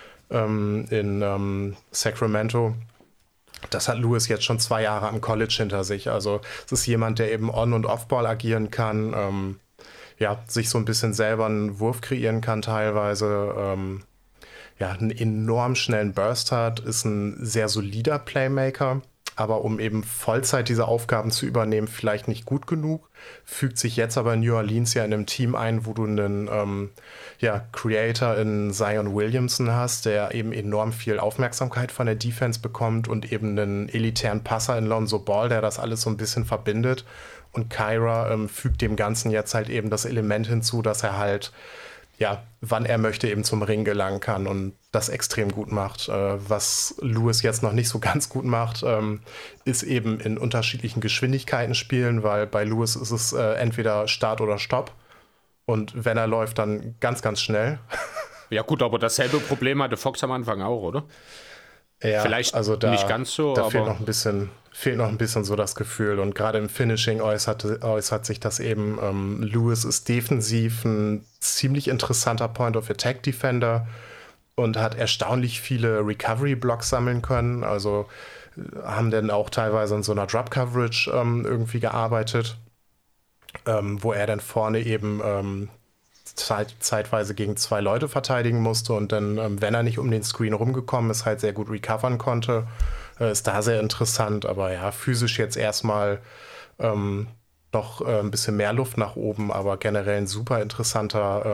in Sacramento. Das hat Lewis jetzt schon 2 Jahre am College hinter sich. Also es ist jemand, der eben On- und Off-Ball agieren kann, sich so ein bisschen selber einen Wurf kreieren kann teilweise, einen enorm schnellen Burst hat, ist ein sehr solider Playmaker, aber um eben Vollzeit diese Aufgaben zu übernehmen, vielleicht nicht gut genug, fügt sich jetzt aber in New Orleans ja in einem Team ein, wo du einen Creator in Zion Williamson hast, der eben enorm viel Aufmerksamkeit von der Defense bekommt und eben einen elitären Passer in Lonzo Ball, der das alles so ein bisschen verbindet. Und Kyra fügt dem Ganzen jetzt halt eben das Element hinzu, dass er halt wann er möchte, eben zum Ring gelangen kann und das extrem gut macht. Was Lewis jetzt noch nicht so ganz gut macht, ist eben in unterschiedlichen Geschwindigkeiten spielen, weil bei Lewis ist es entweder Start oder Stopp. Und wenn er läuft, dann ganz, ganz schnell. Ja gut, aber dasselbe Problem hatte Fox am Anfang auch, oder? Ja, vielleicht also nicht ganz so, da aber fehlt noch ein bisschen so das Gefühl. Und gerade im Finishing äußert sich das eben. Lewis ist defensiv ein ziemlich interessanter Point-of-Attack-Defender und hat erstaunlich viele Recovery-Blocks sammeln können. Also haben dann auch teilweise in so einer Drop-Coverage irgendwie gearbeitet, wo er dann vorne eben zeitweise gegen 2 Leute verteidigen musste und dann, wenn er nicht um den Screen rumgekommen ist, halt sehr gut recovern konnte. Ist da sehr interessant, aber ja, physisch jetzt erstmal noch ein bisschen mehr Luft nach oben, aber generell ein super interessanter,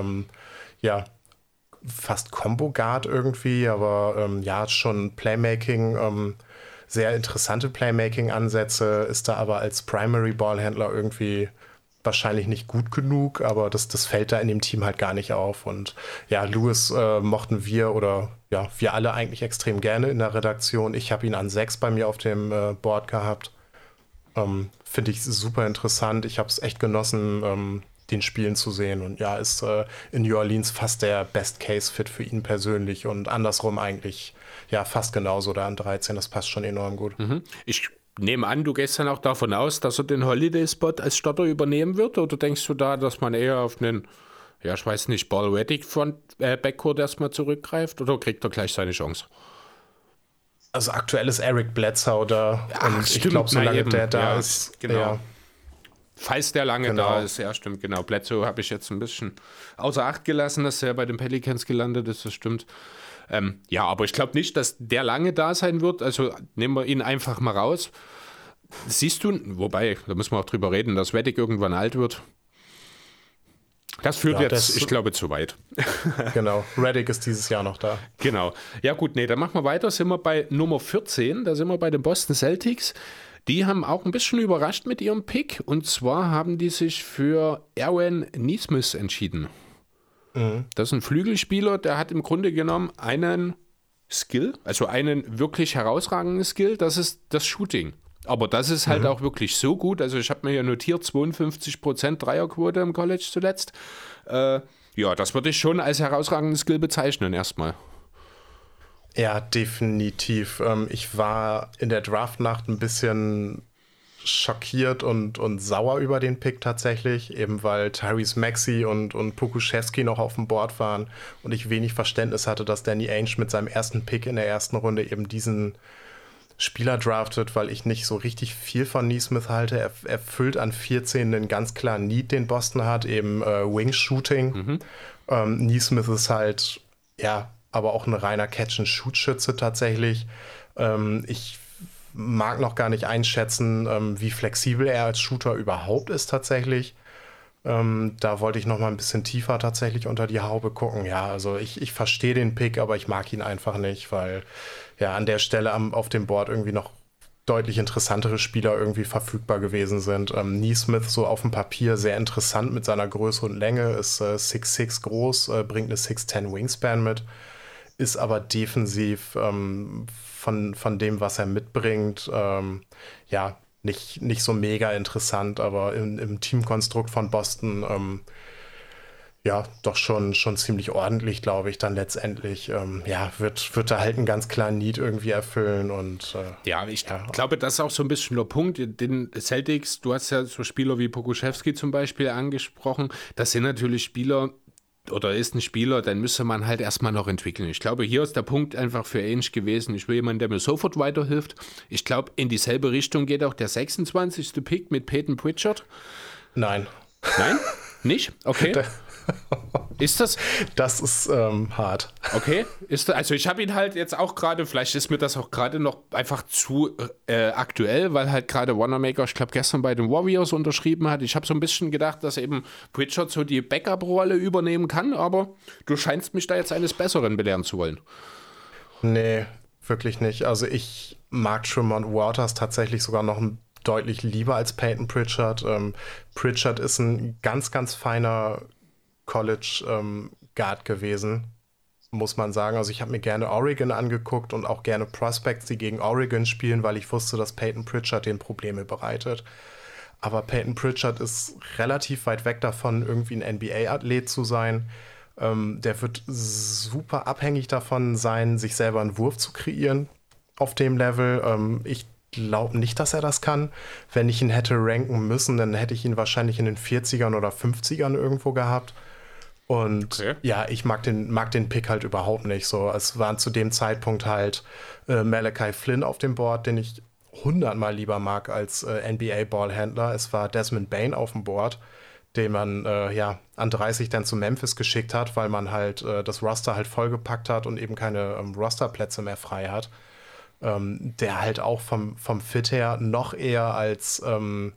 fast Combo-Guard irgendwie, aber schon Playmaking, sehr interessante Playmaking-Ansätze, ist da aber als Primary-Ballhändler irgendwie wahrscheinlich nicht gut genug, aber das fällt da in dem Team halt gar nicht auf. Und ja, Lewis mochten wir alle eigentlich extrem gerne in der Redaktion. Ich habe ihn an 6 bei mir auf dem Board gehabt. Finde ich super interessant. Ich habe es echt genossen, den Spielen zu sehen. Und ja, ist in New Orleans fast der Best-Case-Fit für ihn persönlich und andersrum eigentlich fast genauso da an 13. Das passt schon enorm gut. ich nehme an, du gehst dann auch davon aus, dass er den Holiday-Spot als Starter übernehmen wird, oder denkst du da, dass man eher auf einen, ich weiß nicht, Ball-Reddick-Backcourt erstmal zurückgreift, oder kriegt er gleich seine Chance? Also aktuell ist Eric Bledsoe da und stimmt, ich glaube, solange der da ist, ist, genau. Falls der lange Genau. da ist, ja stimmt, genau. Bledsoe habe ich jetzt ein bisschen außer Acht gelassen, dass er bei den Pelicans gelandet ist, das stimmt. Aber ich glaube nicht, dass der lange da sein wird, also nehmen wir ihn einfach mal raus. Siehst du, wobei, da müssen wir auch drüber reden, dass Reddick irgendwann alt wird. Das führt ich glaube, zu weit. Genau, Reddick ist dieses Jahr noch da. Genau. Ja gut, dann machen wir weiter, sind wir bei Nummer 14, da sind wir bei den Boston Celtics. Die haben auch ein bisschen überrascht mit ihrem Pick, und zwar haben die sich für Aaron Nesmith entschieden. Das ist ein Flügelspieler, der hat im Grunde genommen einen Skill, also einen wirklich herausragenden Skill, das ist das Shooting. Aber das ist halt auch wirklich so gut, also ich habe mir ja notiert, 52% Dreierquote im College zuletzt. Das würde ich schon als herausragenden Skill bezeichnen erstmal. Ja, definitiv. Ich war in der Draftnacht ein bisschen schockiert und sauer über den Pick tatsächlich, eben weil Tyrese Maxey und Pokusevski noch auf dem Board waren und ich wenig Verständnis hatte, dass Danny Ainge mit seinem ersten Pick in der ersten Runde eben diesen Spieler draftet, weil ich nicht so richtig viel von Nesmith halte. Er erfüllt an 14 einen ganz klaren Need, den Boston hat, eben Wing-Shooting. Nesmith ist halt, aber auch ein reiner Catch-and-Shoot-Schütze tatsächlich. Ich mag noch gar nicht einschätzen, wie flexibel er als Shooter überhaupt ist tatsächlich. Da wollte ich noch mal ein bisschen tiefer tatsächlich unter die Haube gucken. Ja, also ich verstehe den Pick, aber ich mag ihn einfach nicht, weil ja an der Stelle auf dem Board irgendwie noch deutlich interessantere Spieler irgendwie verfügbar gewesen sind. Neesmith so auf dem Papier sehr interessant mit seiner Größe und Länge, ist 6'6 groß, bringt eine 6'10 Wingspan mit, ist aber defensiv von dem, was er mitbringt, ja, nicht so mega interessant, aber im Teamkonstrukt von Boston ja, doch schon ziemlich ordentlich, glaube ich, dann letztendlich. Ja, wird da halt einen ganz klaren Need irgendwie erfüllen und ich glaube, das ist auch so ein bisschen der Punkt. Den Celtics, du hast ja so Spieler wie Pokusevski zum Beispiel angesprochen, das sind natürlich Spieler, oder ist ein Spieler, dann müsste man halt erstmal noch entwickeln. Ich glaube, hier ist der Punkt einfach für Ainge gewesen, ich will jemanden, der mir sofort weiterhilft. Ich glaube, in dieselbe Richtung geht auch der 26. Pick mit Peyton Pritchard. Nein. Nein? Nicht? Okay. Ist das? Das ist hart. Okay. Also ich habe ihn halt jetzt auch gerade, vielleicht ist mir das auch gerade noch einfach zu aktuell, weil halt gerade Wanamaker, ich glaube gestern bei den Warriors unterschrieben hat. Ich habe so ein bisschen gedacht, dass eben Pritchard so die Backup-Rolle übernehmen kann, aber du scheinst mich da jetzt eines Besseren belehren zu wollen. Nee, wirklich nicht. Also ich mag Tremont Waters tatsächlich sogar noch deutlich lieber als Peyton Pritchard. Pritchard ist ein ganz, ganz feiner College Guard gewesen, muss man sagen. Also ich habe mir gerne Oregon angeguckt und auch gerne Prospects, die gegen Oregon spielen, weil ich wusste, dass Peyton Pritchard den Probleme bereitet. Aber Peyton Pritchard ist relativ weit weg davon, irgendwie ein NBA-Athlet zu sein. Der wird super abhängig davon sein, sich selber einen Wurf zu kreieren auf dem Level. Ich glaube nicht, dass er das kann. Wenn ich ihn hätte ranken müssen, dann hätte ich ihn wahrscheinlich in den 40ern oder 50ern irgendwo gehabt. Und ja, ich mag den Pick halt überhaupt nicht so. Es waren zu dem Zeitpunkt halt Malachi Flynn auf dem Board, den ich 100-mal lieber mag als NBA-Ballhändler. Es war Desmond Bane auf dem Board, den man an 30 dann zu Memphis geschickt hat, weil man halt das Roster halt vollgepackt hat und eben keine Rosterplätze mehr frei hat. Der halt auch vom Fit her noch eher als Aaron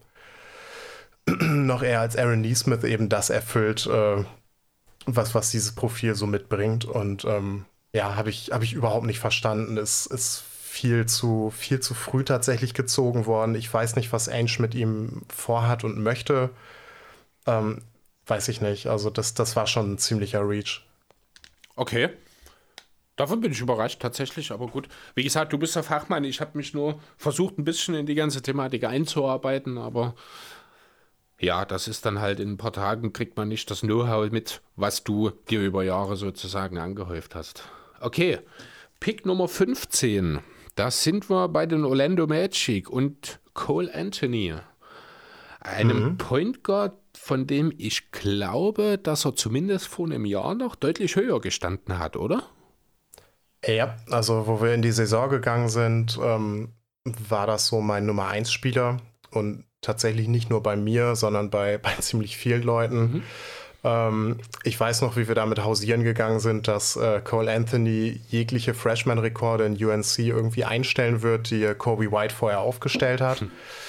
Neesmith eben das erfüllt, was dieses Profil so mitbringt. Und habe ich überhaupt nicht verstanden. Es ist viel zu früh tatsächlich gezogen worden. Ich weiß nicht, was Ainge mit ihm vorhat und möchte. Weiß ich nicht. Also das war schon ein ziemlicher Reach. Okay. Davon bin ich überrascht tatsächlich, aber gut. Wie gesagt, du bist der Fachmann. Ich habe mich nur versucht, ein bisschen in die ganze Thematik einzuarbeiten, aber ja, das ist dann halt in ein paar Tagen, kriegt man nicht das Know-how mit, was du dir über Jahre sozusagen angehäuft hast. Okay, Pick Nummer 15. Da sind wir bei den Orlando Magic und Cole Anthony. Einem Point Guard, von dem ich glaube, dass er zumindest vor einem Jahr noch deutlich höher gestanden hat, oder? Ja, also wo wir in die Saison gegangen sind, war das so mein Nummer 1 Spieler und tatsächlich nicht nur bei mir, sondern bei ziemlich vielen Leuten. Ich weiß noch, wie wir damit hausieren gegangen sind, dass Cole Anthony jegliche Freshman-Rekorde in UNC irgendwie einstellen wird, die Kobe White vorher aufgestellt hat.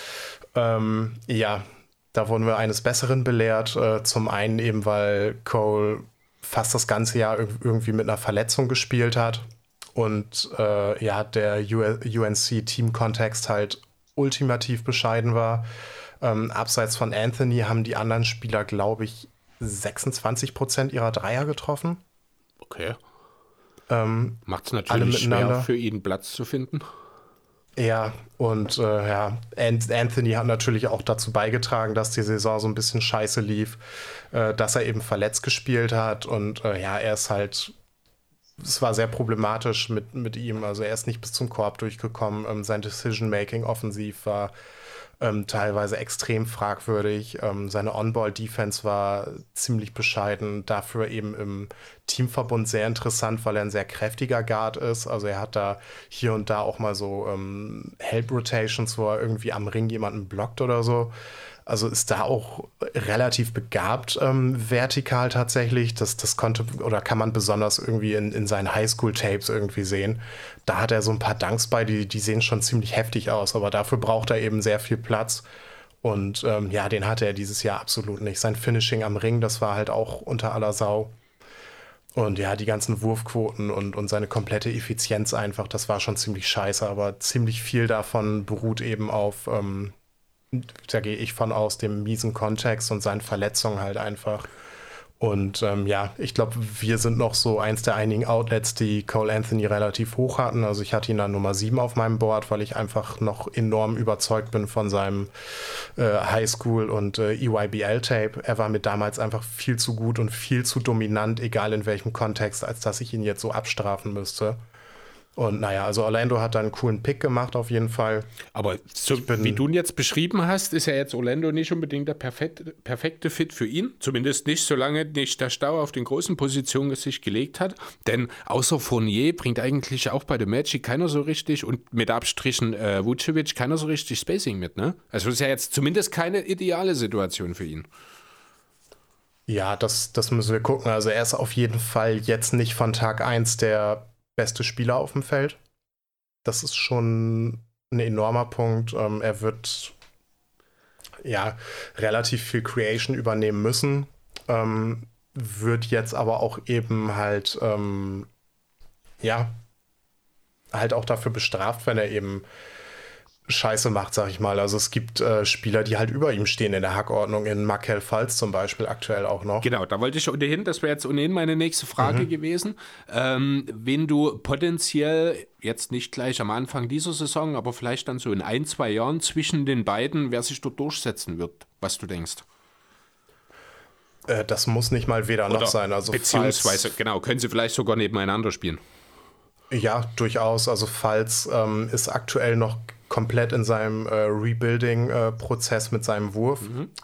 Ja, da wurden wir eines Besseren belehrt. Zum einen eben, weil Cole fast das ganze Jahr irgendwie mit einer Verletzung gespielt hat und der UNC-Team-Kontext halt ultimativ bescheiden war. Abseits von Anthony haben die anderen Spieler, glaube ich, 26% ihrer Dreier getroffen. Okay. Macht es natürlich schwer für ihn Platz zu finden. Ja, und Anthony hat natürlich auch dazu beigetragen, dass die Saison so ein bisschen scheiße lief, dass er eben verletzt gespielt hat und er ist halt, es war sehr problematisch mit ihm, also er ist nicht bis zum Korb durchgekommen, sein Decision-Making offensiv war teilweise extrem fragwürdig, seine On-Ball-Defense war ziemlich bescheiden, dafür eben im Teamverbund sehr interessant, weil er ein sehr kräftiger Guard ist, also er hat da hier und da auch mal so Help-Rotations, wo er irgendwie am Ring jemanden blockt oder so. Also ist da auch relativ begabt vertikal tatsächlich. Das konnte oder kann man besonders irgendwie in seinen Highschool-Tapes irgendwie sehen. Da hat er so ein paar Dunks bei, die sehen schon ziemlich heftig aus, aber dafür braucht er eben sehr viel Platz. Und den hatte er dieses Jahr absolut nicht. Sein Finishing am Ring, das war halt auch unter aller Sau. Und ja, die ganzen Wurfquoten und seine komplette Effizienz einfach, das war schon ziemlich scheiße. Aber ziemlich viel davon beruht eben auf, da gehe ich von aus, dem miesen Kontext und seinen Verletzungen halt einfach. Und ich glaube, wir sind noch so eins der einigen Outlets, die Cole Anthony relativ hoch hatten. Also ich hatte ihn dann Nummer 7 auf meinem Board, weil ich einfach noch enorm überzeugt bin von seinem Highschool- und EYBL-Tape. Er war mir damals einfach viel zu gut und viel zu dominant, egal in welchem Kontext, als dass ich ihn jetzt so abstrafen müsste. Und naja, also Orlando hat da einen coolen Pick gemacht auf jeden Fall. Aber so, wie du ihn jetzt beschrieben hast, ist ja jetzt Orlando nicht unbedingt der perfekte Fit für ihn. Zumindest nicht, solange nicht der Stau auf den großen Positionen sich gelegt hat. Denn außer Fournier bringt eigentlich auch bei der Magic keiner so richtig und mit Abstrichen Vucevic keiner so richtig Spacing mit, ne? Also ist ja jetzt zumindest keine ideale Situation für ihn. Ja, das müssen wir gucken. Also er ist auf jeden Fall jetzt nicht von Tag 1 der beste Spieler auf dem Feld. Das ist schon ein enormer Punkt. Er wird relativ viel Creation übernehmen müssen. Wird jetzt aber auch eben halt halt auch dafür bestraft, wenn er eben Scheiße macht, sag ich mal. Also es gibt Spieler, die halt über ihm stehen in der Hackordnung, in Markelle Fultz zum Beispiel aktuell auch noch. Genau, da wollte ich ohnehin, das wäre jetzt ohnehin meine nächste Frage gewesen, wen du potenziell jetzt nicht gleich am Anfang dieser Saison, aber vielleicht dann so in 1-2 Jahren zwischen den beiden, wer sich dort durchsetzen wird, was du denkst. Das muss nicht mal weder noch sein. Also beziehungsweise, genau, können sie vielleicht sogar nebeneinander spielen. Ja, durchaus. Also Fultz ist aktuell noch komplett in seinem Rebuilding-Prozess mit seinem Wurf.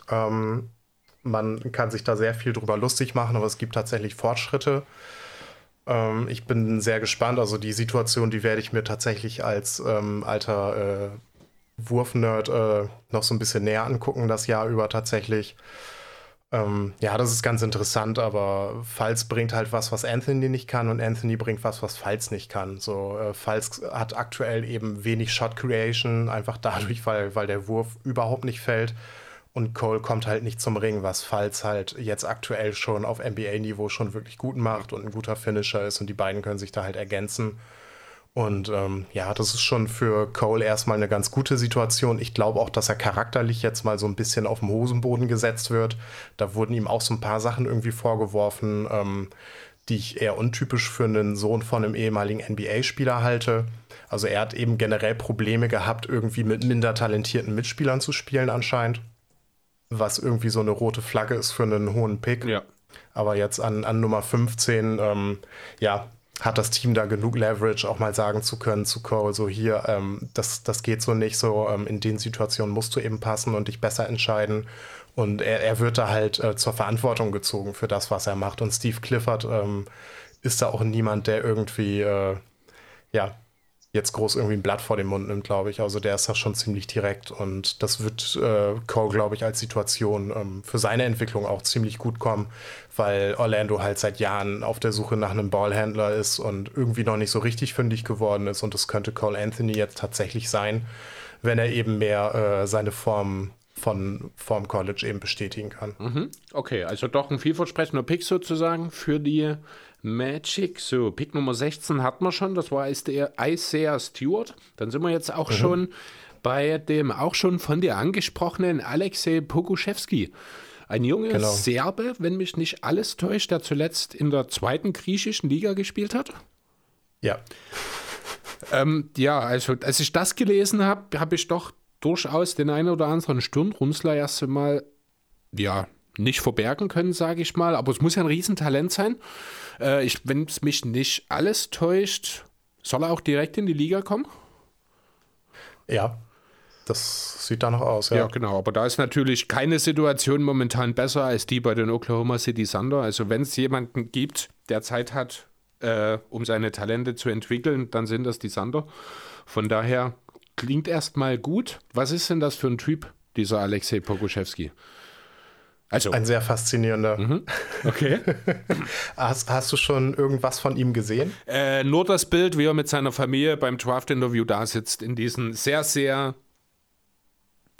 Man kann sich da sehr viel drüber lustig machen, aber es gibt tatsächlich Fortschritte. Ich bin sehr gespannt. Also die Situation, die werde ich mir tatsächlich als alter Wurf-Nerd noch so ein bisschen näher angucken, das Jahr über tatsächlich. Das ist ganz interessant, aber Fultz bringt halt was Anthony nicht kann und Anthony bringt was Fultz nicht kann. So, Fultz hat aktuell eben wenig Shot Creation, einfach dadurch, weil der Wurf überhaupt nicht fällt und Cole kommt halt nicht zum Ring, was Fultz halt jetzt aktuell schon auf NBA-Niveau schon wirklich gut macht und ein guter Finisher ist und die beiden können sich da halt ergänzen. Und das ist schon für Cole erstmal eine ganz gute Situation. Ich glaube auch, dass er charakterlich jetzt mal so ein bisschen auf den Hosenboden gesetzt wird. Da wurden ihm auch so ein paar Sachen irgendwie vorgeworfen, die ich eher untypisch für einen Sohn von einem ehemaligen NBA-Spieler halte. Also er hat eben generell Probleme gehabt, irgendwie mit minder talentierten Mitspielern zu spielen anscheinend. Was irgendwie so eine rote Flagge ist für einen hohen Pick. Ja. Aber jetzt an Nummer 15, hat das Team da genug Leverage, auch mal sagen zu können zu Cole, so hier, das geht so nicht so, in den Situationen musst du eben passen und dich besser entscheiden. Und er wird da halt zur Verantwortung gezogen für das, was er macht. Und Steve Clifford ist da auch niemand, der irgendwie, jetzt groß irgendwie ein Blatt vor den Mund nimmt, glaube ich. Also der ist da schon ziemlich direkt und das wird Cole, glaube ich, als Situation für seine Entwicklung auch ziemlich gut kommen, weil Orlando halt seit Jahren auf der Suche nach einem Ballhändler ist und irgendwie noch nicht so richtig fündig geworden ist und das könnte Cole Anthony jetzt tatsächlich sein, wenn er eben mehr seine Form vom College eben bestätigen kann. Okay, also doch ein vielversprechender Pick sozusagen für die Magic. So, Pick Nummer 16 hatten wir schon, das war Isaiah Stewart. Dann sind wir jetzt auch schon bei dem auch schon von dir angesprochenen Alexej Pokusewski. Ein junger Serbe, wenn mich nicht alles täuscht, der zuletzt in der 2. griechischen Liga gespielt hat. Ja. Also als ich das gelesen habe, habe ich doch durchaus den einen oder anderen Stirnrunzler erst einmal, nicht verbergen können, sage ich mal. Aber es muss ja ein Riesentalent sein. Wenn es mich nicht alles täuscht, soll er auch direkt in die Liga kommen? Ja, das sieht danach aus, ja. Ja, genau. Aber da ist natürlich keine Situation momentan besser als die bei den Oklahoma City Thunder. Also wenn es jemanden gibt, der Zeit hat, um seine Talente zu entwickeln, dann sind das die Thunder. Von daher klingt erstmal gut. Was ist denn das für ein Typ, dieser Alexej Pokusewski? Also, ein sehr faszinierender. Okay. Hast du schon irgendwas von ihm gesehen? Nur das Bild, wie er mit seiner Familie beim Draft-Interview da sitzt, in diesen sehr, sehr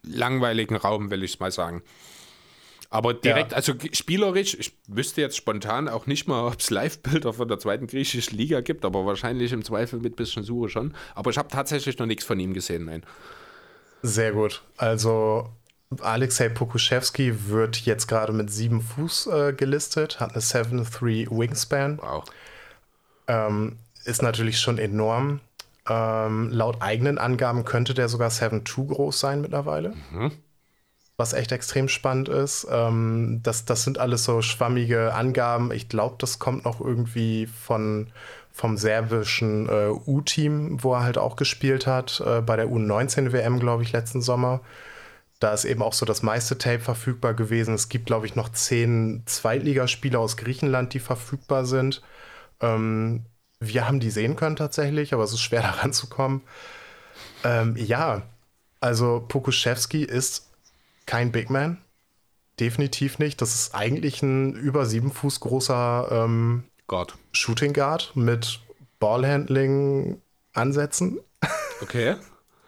langweiligen Raum, will ich mal sagen. Aber direkt, also spielerisch, ich wüsste jetzt spontan auch nicht mal, ob es Live-Bilder von der zweiten griechischen Liga gibt, aber wahrscheinlich im Zweifel mit bisschen Suche schon. Aber ich habe tatsächlich noch nichts von ihm gesehen, nein. Sehr gut. Also Alexei Pokuschewski wird jetzt gerade mit 7 Fuß gelistet, hat eine 7'3 Wingspan. Wow. Ist natürlich schon enorm. Laut eigenen Angaben könnte der sogar 7'2 groß sein mittlerweile. Was echt extrem spannend ist. Das sind alles so schwammige Angaben. Ich glaube, das kommt noch irgendwie vom serbischen U-Team, wo er halt auch gespielt hat, bei der U19-WM, glaube ich, letzten Sommer. Da ist eben auch so das meiste Tape verfügbar gewesen. Es gibt, glaube ich, noch 10 Zweitligaspieler aus Griechenland, die verfügbar sind. Wir haben die sehen können tatsächlich, aber es ist schwer daran zu kommen. Ja, also Pokuschewski ist kein Big Man. Definitiv nicht. Das ist eigentlich ein über 7 Fuß großer Shooting Guard mit Ballhandling-Ansätzen. Okay.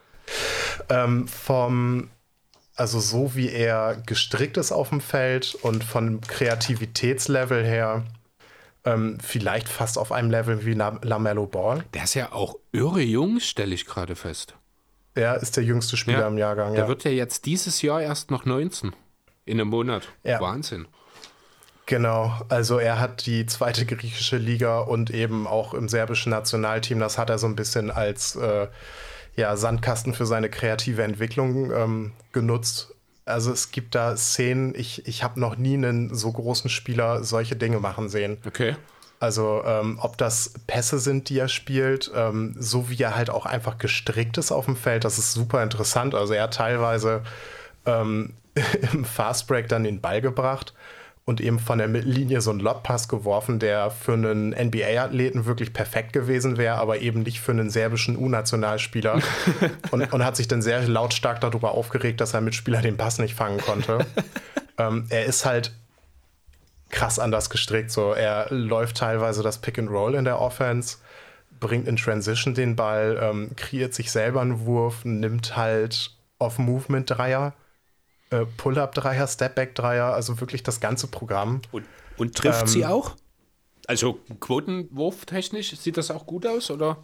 Also so wie er gestrickt ist auf dem Feld und von Kreativitätslevel her vielleicht fast auf einem Level wie LaMelo Ball. Der ist ja auch irre jung, stelle ich gerade fest. Er ist der jüngste Spieler im Jahrgang. Der wird ja jetzt dieses Jahr erst noch 19. In einem Monat. Ja. Wahnsinn. Genau, also er hat die zweite griechische Liga und eben auch im serbischen Nationalteam, das hat er so ein bisschen als Sandkasten für seine kreative Entwicklung genutzt. Also es gibt da Szenen, ich habe noch nie einen so großen Spieler solche Dinge machen sehen. Okay. Also ob das Pässe sind, die er spielt, so wie er halt auch einfach gestrickt ist auf dem Feld, das ist super interessant. Also er hat teilweise im Fastbreak dann den Ball gebracht und eben von der Mittellinie so einen Lobpass geworfen, der für einen NBA-Athleten wirklich perfekt gewesen wäre, aber eben nicht für einen serbischen U-Nationalspieler. und hat sich dann sehr lautstark darüber aufgeregt, dass sein Mitspieler den Pass nicht fangen konnte. Er ist halt krass anders gestrickt. So, er läuft teilweise das Pick and Roll in der Offense, bringt in Transition den Ball, kreiert sich selber einen Wurf, nimmt halt Off-Movement-Dreier, Pull-Up-Dreier, Step-Back-Dreier, also wirklich das ganze Programm. Und trifft sie auch? Also Quotenwurftechnisch, sieht das auch gut aus, oder?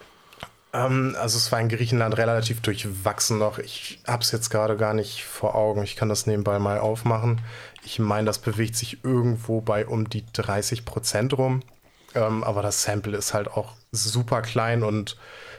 Also es war in Griechenland relativ durchwachsen noch. Ich habe es jetzt gerade gar nicht vor Augen. Ich kann das nebenbei mal aufmachen. Ich meine, das bewegt sich irgendwo bei um die 30% rum. Aber das Sample ist halt auch super klein und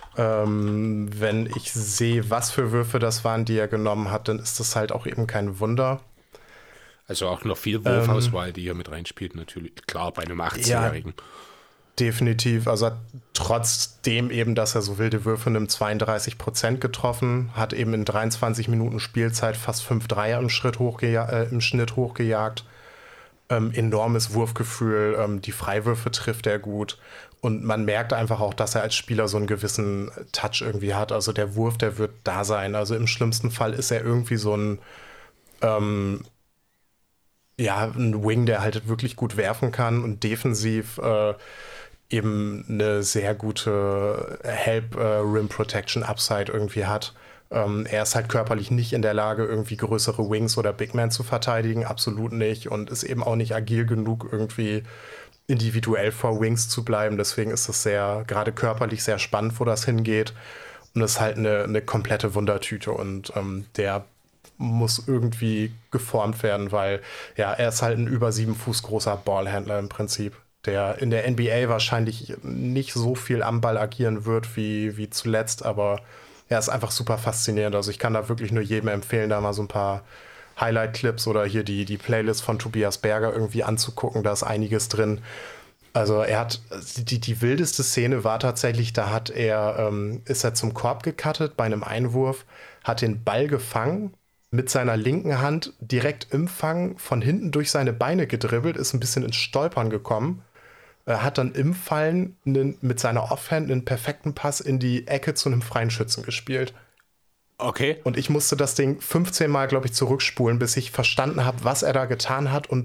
wenn ich sehe, was für Würfe das waren, die er genommen hat, dann ist das halt auch eben kein Wunder. Also auch noch viel Wurfauswahl, die hier mit reinspielt, natürlich. Klar, bei einem 18-Jährigen. Ja, definitiv. Also trotzdem eben, dass er so wilde Würfe nimmt, 32% getroffen, hat eben in 23 Minuten Spielzeit fast 5 Dreier im Schnitt hochgejagt. Enormes Wurfgefühl, die Freiwürfe trifft er gut. Und man merkt einfach auch, dass er als Spieler so einen gewissen Touch irgendwie hat. Also der Wurf, der wird da sein. Also im schlimmsten Fall ist er irgendwie so ein ein Wing, der halt wirklich gut werfen kann und defensiv eben eine sehr gute Help-Rim-Protection-Upside irgendwie hat. Er ist halt körperlich nicht in der Lage, irgendwie größere Wings oder Big Men zu verteidigen, absolut nicht. Und ist eben auch nicht agil genug, irgendwie individuell vor Wings zu bleiben. Deswegen ist es gerade körperlich sehr spannend, wo das hingeht. Und es ist halt eine komplette Wundertüte. Und der muss irgendwie geformt werden, weil er ist halt ein über 7 Fuß großer Ballhändler im Prinzip, der in der NBA wahrscheinlich nicht so viel am Ball agieren wird wie zuletzt, aber er ist einfach super faszinierend. Also ich kann da wirklich nur jedem empfehlen, da mal so ein paar Highlight-Clips oder hier die Playlist von Tobias Berger irgendwie anzugucken. Da ist einiges drin. Also er hat die wildeste Szene war tatsächlich, da ist er zum Korb gecuttet bei einem Einwurf, hat den Ball gefangen, mit seiner linken Hand direkt im Fang von hinten durch seine Beine gedribbelt, ist ein bisschen ins Stolpern gekommen, hat dann im Fallen mit seiner Offhand einen perfekten Pass in die Ecke zu einem freien Schützen gespielt. Okay. Und ich musste das Ding 15 Mal, glaube ich, zurückspulen, bis ich verstanden habe, was er da getan hat und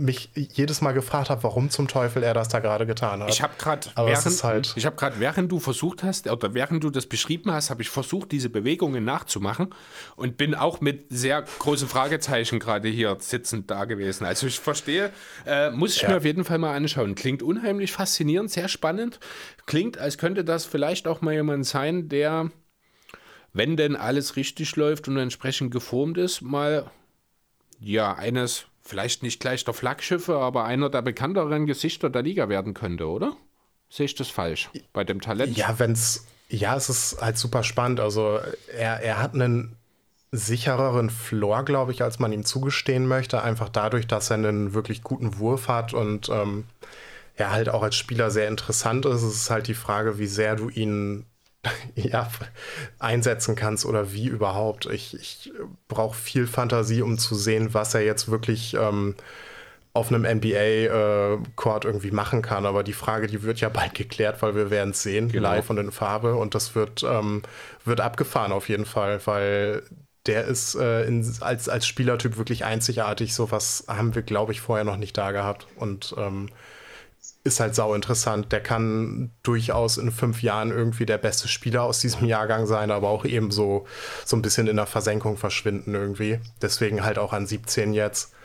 mich jedes Mal gefragt habe, warum zum Teufel er das da gerade getan hat. Ich habe gerade, während du versucht hast, oder während du das beschrieben hast, habe ich versucht, diese Bewegungen nachzumachen und bin auch mit sehr großen Fragezeichen gerade hier sitzend da gewesen. Also ich verstehe, muss ich mir auf jeden Fall mal anschauen. Klingt unheimlich faszinierend, sehr spannend. Klingt, als könnte das vielleicht auch mal jemand sein, der, wenn denn alles richtig läuft und entsprechend geformt ist, mal eines, vielleicht nicht gleich der Flaggschiffe, aber einer der bekannteren Gesichter der Liga werden könnte, oder? Sehe ich das falsch bei dem Talent? Es ist halt super spannend. Also er hat einen sichereren Floor, glaube ich, als man ihm zugestehen möchte. Einfach dadurch, dass er einen wirklich guten Wurf hat und er halt auch als Spieler sehr interessant ist. Es ist halt die Frage, wie sehr du ihn einsetzen kannst oder wie überhaupt. Ich brauche viel Fantasie, um zu sehen, was er jetzt wirklich auf einem NBA-Court irgendwie machen kann. Aber die Frage, die wird ja bald geklärt, weil wir werden es sehen, live und in Farbe. Und das wird abgefahren auf jeden Fall, weil der ist als Spielertyp wirklich einzigartig. Sowas haben wir, glaube ich, vorher noch nicht da gehabt. Und ist halt sau interessant. Der kann durchaus in 5 Jahren irgendwie der beste Spieler aus diesem Jahrgang sein, aber auch eben so ein bisschen in der Versenkung verschwinden irgendwie. Deswegen halt auch an 17 jetzt.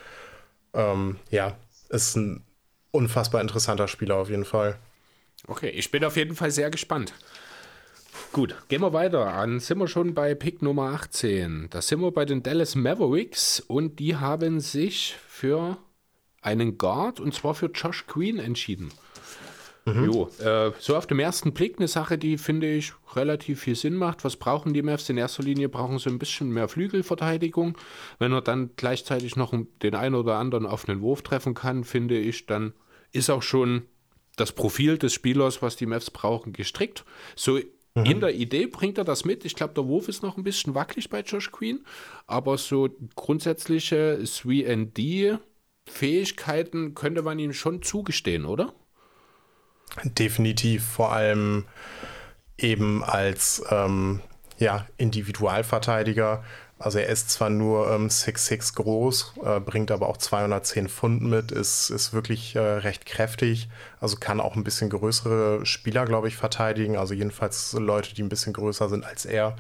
Ist ein unfassbar interessanter Spieler auf jeden Fall. Okay, ich bin auf jeden Fall sehr gespannt. Gut, gehen wir weiter. Dann sind wir schon bei Pick Nummer 18. Da sind wir bei den Dallas Mavericks und die haben sich für einen Guard, und zwar für Josh Green, entschieden. So auf dem ersten Blick eine Sache, die, finde ich, relativ viel Sinn macht. Was brauchen die Mavs? In erster Linie brauchen sie ein bisschen mehr Flügelverteidigung. Wenn er dann gleichzeitig noch den einen oder anderen auf einen Wurf treffen kann, finde ich, dann ist auch schon das Profil des Spielers, was die Mavs brauchen, gestrickt. So in der Idee bringt er das mit. Ich glaube, der Wurf ist noch ein bisschen wackelig bei Josh Green, aber so grundsätzliche 3&D Fähigkeiten könnte man ihm schon zugestehen, oder? Definitiv, vor allem eben als Individualverteidiger. Also er ist zwar nur 6'6 groß, bringt aber auch 210 Pfund mit, ist wirklich recht kräftig, also kann auch ein bisschen größere Spieler, glaube ich, verteidigen, also jedenfalls Leute, die ein bisschen größer sind als er.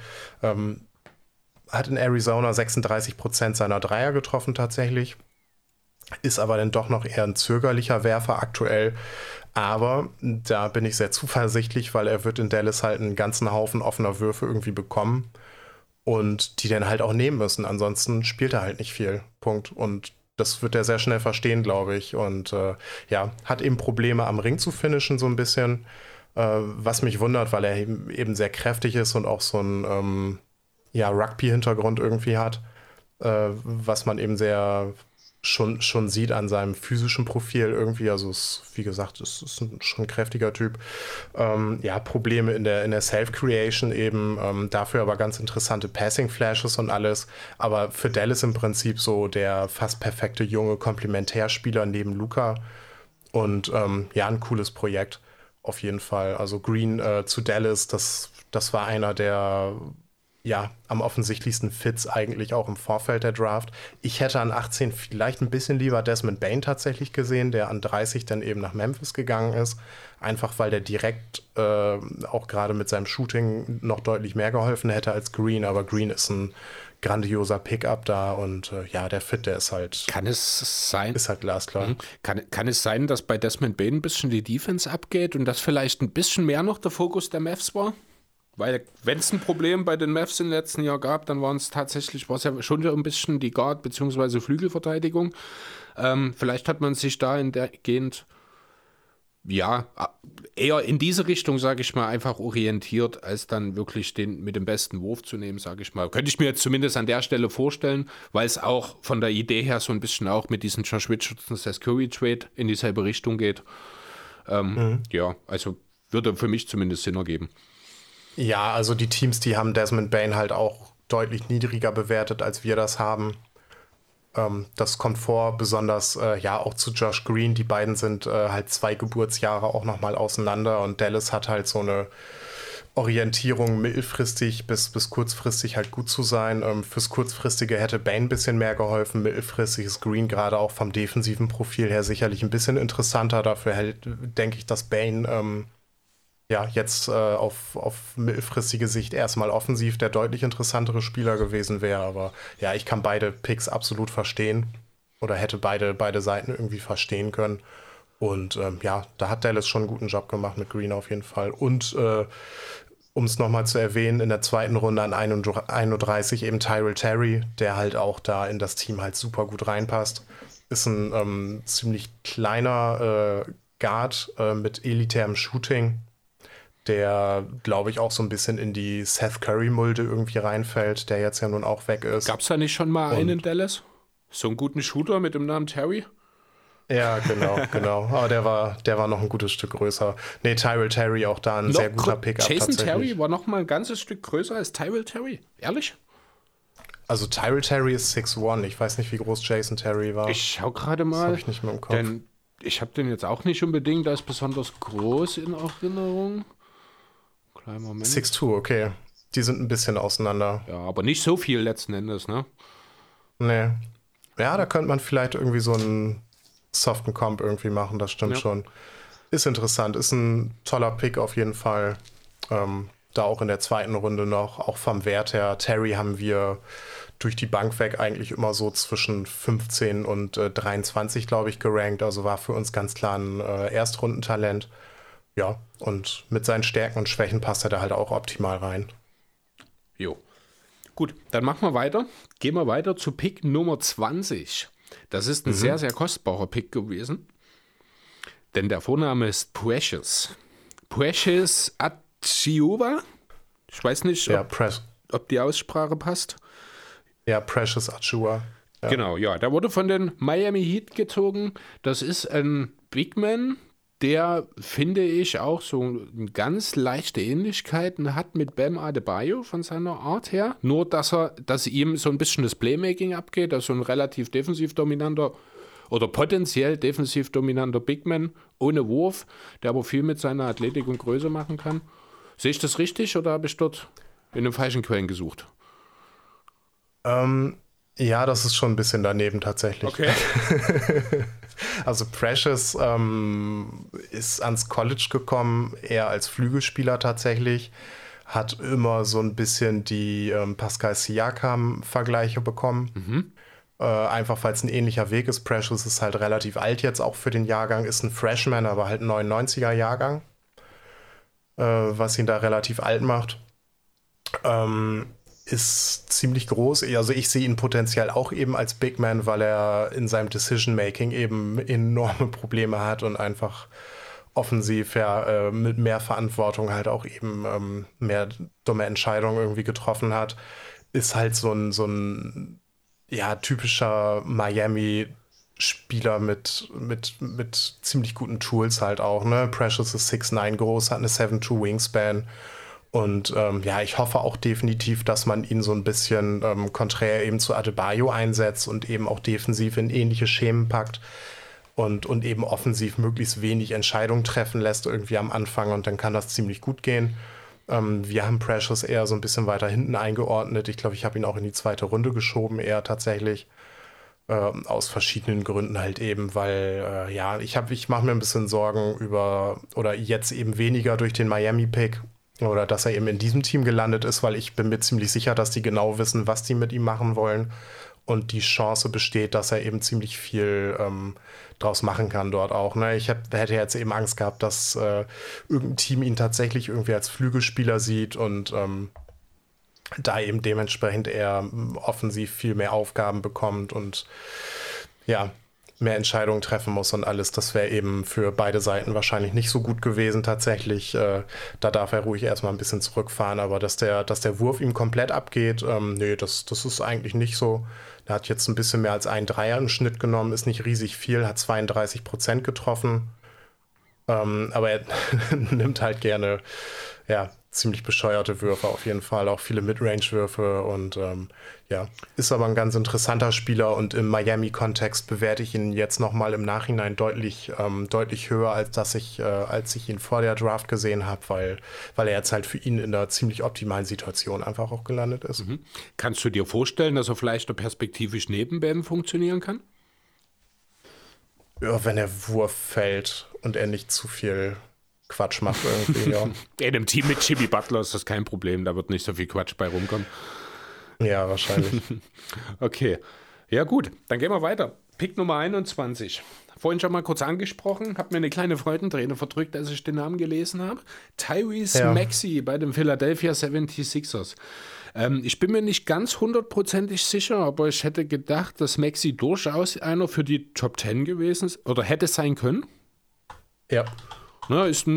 Hat in Arizona 36% seiner Dreier getroffen tatsächlich. Ist aber dann doch noch eher ein zögerlicher Werfer aktuell. Aber da bin ich sehr zuversichtlich, weil er wird in Dallas halt einen ganzen Haufen offener Würfe irgendwie bekommen und die dann halt auch nehmen müssen. Ansonsten spielt er halt nicht viel. Punkt. Und das wird er sehr schnell verstehen, glaube ich. Und hat eben Probleme am Ring zu finishen so ein bisschen. Was mich wundert, weil er eben sehr kräftig ist und auch so einen Rugby-Hintergrund irgendwie hat. Was man eben sehr schon sieht an seinem physischen Profil irgendwie, also wie gesagt, es ist schon ein kräftiger Typ. Probleme in der Self-Creation eben, dafür aber ganz interessante Passing-Flashes und alles, aber für Dallas im Prinzip so der fast perfekte junge Komplementärspieler neben Luka und ein cooles Projekt auf jeden Fall. Also Green zu Dallas, das war einer der am offensichtlichsten Fits eigentlich auch im Vorfeld der Draft. Ich hätte an 18 vielleicht ein bisschen lieber Desmond Bane tatsächlich gesehen, der an 30 dann eben nach Memphis gegangen ist. Einfach weil der direkt auch gerade mit seinem Shooting noch deutlich mehr geholfen hätte als Green. Aber Green ist ein grandioser Pickup da und der Fit, der ist halt... Ist halt glasklar. Kann es sein, dass bei Desmond Bane ein bisschen die Defense abgeht und das vielleicht ein bisschen mehr noch der Fokus der Mavs war? Weil, wenn es ein Problem bei den Mavs im letzten Jahr gab, dann war es ja schon ein bisschen die Guard- bzw. Flügelverteidigung. Vielleicht hat man sich da eher in diese Richtung, sage ich mal, einfach orientiert, als dann wirklich den mit dem besten Wurf zu nehmen, sage ich mal. Könnte ich mir jetzt zumindest an der Stelle vorstellen, weil es auch von der Idee her so ein bisschen auch mit diesem Josh Richardson-Seth Curry-Trade in dieselbe Richtung geht. Also würde für mich zumindest Sinn ergeben. Ja, also die Teams, die haben Desmond Bane halt auch deutlich niedriger bewertet, als wir das haben. Das kommt vor, besonders auch zu Josh Green. Die beiden sind halt 2 Geburtsjahre auch nochmal auseinander und Dallas hat halt so eine Orientierung mittelfristig bis kurzfristig halt gut zu sein. Fürs Kurzfristige hätte Bane ein bisschen mehr geholfen. Mittelfristig ist Green gerade auch vom defensiven Profil her sicherlich ein bisschen interessanter. Dafür denke ich, dass Bane jetzt auf mittelfristige Sicht erstmal offensiv der deutlich interessantere Spieler gewesen wäre. Aber ja, ich kann beide Picks absolut verstehen oder hätte beide Seiten irgendwie verstehen können. Und da hat Dallas schon einen guten Job gemacht mit Green auf jeden Fall. Und um es nochmal zu erwähnen, in der zweiten Runde an 31 eben Tyrell Terry, der halt auch da in das Team halt super gut reinpasst. Ist ein ziemlich kleiner Guard mit elitärem Shooting, der, glaube ich, auch so ein bisschen in die Seth Curry-Mulde irgendwie reinfällt, der jetzt ja nun auch weg ist. Gab es da nicht schon mal einen in Dallas? So einen guten Shooter mit dem Namen Terry? Ja, genau. Aber der war noch ein gutes Stück größer. Nee, Tyrell Terry auch da ein sehr guter Pickup Jason tatsächlich. Terry war noch mal ein ganzes Stück größer als Tyrell Terry? Ehrlich? Also Tyrell Terry ist 6'1". Ich weiß nicht, wie groß Jason Terry war. Ich schau gerade mal. Das habe ich nicht mehr im Kopf. Denn ich habe den jetzt auch nicht unbedingt als besonders groß in Erinnerung. Kleinen Moment. 6'2", okay. Die sind ein bisschen auseinander. Ja, aber nicht so viel letzten Endes, ne? Nee. Ja, da könnte man vielleicht irgendwie so einen soften Comp irgendwie machen, das stimmt schon. Ist interessant, ist ein toller Pick auf jeden Fall. Da auch in der zweiten Runde noch, auch vom Wert her. Terry haben wir durch die Bank weg eigentlich immer so zwischen 15 und 23, glaube ich, gerankt. Also war für uns ganz klar ein Erstrundentalent. Ja, und mit seinen Stärken und Schwächen passt er da halt auch optimal rein. Jo. Gut, dann machen wir weiter. Gehen wir weiter zu Pick Nummer 20. Das ist ein sehr, sehr kostbarer Pick gewesen. Denn der Vorname ist Precious. Precious Achiuwa. Ich weiß nicht, ob die Aussprache passt. Ja, Precious Achiuwa. Ja. Genau, ja. Der wurde von den Miami Heat gezogen. Das ist ein Big Man, der, finde ich, auch so eine ganz leichte Ähnlichkeiten hat mit Bam Adebayo von seiner Art her. Nur, dass ihm so ein bisschen das Playmaking abgeht, dass so ein relativ defensiv dominanter oder potenziell defensiv dominanter Big Man ohne Wurf, der aber viel mit seiner Athletik und Größe machen kann. Sehe ich das richtig oder habe ich dort in den falschen Quellen gesucht? Ja, das ist schon ein bisschen daneben tatsächlich. Okay. Also Precious ist ans College gekommen, eher als Flügelspieler tatsächlich. Hat immer so ein bisschen die Pascal Siakam-Vergleiche bekommen. Einfach weil es ein ähnlicher Weg ist. Precious ist halt relativ alt jetzt auch für den Jahrgang, ist ein Freshman, aber halt ein 99er Jahrgang, was ihn da relativ alt macht. Ist ziemlich groß. Also ich sehe ihn potenziell auch eben als Big Man, weil er in seinem Decision-Making eben enorme Probleme hat und einfach offensiv mit mehr Verantwortung halt auch eben mehr dumme Entscheidungen irgendwie getroffen hat. Ist halt so ein typischer Miami-Spieler mit ziemlich guten Tools halt auch. Ne? Precious ist 6'9" groß, hat eine 7'2" Wingspan. Und ich hoffe auch definitiv, dass man ihn so ein bisschen konträr eben zu Adebayo einsetzt und eben auch defensiv in ähnliche Schemen packt und eben offensiv möglichst wenig Entscheidungen treffen lässt irgendwie am Anfang und dann kann das ziemlich gut gehen. Wir haben Precious eher so ein bisschen weiter hinten eingeordnet. Ich glaube, ich habe ihn auch in die zweite Runde geschoben, eher tatsächlich. Aus verschiedenen Gründen halt eben, weil ich mache mir ein bisschen Sorgen oder jetzt eben weniger durch den Miami-Pick, oder dass er eben in diesem Team gelandet ist, weil ich bin mir ziemlich sicher, dass die genau wissen, was die mit ihm machen wollen. Und die Chance besteht, dass er eben ziemlich viel draus machen kann dort auch. Ne? Ich hätte jetzt eben Angst gehabt, dass irgendein Team ihn tatsächlich irgendwie als Flügelspieler sieht und da eben dementsprechend er offensiv viel mehr Aufgaben bekommt und mehr Entscheidungen treffen muss und alles. Das wäre eben für beide Seiten wahrscheinlich nicht so gut gewesen tatsächlich. Da darf er ruhig erstmal ein bisschen zurückfahren, aber dass der Wurf ihm komplett abgeht, das ist eigentlich nicht so. Er hat jetzt ein bisschen mehr als einen Dreier im Schnitt genommen, ist nicht riesig viel, hat 32% getroffen. Aber er nimmt halt gerne ziemlich bescheuerte Würfe auf jeden Fall, auch viele Midrange-Würfe und ist aber ein ganz interessanter Spieler und im Miami-Kontext bewerte ich ihn jetzt nochmal im Nachhinein deutlich höher, als ich ihn vor der Draft gesehen habe, weil er jetzt halt für ihn in einer ziemlich optimalen Situation einfach auch gelandet ist. Mhm. Kannst du dir vorstellen, dass er vielleicht perspektivisch neben Ben funktionieren kann? Ja, wenn der Wurf fällt und er nicht zu viel Quatsch macht irgendwie, ja. In einem Team mit Jimmy Butler ist das kein Problem, da wird nicht so viel Quatsch bei rumkommen. Ja, wahrscheinlich. Okay, ja gut, dann gehen wir weiter. Pick Nummer 21. Vorhin schon mal kurz angesprochen, habe mir eine kleine Freudenträne verdrückt, als ich den Namen gelesen habe. Tyrese Maxey bei den Philadelphia 76ers. Ich bin mir nicht ganz hundertprozentig sicher, aber ich hätte gedacht, dass Maxey durchaus einer für die Top 10 gewesen ist oder hätte sein können. Ja. Na, ist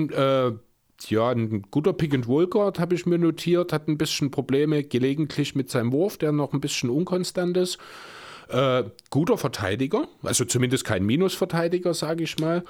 ein guter Pick-and-Roll-Guard, habe ich mir notiert, hat ein bisschen Probleme gelegentlich mit seinem Wurf, der noch ein bisschen unkonstant ist. Guter Verteidiger, also zumindest kein Minusverteidiger, sage ich mal.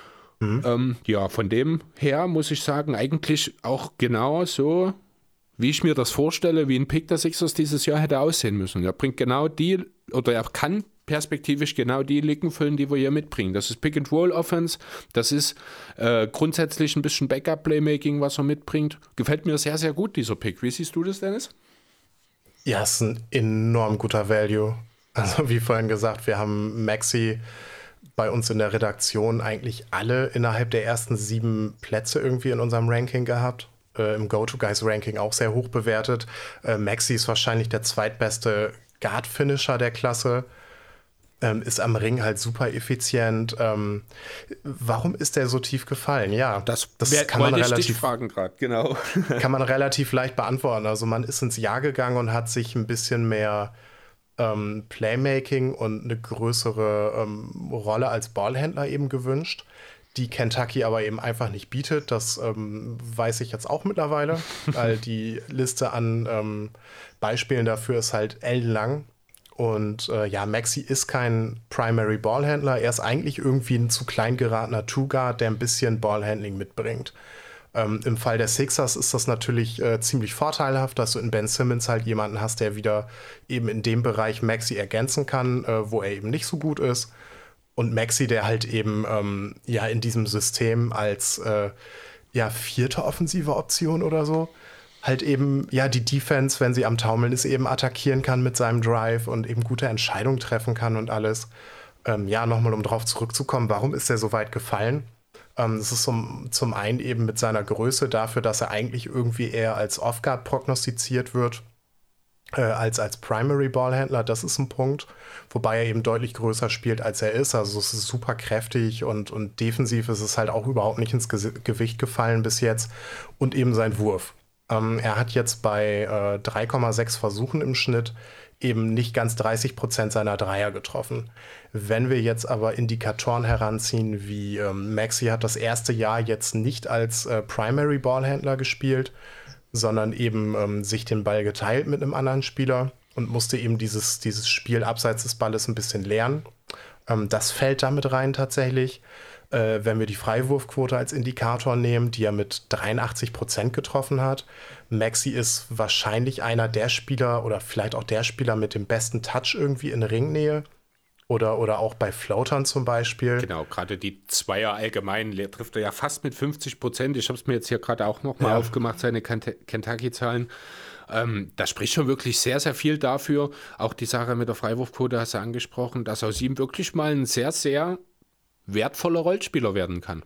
Von dem her muss ich sagen, eigentlich auch genau so, wie ich mir das vorstelle, wie ein Pick der Sixers dieses Jahr hätte aussehen müssen. Er bringt genau die, oder er kann perspektivisch genau die Lücken füllen, die wir hier mitbringen. Das ist Pick-and-Roll-Offense, das ist grundsätzlich ein bisschen Backup-Playmaking, was er mitbringt. Gefällt mir sehr, sehr gut, dieser Pick. Wie siehst du das, Dennis? Ja, es ist ein enorm guter Value. Also wie vorhin gesagt, wir haben Maxey bei uns in der Redaktion eigentlich alle innerhalb der ersten 7 Plätze irgendwie in unserem Ranking gehabt. Im Go-To-Guys-Ranking auch sehr hoch bewertet. Maxey ist wahrscheinlich der zweitbeste Guard-Finisher der Klasse. Ist am Ring halt super effizient. Warum ist der so tief gefallen? Ja, das kann man relativ fragen gerade, genau. Kann man relativ leicht beantworten. Also man ist ins Jahr gegangen und hat sich ein bisschen mehr Playmaking und eine größere Rolle als Ballhändler eben gewünscht, die Kentucky aber eben einfach nicht bietet. Das weiß ich jetzt auch mittlerweile, weil die Liste an Beispielen dafür ist halt ellenlang. Und Maxey ist kein Primary Ballhändler. Er ist eigentlich irgendwie ein zu klein geratener Two-Guard, der ein bisschen Ballhandling mitbringt. Im Fall der Sixers ist das natürlich ziemlich vorteilhaft, dass du in Ben Simmons halt jemanden hast, der wieder eben in dem Bereich Maxey ergänzen kann, wo er eben nicht so gut ist. Und Maxey, der halt eben in diesem System als 4. offensive Option oder so halt eben, die Defense, wenn sie am Taumeln ist, eben attackieren kann mit seinem Drive und eben gute Entscheidungen treffen kann und alles. Nochmal, um drauf zurückzukommen, warum ist er so weit gefallen? Das ist zum einen eben mit seiner Größe dafür, dass er eigentlich irgendwie eher als Off-Guard prognostiziert wird, als Primary Ballhändler. Das ist ein Punkt, wobei er eben deutlich größer spielt, als er ist. Also es ist super kräftig und defensiv ist es halt auch überhaupt nicht ins Gewicht gefallen bis jetzt. Und eben sein Wurf. Er hat jetzt bei 3,6 Versuchen im Schnitt eben nicht ganz 30% seiner Dreier getroffen. Wenn wir jetzt aber Indikatoren heranziehen, wie Maxey hat das erste Jahr jetzt nicht als Primary Ballhändler gespielt, sondern eben sich den Ball geteilt mit einem anderen Spieler und musste eben dieses Spiel abseits des Balles ein bisschen lernen. Das fällt damit rein tatsächlich. Wenn wir die Freiwurfquote als Indikator nehmen, die er mit 83% getroffen hat. Maxey ist wahrscheinlich einer der Spieler oder vielleicht auch der Spieler mit dem besten Touch irgendwie in Ringnähe oder auch bei Floatern zum Beispiel. Genau, gerade die Zweier allgemein trifft er ja fast mit 50%. Ich habe es mir jetzt hier gerade auch nochmal aufgemacht, seine Kentucky-Zahlen. Das spricht schon wirklich sehr, sehr viel dafür. Auch die Sache mit der Freiwurfquote hast du angesprochen, dass aus ihm wirklich mal ein sehr, sehr wertvoller Rollspieler werden kann.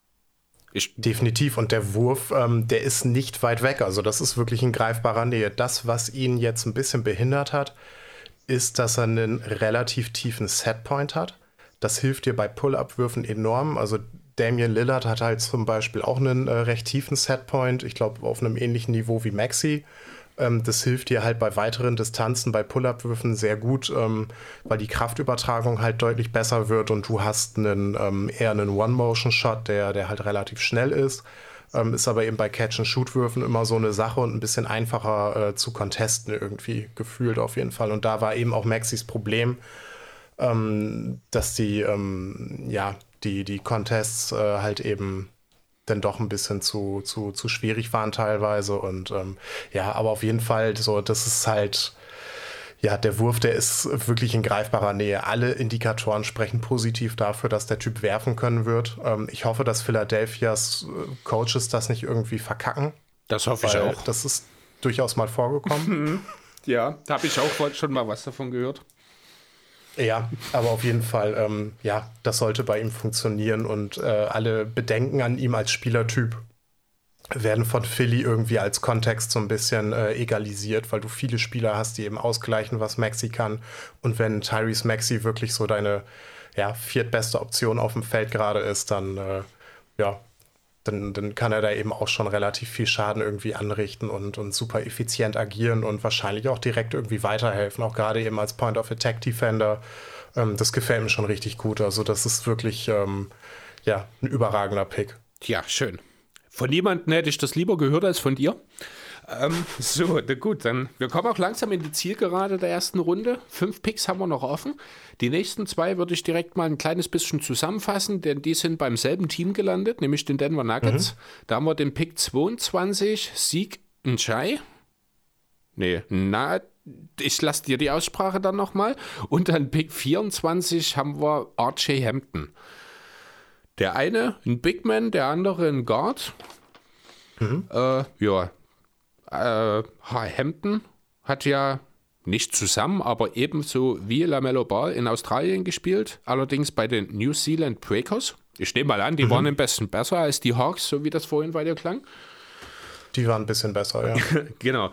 Definitiv. Und der Wurf, der ist nicht weit weg. Also das ist wirklich in greifbarer Nähe. Das, was ihn jetzt ein bisschen behindert hat, ist, dass er einen relativ tiefen Setpoint hat. Das hilft dir bei Pull-Up-Würfen enorm. Also Damian Lillard hat halt zum Beispiel auch einen recht tiefen Setpoint. Ich glaube, auf einem ähnlichen Niveau wie Maxey. Das hilft dir halt bei weiteren Distanzen, bei Pull-Up-Würfen sehr gut, weil die Kraftübertragung halt deutlich besser wird und du hast eher einen One-Motion-Shot, der halt relativ schnell ist. Ist aber eben bei Catch-and-Shoot-Würfen immer so eine Sache und ein bisschen einfacher zu contesten irgendwie, gefühlt auf jeden Fall. Und da war eben auch Maxeys Problem, dass die Contests halt eben dann doch ein bisschen zu schwierig waren teilweise. Und ja, aber auf jeden Fall so, das ist halt, ja, der Wurf, der ist wirklich in greifbarer Nähe. Alle Indikatoren sprechen positiv dafür, dass der Typ werfen können wird. Ich hoffe, dass Philadelphias Coaches das nicht irgendwie verkacken. Das hoffe ich auch. Das ist durchaus mal vorgekommen. Ja, da habe ich auch schon mal was davon gehört. Ja, aber auf jeden Fall, ja, das sollte bei ihm funktionieren und alle Bedenken an ihm als Spielertyp werden von Philly irgendwie als Kontext so ein bisschen egalisiert, weil du viele Spieler hast, die eben ausgleichen, was Maxey kann. Und wenn Tyrese Maxey wirklich so deine viertbeste Option auf dem Feld gerade ist, dann dann kann er da eben auch schon relativ viel Schaden irgendwie anrichten und super effizient agieren und wahrscheinlich auch direkt irgendwie weiterhelfen, auch gerade eben als Point-of-Attack-Defender. Das gefällt mir schon richtig gut. Also das ist wirklich ein überragender Pick. Ja, schön. Von jemandem hätte ich das lieber gehört als von dir. So, na gut, dann wir kommen auch langsam in die Zielgerade der ersten Runde. 5 Picks haben wir noch offen. Die nächsten 2 würde ich direkt mal ein kleines bisschen zusammenfassen, denn die sind beim selben Team gelandet, nämlich den Denver Nuggets. Da haben wir den Pick 22, Zeke Njai. Ich lasse dir die Aussprache dann nochmal. Und dann Pick 24 haben wir RJ Hampton. Der eine ein Big Man, der andere ein Guard. Hampton hat ja nicht zusammen, aber ebenso wie LaMelo Ball in Australien gespielt, allerdings bei den New Zealand Breakers. Ich nehme mal an, die waren am besten besser als die Hawks, so wie das vorhin bei dir klang. Die waren ein bisschen besser, ja. Genau.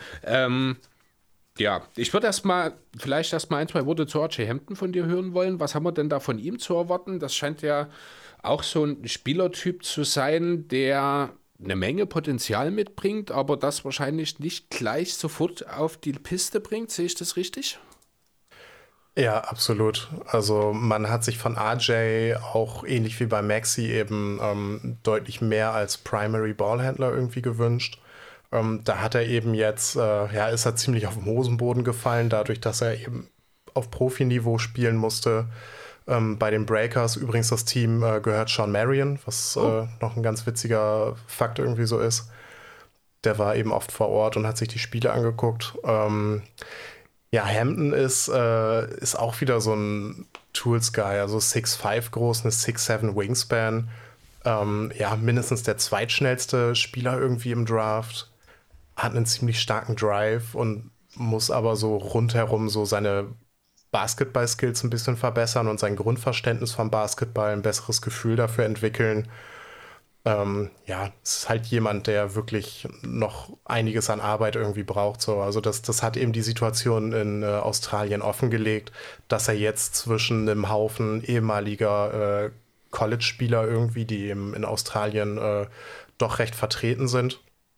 Ich würde vielleicht erstmal 1, 2 Worte zu RJ Hampton von dir hören wollen. Was haben wir denn da von ihm zu erwarten? Das scheint ja auch so ein Spielertyp zu sein, der eine Menge Potenzial mitbringt, aber das wahrscheinlich nicht gleich sofort auf die Piste bringt. Sehe ich das richtig? Ja, absolut. Also man hat sich von RJ auch ähnlich wie bei Maxey eben deutlich mehr als Primary Ballhändler irgendwie gewünscht. Da hat er eben jetzt, ist er ziemlich auf den Hosenboden gefallen, dadurch, dass er eben auf Profiniveau spielen musste. Bei den Breakers übrigens das Team gehört Sean Marion, was noch ein ganz witziger Fakt irgendwie so ist. Der war eben oft vor Ort und hat sich die Spiele angeguckt. Hampton ist auch wieder so ein Tools-Guy, also 6'5 groß, eine 6'7 Wingspan. Mindestens der zweitschnellste Spieler irgendwie im Draft. Hat einen ziemlich starken Drive und muss aber so rundherum so seine Basketball-Skills ein bisschen verbessern und sein Grundverständnis vom Basketball, ein besseres Gefühl dafür entwickeln. Es ist halt jemand, der wirklich noch einiges an Arbeit irgendwie braucht. So. Also das hat eben die Situation in Australien offengelegt, dass er jetzt zwischen einem Haufen ehemaliger College-Spieler irgendwie, die eben in Australien doch recht vertreten sind,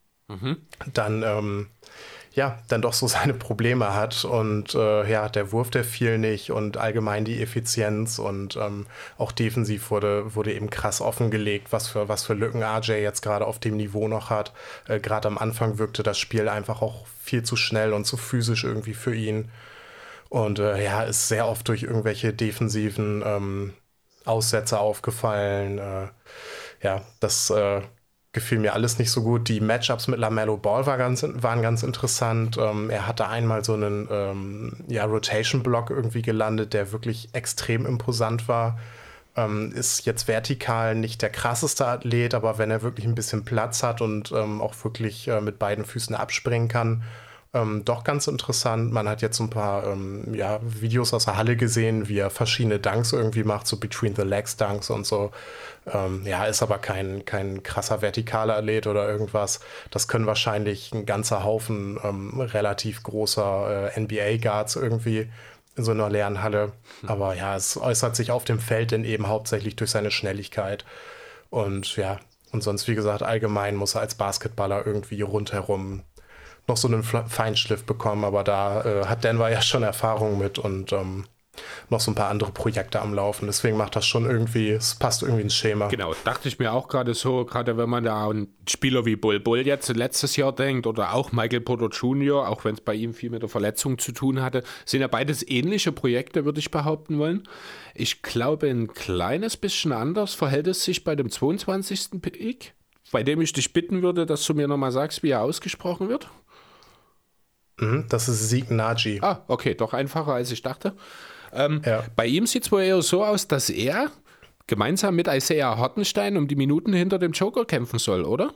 dann doch so seine Probleme hat und der Wurf, der fiel nicht und allgemein die Effizienz und auch defensiv wurde eben krass offengelegt, was für Lücken RJ jetzt gerade auf dem Niveau noch hat. Gerade am Anfang wirkte das Spiel einfach auch viel zu schnell und zu physisch irgendwie für ihn und ist sehr oft durch irgendwelche defensiven Aussätze aufgefallen. Das gefiel mir alles nicht so gut. Die Matchups mit LaMelo Ball waren ganz interessant. Er hatte einmal so einen Rotation-Block irgendwie gelandet, der wirklich extrem imposant war. Ist jetzt vertikal nicht der krasseste Athlet, aber wenn er wirklich ein bisschen Platz hat und auch wirklich mit beiden Füßen abspringen kann, doch ganz interessant. Man hat jetzt ein paar Videos aus der Halle gesehen, wie er verschiedene Dunks irgendwie macht, so Between-the-Legs-Dunks und so. Ist aber kein krasser vertikaler Athlet oder irgendwas. Das können wahrscheinlich ein ganzer Haufen relativ großer NBA-Guards irgendwie in so einer leeren Halle. Aber es äußert sich auf dem Feld dann eben hauptsächlich durch seine Schnelligkeit. Und sonst, wie gesagt, allgemein muss er als Basketballer irgendwie rundherum noch so einen Feinschliff bekommen, aber da hat Denver ja schon Erfahrung mit und noch so ein paar andere Projekte am Laufen. Deswegen macht das schon irgendwie, es passt irgendwie ins Schema. Genau, dachte ich mir auch gerade so, gerade wenn man da an Spieler wie Bol Bol jetzt letztes Jahr denkt oder auch Michael Porter Jr., auch wenn es bei ihm viel mit der Verletzung zu tun hatte, sind ja beides ähnliche Projekte, würde ich behaupten wollen. Ich glaube, ein kleines bisschen anders verhält es sich bei dem 22. Pick. bei dem ich dich bitten würde, dass du mir nochmal sagst, wie er ausgesprochen wird? Das ist Sieg Nagy. Ah, okay, doch einfacher, als ich dachte. Ja. Bei ihm sieht es wohl eher so aus, dass er gemeinsam mit Isaiah Hartenstein um die Minuten hinter dem Joker kämpfen soll, oder?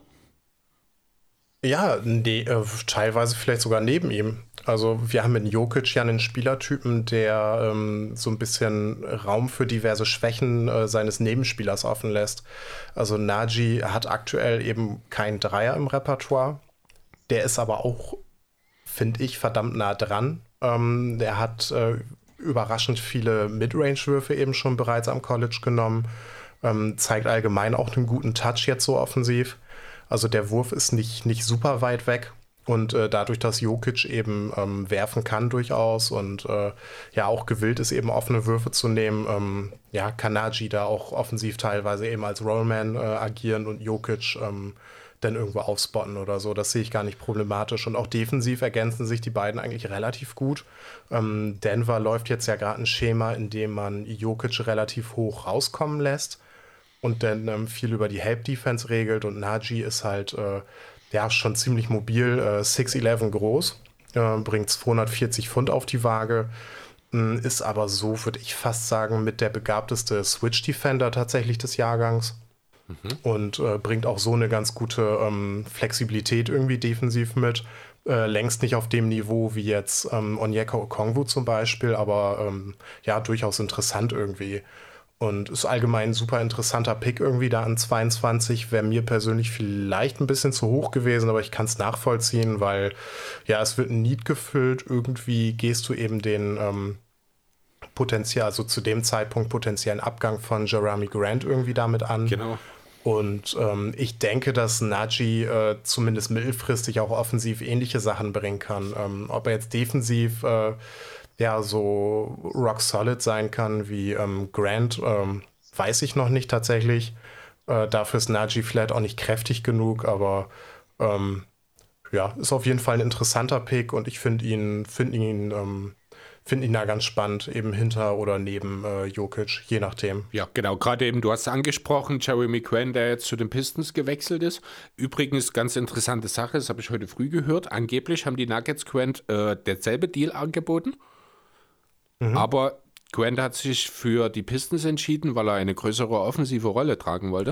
Ja, nee, teilweise vielleicht sogar neben ihm. Also wir haben mit Jokic ja einen Spielertypen, der so ein bisschen Raum für diverse Schwächen seines Nebenspielers offen lässt. Also Nagy hat aktuell eben keinen Dreier im Repertoire. Der ist aber auch, finde ich, verdammt nah dran. Der hat überraschend viele Midrange-Würfe eben schon bereits am College genommen. Zeigt allgemein auch einen guten Touch jetzt so offensiv. Also der Wurf ist nicht super weit weg und dadurch, dass Jokic eben werfen kann durchaus und ja auch gewillt ist, eben offene Würfe zu nehmen, ja, kann Nagy da auch offensiv teilweise eben als Rollman agieren und Jokic dann irgendwo aufspotten oder so. Das sehe ich gar nicht problematisch. Und auch defensiv ergänzen sich die beiden eigentlich relativ gut. Denver läuft jetzt ja gerade ein Schema, in dem man Jokic relativ hoch rauskommen lässt und dann viel über die Help-Defense regelt. Und Nagy ist halt ja schon ziemlich mobil, 6'11 groß, bringt 240 Pfund auf die Waage, ist aber so, würde ich fast sagen, mit der begabteste Switch-Defender tatsächlich des Jahrgangs. Und bringt auch so eine ganz gute Flexibilität irgendwie defensiv mit. Längst nicht auf dem Niveau wie jetzt Onyeka Okongwu zum Beispiel, aber ja, durchaus interessant irgendwie. Und ist allgemein ein super interessanter Pick irgendwie da an 22. Wäre mir persönlich vielleicht ein bisschen zu hoch gewesen, aber ich kann es nachvollziehen, weil ja, es wird ein Need gefüllt. Irgendwie gehst du eben den Potenzial, also zu dem Zeitpunkt potenziellen Abgang von Jeremy Grant irgendwie damit an. Genau. Und ich denke, dass Nagy zumindest mittelfristig auch offensiv ähnliche Sachen bringen kann. Ob er jetzt defensiv ja so rock solid sein kann wie Grant, weiß ich noch nicht tatsächlich. Dafür ist Nagy vielleicht auch nicht kräftig genug, aber ja, ist auf jeden Fall ein interessanter Pick und ich finde ihn da ganz spannend, eben hinter oder neben Jokic, je nachdem. Ja, genau. Gerade eben, du hast angesprochen, Jeremy Grant, der jetzt zu den Pistons gewechselt ist. Übrigens, ganz interessante Sache, das habe ich heute früh gehört. Angeblich haben die Nuggets Grant derselbe Deal angeboten. Aber Grant hat sich für die Pistons entschieden, weil er eine größere offensive Rolle tragen wollte.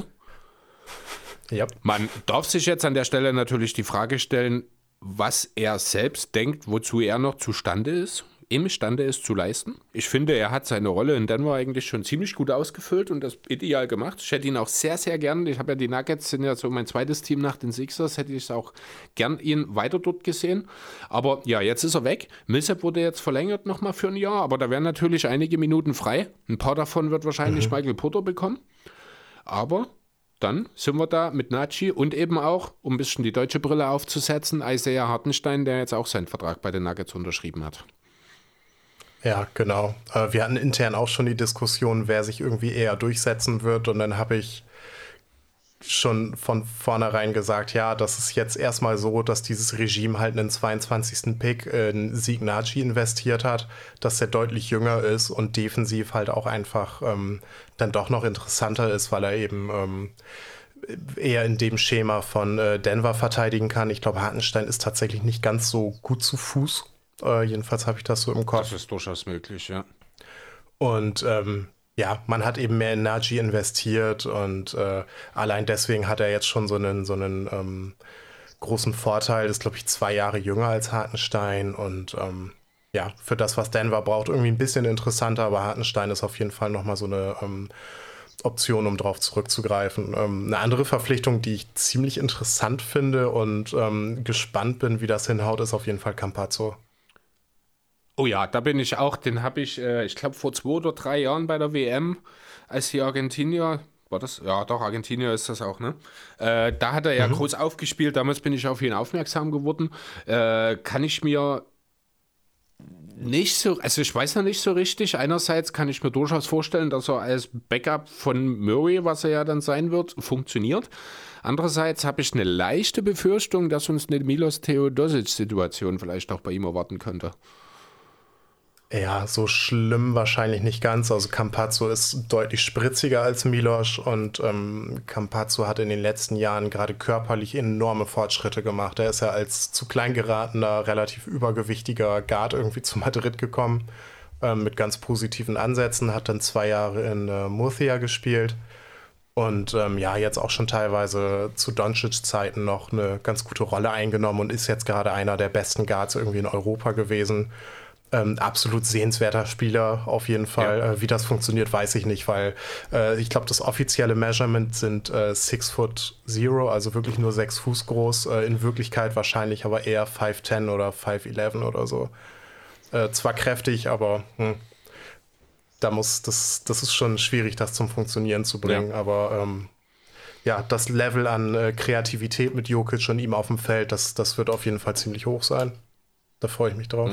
Ja. Man darf sich jetzt an der Stelle natürlich die Frage stellen, was er selbst denkt, wozu er noch imstande ist zu leisten. Ich finde, er hat seine Rolle in Denver eigentlich schon ziemlich gut ausgefüllt und das ideal gemacht. Ich hätte ihn auch sehr, sehr gern, ich habe ja die Nuggets, sind ja so mein zweites Team nach den Sixers, hätte ich auch gern ihn weiter dort gesehen. Aber ja, jetzt ist er weg. Millsap wurde jetzt verlängert nochmal für ein Jahr, aber da wären natürlich einige Minuten frei. Ein paar davon wird wahrscheinlich Michael Porter bekommen. Aber dann sind wir da mit Nagy und eben auch, um ein bisschen die deutsche Brille aufzusetzen, Isaiah Hartenstein, der jetzt auch seinen Vertrag bei den Nuggets unterschrieben hat. Ja, genau. Wir hatten intern auch schon die Diskussion, wer sich irgendwie eher durchsetzen wird. Und dann habe ich schon von vornherein gesagt, ja, das ist jetzt erstmal so, dass dieses Regime halt einen 22. Pick in Sieg Nagy investiert hat, dass der deutlich jünger ist und defensiv halt auch einfach dann doch noch interessanter ist, weil er eben eher in dem Schema von Denver verteidigen kann. Ich glaube, Hartenstein ist tatsächlich nicht ganz so gut zu Fuß. Jedenfalls habe ich das so im Kopf. Das ist durchaus möglich, ja. Und ja, man hat eben mehr in Nagy investiert und allein deswegen hat er jetzt schon so einen großen Vorteil, ist, glaube ich, 2 Jahre jünger als Hartenstein und ja, für das, was Denver braucht, irgendwie ein bisschen interessanter, aber Hartenstein ist auf jeden Fall nochmal so eine Option, um drauf zurückzugreifen. Eine andere Verpflichtung, die ich ziemlich interessant finde und gespannt bin, wie das hinhaut, ist auf jeden Fall Campazzo. Oh ja, da bin ich auch, den habe ich, ich glaube vor 2 oder 3 Jahren bei der WM, als die Argentinier, war das? Ja, doch, Argentinier ist das auch, ne? Da hat er ja groß aufgespielt, damals bin ich auf ihn aufmerksam geworden. Kann ich mir nicht so, also ich weiß noch nicht so richtig, einerseits kann ich mir durchaus vorstellen, dass er als Backup von Murray, was er ja dann sein wird, funktioniert. Andererseits habe ich eine leichte Befürchtung, dass uns eine Milos Teodosic-Situation vielleicht auch bei ihm erwarten könnte. Ja, so schlimm wahrscheinlich nicht ganz. Also Campazzo ist deutlich spritziger als Milos und Campazzo hat in den letzten Jahren gerade körperlich enorme Fortschritte gemacht. Er ist ja als zu klein geratener, relativ übergewichtiger Guard irgendwie zu Madrid gekommen, mit ganz positiven Ansätzen, hat dann 2 Jahre in Murcia gespielt und ja, jetzt auch schon teilweise zu Doncic-Zeiten noch eine ganz gute Rolle eingenommen und ist jetzt gerade einer der besten Guards irgendwie in Europa gewesen. Absolut sehenswerter Spieler auf jeden Fall. Ja. Wie das funktioniert, weiß ich nicht, weil ich glaube, das offizielle Measurement sind 6'0", also wirklich nur 6 Fuß groß. In Wirklichkeit wahrscheinlich aber eher 5'10 oder 5'11 oder so. Zwar kräftig, aber das ist schon schwierig, das zum Funktionieren zu bringen. Ja. Aber ja, das Level an Kreativität mit Jokic und ihm auf dem Feld, das wird auf jeden Fall ziemlich hoch sein. Da freue ich mich drauf.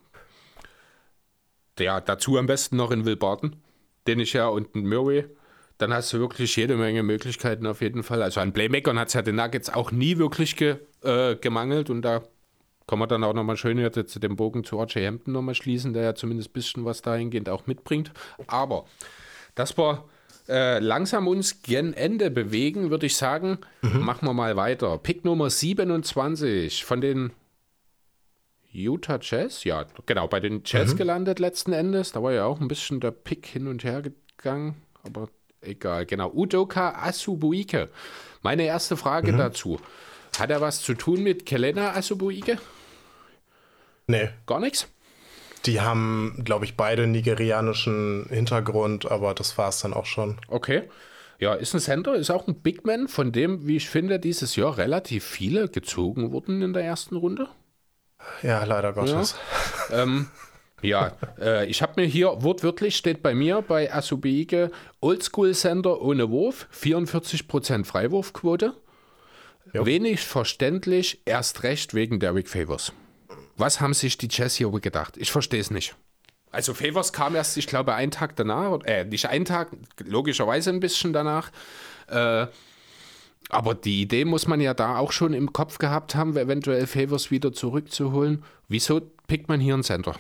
Ja, dazu am besten noch in Will Barton, den ich ja und einen Murray. Dann hast du wirklich jede Menge Möglichkeiten auf jeden Fall. Also an Playmakern hat es ja den Nuggets auch nie wirklich gemangelt und da kann man dann auch nochmal schön jetzt den Bogen zu R.J. Hampton nochmal schließen, der ja zumindest ein bisschen was dahingehend auch mitbringt. Aber dass wir langsam uns gen Ende bewegen, würde ich sagen, machen wir mal weiter. Pick Nummer 27 von den Utah Jazz, ja, genau, bei den Jazz gelandet letzten Endes. Da war ja auch ein bisschen der Pick hin und her gegangen, aber egal, genau. Udoka Azubuike. Meine erste Frage dazu. Hat er was zu tun mit Kelena Azubuike? Nee. Gar nichts? Die haben, glaube ich, beide nigerianischen Hintergrund, aber das war es dann auch schon. Okay. Ja, ist ein Center, ist auch ein Big Man, von dem, wie ich finde, dieses Jahr relativ viele gezogen wurden in der ersten Runde. Ja, leider Gottes. Ja, ich habe mir hier, wortwörtlich steht bei mir, bei Azubuike, Oldschool Center ohne Wurf, 44% Freiwurfquote. Jo. Wenig verständlich, erst recht wegen Derrick Favors. Was haben sich die Jazz hier wohl gedacht? Ich verstehe es nicht. Also Favors kam erst, ich glaube, einen Tag danach, nicht einen Tag, logischerweise ein bisschen danach. Aber die Idee muss man ja da auch schon im Kopf gehabt haben, eventuell Favors wieder zurückzuholen. Wieso pickt man hier einen Center?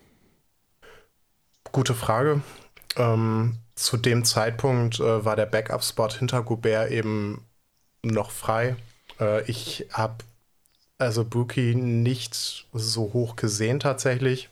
Gute Frage. Zu dem Zeitpunkt war der Backup-Spot hinter Gobert eben noch frei. Ich habe also Buki nicht so hoch gesehen tatsächlich.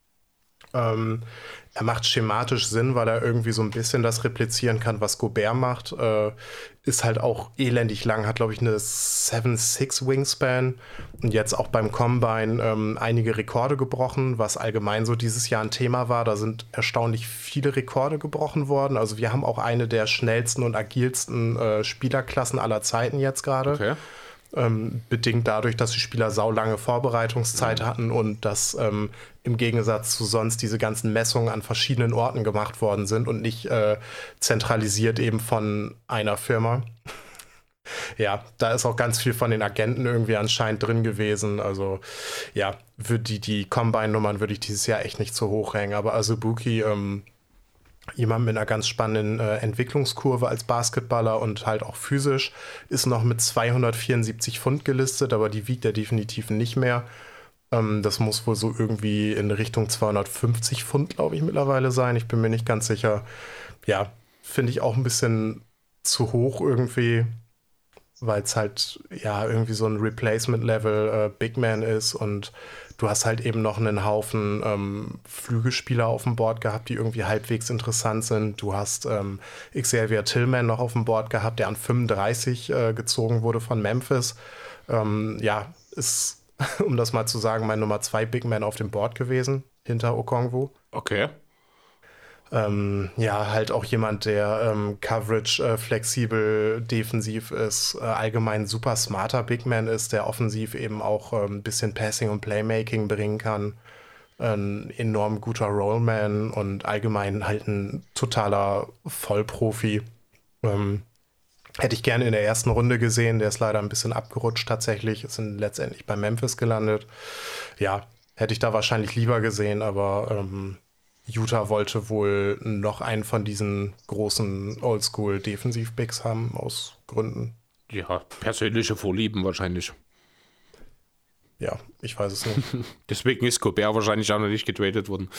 Er macht schematisch Sinn, weil er irgendwie so ein bisschen das replizieren kann, was Gobert macht. Ist halt auch elendig lang, hat glaube ich eine 7'6 Wingspan und jetzt auch beim Combine einige Rekorde gebrochen, was allgemein so dieses Jahr ein Thema war. Da sind erstaunlich viele Rekorde gebrochen worden. Also wir haben auch eine der schnellsten und agilsten Spielerklassen aller Zeiten jetzt gerade. Okay. Bedingt dadurch, dass die Spieler saulange Vorbereitungszeit hatten und dass im Gegensatz zu sonst diese ganzen Messungen an verschiedenen Orten gemacht worden sind und nicht zentralisiert eben von einer Firma. Ja, da ist auch ganz viel von den Agenten irgendwie anscheinend drin gewesen. Also ja, für die Combine-Nummern würde ich dieses Jahr echt nicht zu hoch hängen. Aber Azubuike, jemand mit einer ganz spannenden Entwicklungskurve als Basketballer und halt auch physisch, ist noch mit 274 Pfund gelistet, aber die wiegt er definitiv nicht mehr. Das muss wohl so irgendwie in Richtung 250 Pfund, glaube ich, mittlerweile sein. Ich bin mir nicht ganz sicher. Ja, finde ich auch ein bisschen zu hoch irgendwie, weil es halt ja irgendwie so ein Replacement-Level Big Man ist und du hast halt eben noch einen Haufen Flügelspieler auf dem Board gehabt, die irgendwie halbwegs interessant sind. Du hast Xavier Tillman noch auf dem Board gehabt, der an 35 gezogen wurde von Memphis. Ja, ist, um das mal zu sagen, mein Nummer 2 Big Man auf dem Board gewesen, hinter Okongwu. Okay. Ja, halt auch jemand, der Coverage flexibel defensiv ist, allgemein super smarter Big Man ist, der offensiv eben auch ein bisschen Passing und Playmaking bringen kann. Ein enorm guter Rollman und allgemein halt ein totaler Vollprofi. Hätte ich gerne in der ersten Runde gesehen, der ist leider ein bisschen abgerutscht tatsächlich, ist letztendlich bei Memphis gelandet. Ja, hätte ich da wahrscheinlich lieber gesehen, aber Utah wollte wohl noch einen von diesen großen Oldschool-Defensiv-Bigs haben, aus Gründen. Ja, persönliche Vorlieben wahrscheinlich. ja, ich weiß es nicht. Deswegen ist Gobert wahrscheinlich auch noch nicht getradet worden.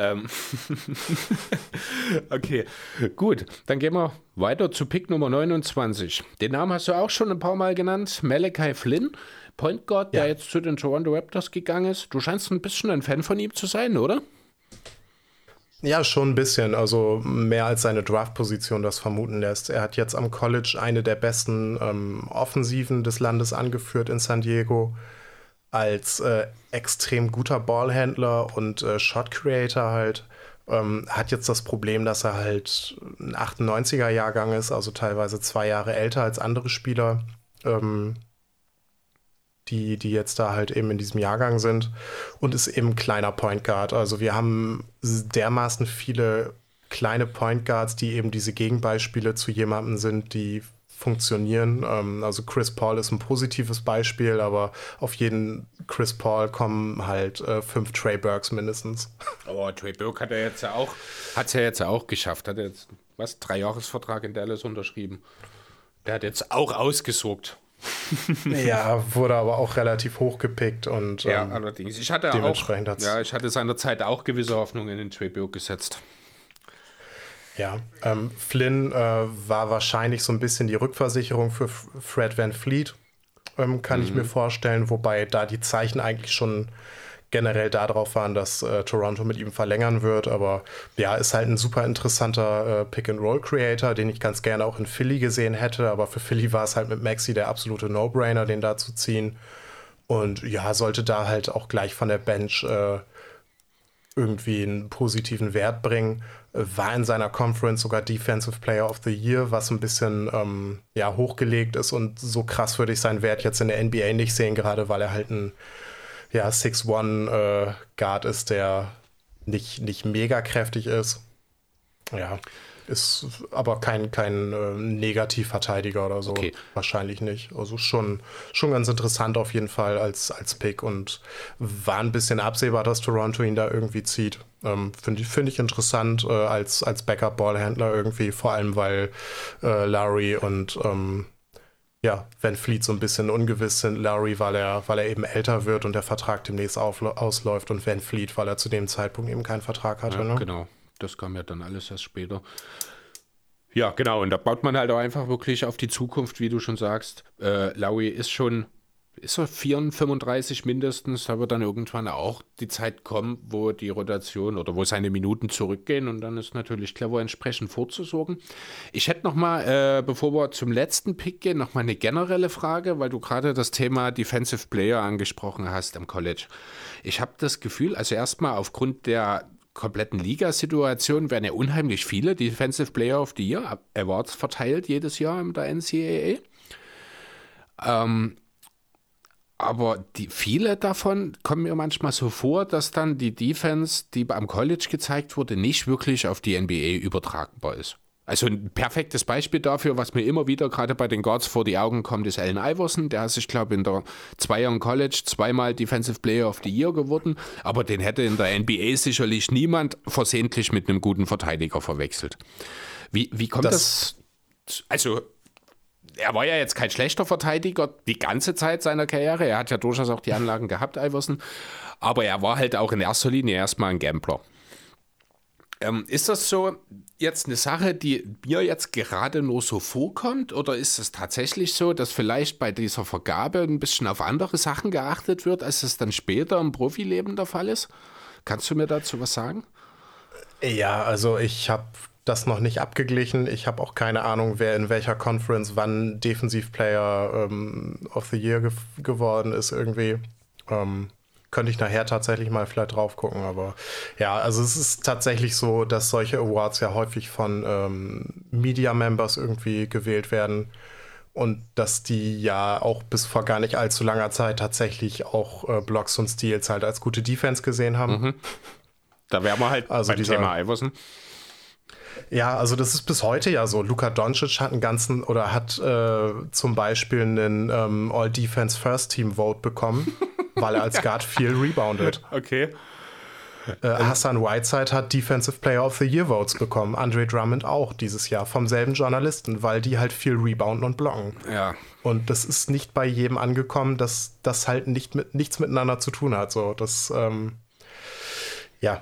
Okay, gut. Dann gehen wir weiter zu Pick Nummer 29. Den Namen hast du auch schon ein paar Mal genannt. Malachi Flynn, Point Guard, der jetzt zu den Toronto Raptors gegangen ist. Du scheinst ein bisschen ein Fan von ihm zu sein, oder? Ja, schon ein bisschen. Also mehr als seine Draft-Position das vermuten lässt. Er hat jetzt am College eine der besten Offensiven des Landes angeführt in San Diego. Als extrem guter Ballhändler und Shot Creator halt. Hat jetzt das Problem, dass er halt ein 98er-Jahrgang ist, also teilweise 2 Jahre älter als andere Spieler, die jetzt da halt eben in diesem Jahrgang sind, und ist eben kleiner Point Guard. Also wir haben dermaßen viele kleine Point Guards, die eben diese Gegenbeispiele zu jemandem sind, die funktionieren. Also Chris Paul ist ein positives Beispiel, aber auf jeden Chris Paul kommen halt 5 Trey Burks mindestens. Oh, Trey Burke hat es ja jetzt auch geschafft. Hat jetzt, 3-Jahres-Vertrag in Dallas unterschrieben. Der hat jetzt auch ausgesorgt. Ja, wurde aber auch relativ hoch gepickt und ja, allerdings. Ich hatte seinerzeit auch gewisse Hoffnungen in Trey Burke gesetzt. Ja, Flynn war wahrscheinlich so ein bisschen die Rückversicherung für Fred VanVleet, kann ich mir vorstellen, wobei da die Zeichen eigentlich schon generell darauf waren, dass Toronto mit ihm verlängern wird, aber ja, ist halt ein super interessanter Pick-and-Roll-Creator, den ich ganz gerne auch in Philly gesehen hätte, aber für Philly war es halt mit Maxey der absolute No-Brainer, den da zu ziehen, und ja, sollte da halt auch gleich von der Bench irgendwie einen positiven Wert bringen. War in seiner Conference sogar Defensive Player of the Year, was ein bisschen hochgelegt ist, und so krass würde ich seinen Wert jetzt in der NBA nicht sehen, gerade weil er halt ein 6'1 Guard ist, der nicht mega kräftig ist. Ja, ist aber kein Negativverteidiger oder so. Okay. Wahrscheinlich nicht. Also schon ganz interessant auf jeden Fall als Pick, und war ein bisschen absehbar, dass Toronto ihn da irgendwie zieht. Finde ich interessant als Backup-Ballhändler irgendwie, vor allem weil Lowry und VanVleet so ein bisschen ungewiss sind. Lowry, weil er eben älter wird und der Vertrag demnächst ausläuft, und VanVleet, weil er zu dem Zeitpunkt eben keinen Vertrag hatte. Ja, ne? Genau. Das kam ja dann alles erst später. Ja, genau. Und da baut man halt auch einfach wirklich auf die Zukunft, wie du schon sagst. Lowry ist er 34 mindestens, da wird dann irgendwann auch die Zeit kommen, wo die Rotation oder wo seine Minuten zurückgehen, und dann ist natürlich clever, entsprechend vorzusorgen. Ich hätte noch mal, bevor wir zum letzten Pick gehen, noch mal eine generelle Frage, weil du gerade das Thema Defensive Player angesprochen hast am College. Ich habe das Gefühl, also erstmal aufgrund der kompletten Liga-Situation werden ja unheimlich viele Defensive Player of the Year Awards verteilt jedes Jahr in der NCAA. Aber viele davon kommen mir manchmal so vor, dass dann die Defense, die am College gezeigt wurde, nicht wirklich auf die NBA übertragbar ist. Also ein perfektes Beispiel dafür, was mir immer wieder gerade bei den Guards vor die Augen kommt, ist Allen Iverson. Der ist, ich glaube, in der 2 Jahren College 2-mal Defensive Player of the Year geworden, aber den hätte in der NBA sicherlich niemand versehentlich mit einem guten Verteidiger verwechselt. Wie kommt das? Also er war ja jetzt kein schlechter Verteidiger die ganze Zeit seiner Karriere. Er hat ja durchaus auch die Anlagen gehabt, Iverson. Aber er war halt auch in erster Linie erstmal ein Gambler. Ist das so jetzt eine Sache, die mir jetzt gerade nur so vorkommt? Oder ist es tatsächlich so, dass vielleicht bei dieser Vergabe ein bisschen auf andere Sachen geachtet wird, als es dann später im Profileben der Fall ist? Kannst du mir dazu was sagen? Ja, also ich habe das noch nicht abgeglichen. Ich habe auch keine Ahnung, wer in welcher Conference wann Defensive Player of the Year geworden ist irgendwie. Könnte ich nachher tatsächlich mal vielleicht drauf gucken, aber ja, also es ist tatsächlich so, dass solche Awards ja häufig von Media-Members irgendwie gewählt werden, und dass die ja auch bis vor gar nicht allzu langer Zeit tatsächlich auch Blocks und Steals halt als gute Defense gesehen haben. Mhm. Da wären wir halt beim Thema Iverson. Ja, also das ist bis heute ja so. Luka Doncic hat zum Beispiel einen All-Defense First Team Vote bekommen, weil er als Guard viel reboundet. Okay. Hassan Whiteside hat Defensive Player of the Year Votes bekommen. Andre Drummond auch dieses Jahr vom selben Journalisten, weil die halt viel rebounden und blocken. Ja. Und das ist nicht bei jedem angekommen, dass das halt nichts miteinander zu tun hat. So, das, ja.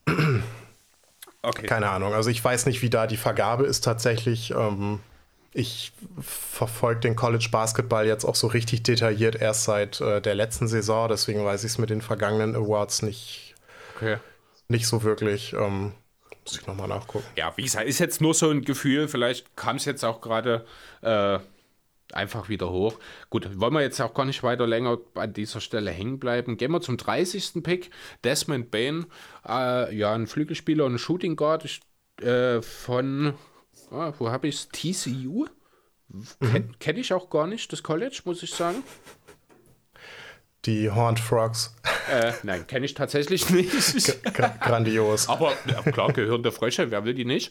Okay. Keine Ahnung. Also ich weiß nicht, wie da die Vergabe ist tatsächlich. Ich verfolge den College Basketball jetzt auch so richtig detailliert erst seit der letzten Saison. Deswegen weiß ich es mit den vergangenen Awards nicht so wirklich. Muss ich nochmal nachgucken. Ja, wie gesagt, ist jetzt nur so ein Gefühl. Vielleicht kam es jetzt auch gerade einfach wieder hoch. Gut, wollen wir jetzt auch gar nicht weiter länger an dieser Stelle hängen bleiben. Gehen wir zum 30. Pick. Desmond Bane, ein Flügelspieler und ein Shooting Guard von, wo habe ich es? TCU? Kenn ich auch gar nicht, das College, muss ich sagen. Die Horned Frogs. Nein, kenne ich tatsächlich nicht. Grandios. Aber klar, gehörende Frösche, wer will die nicht?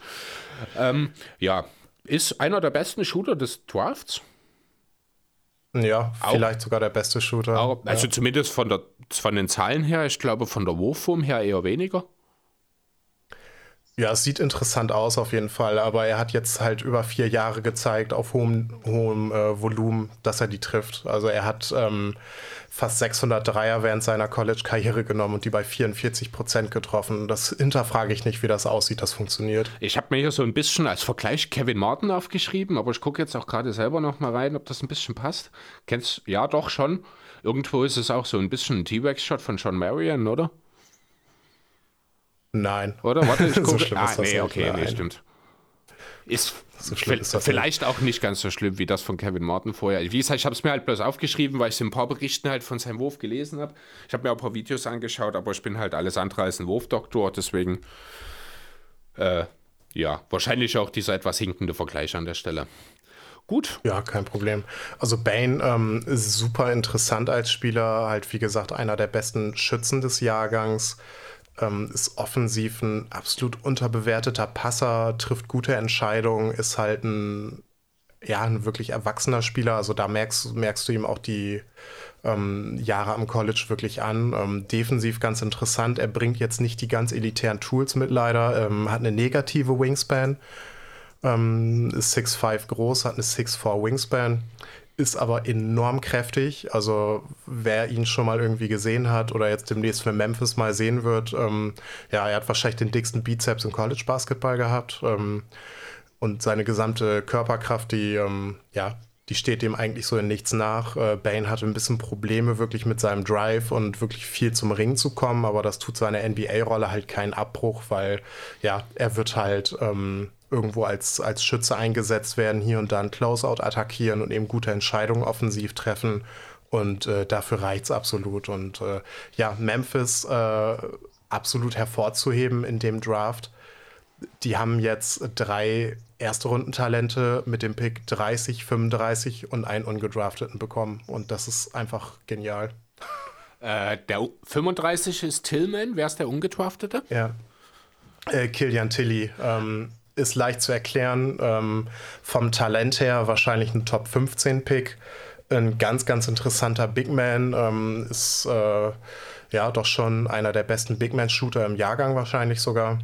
Ist einer der besten Shooter des Drafts. Ja, vielleicht sogar der beste Shooter. Also zumindest von den Zahlen her, ich glaube von der Wurfform her eher weniger. Ja, es sieht interessant aus auf jeden Fall, aber er hat jetzt halt über 4 Jahre gezeigt auf hohem Volumen, dass er die trifft. Also er hat fast 600 Dreier während seiner College-Karriere genommen und die bei 44% getroffen. Das hinterfrage ich nicht, wie das aussieht, das funktioniert. Ich habe mir hier so ein bisschen als Vergleich Kevin Martin aufgeschrieben, aber ich gucke jetzt auch gerade selber noch mal rein, ob das ein bisschen passt. Kennst ja, doch schon. Irgendwo ist es auch so ein bisschen ein T-Rex-Shot von John Marion, oder? Nein. Oder? Warte, ich gucke. So schlimm ist das nicht. Okay, Nein. nee, stimmt. Ist So schlimm ist das vielleicht auch nicht ganz so schlimm wie das von Kevin Martin vorher. Wie gesagt, ich habe es mir halt bloß aufgeschrieben, weil ich ein paar Berichten halt von seinem Wurf gelesen habe. Ich habe mir auch ein paar Videos angeschaut, aber ich bin halt alles andere als ein Wurfdoktor, deswegen wahrscheinlich auch dieser etwas hinkende Vergleich an der Stelle. Gut. Ja, kein Problem. Also Bane ist super interessant als Spieler, halt wie gesagt einer der besten Schützen des Jahrgangs. Ist offensiv ein absolut unterbewerteter Passer, trifft gute Entscheidungen, ist halt ein wirklich erwachsener Spieler. Also da merkst du ihm auch die Jahre am College wirklich an. Defensiv ganz interessant. Er bringt jetzt nicht die ganz elitären Tools mit leider. Hat eine negative Wingspan. Ist 6'5 groß, hat eine 6'4 Wingspan. Ist aber enorm kräftig. Also wer ihn schon mal irgendwie gesehen hat oder jetzt demnächst für Memphis mal sehen wird, er hat wahrscheinlich den dicksten Bizeps im College-Basketball gehabt. Und seine gesamte Körperkraft, die steht dem eigentlich so in nichts nach. Bane hatte ein bisschen Probleme wirklich mit seinem Drive und wirklich viel zum Ring zu kommen, aber das tut seiner NBA-Rolle halt keinen Abbruch, weil er wird halt irgendwo als Schütze eingesetzt werden, hier und da ein Closeout attackieren und eben gute Entscheidungen offensiv treffen und dafür reicht's absolut. Und Memphis absolut hervorzuheben in dem Draft. Die haben jetzt 3 Erste-Runden-Talente mit dem Pick 30, 35 und einen Ungedrafteten bekommen. Und das ist einfach genial. Der 35 ist Tillman. Wer ist der Ungedraftete? Ja. Killian Tilly. Ist leicht zu erklären. Vom Talent her wahrscheinlich ein Top 15 Pick. Ein ganz, ganz interessanter Big Man. Ist doch schon einer der besten Big Man-Shooter im Jahrgang wahrscheinlich sogar.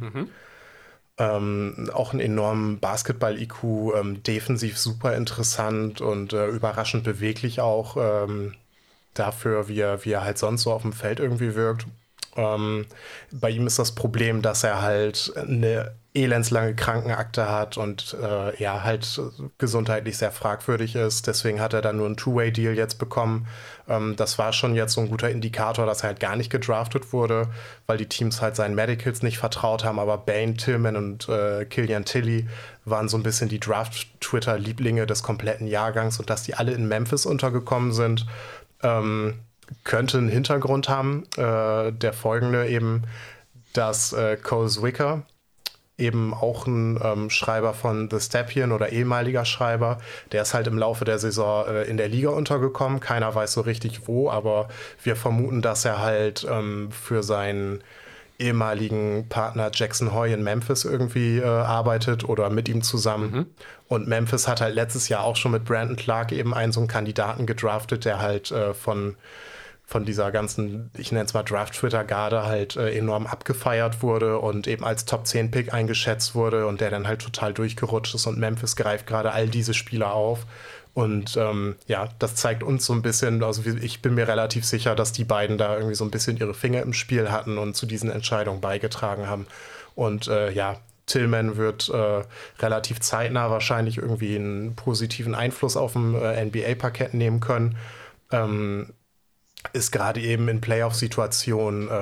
Auch einen enormen Basketball-IQ, defensiv super interessant und überraschend beweglich auch dafür, wie er halt sonst so auf dem Feld irgendwie wirkt. Bei ihm ist das Problem, dass er halt eine elendslange Krankenakte hat und halt gesundheitlich sehr fragwürdig ist. Deswegen hat er dann nur einen Two-Way-Deal jetzt bekommen. Das war schon jetzt so ein guter Indikator, dass er halt gar nicht gedraftet wurde, weil die Teams halt seinen Medicals nicht vertraut haben. Aber Bane, Tillman und Killian Tilly waren so ein bisschen die Draft-Twitter-Lieblinge des kompletten Jahrgangs und dass die alle in Memphis untergekommen sind, könnte einen Hintergrund haben. Der folgende eben, dass Cole Zwicker, eben auch ein Schreiber von The Stepien oder ehemaliger Schreiber, der ist halt im Laufe der Saison in der Liga untergekommen. Keiner weiß so richtig wo, aber wir vermuten, dass er halt für seinen ehemaligen Partner Jackson Hoy in Memphis irgendwie arbeitet oder mit ihm zusammen. Und Memphis hat halt letztes Jahr auch schon mit Brandon Clark eben so einen Kandidaten gedraftet, der halt von von dieser ganzen, ich nenne es mal Draft-Twitter-Garde halt enorm abgefeiert wurde und eben als Top-10-Pick eingeschätzt wurde und der dann halt total durchgerutscht ist und Memphis greift gerade all diese Spieler auf. Und das zeigt uns so ein bisschen, also ich bin mir relativ sicher, dass die beiden da irgendwie so ein bisschen ihre Finger im Spiel hatten und zu diesen Entscheidungen beigetragen haben. Und Tillman wird relativ zeitnah wahrscheinlich irgendwie einen positiven Einfluss auf dem NBA-Parkett nehmen können. Ist gerade eben in Playoff-Situationen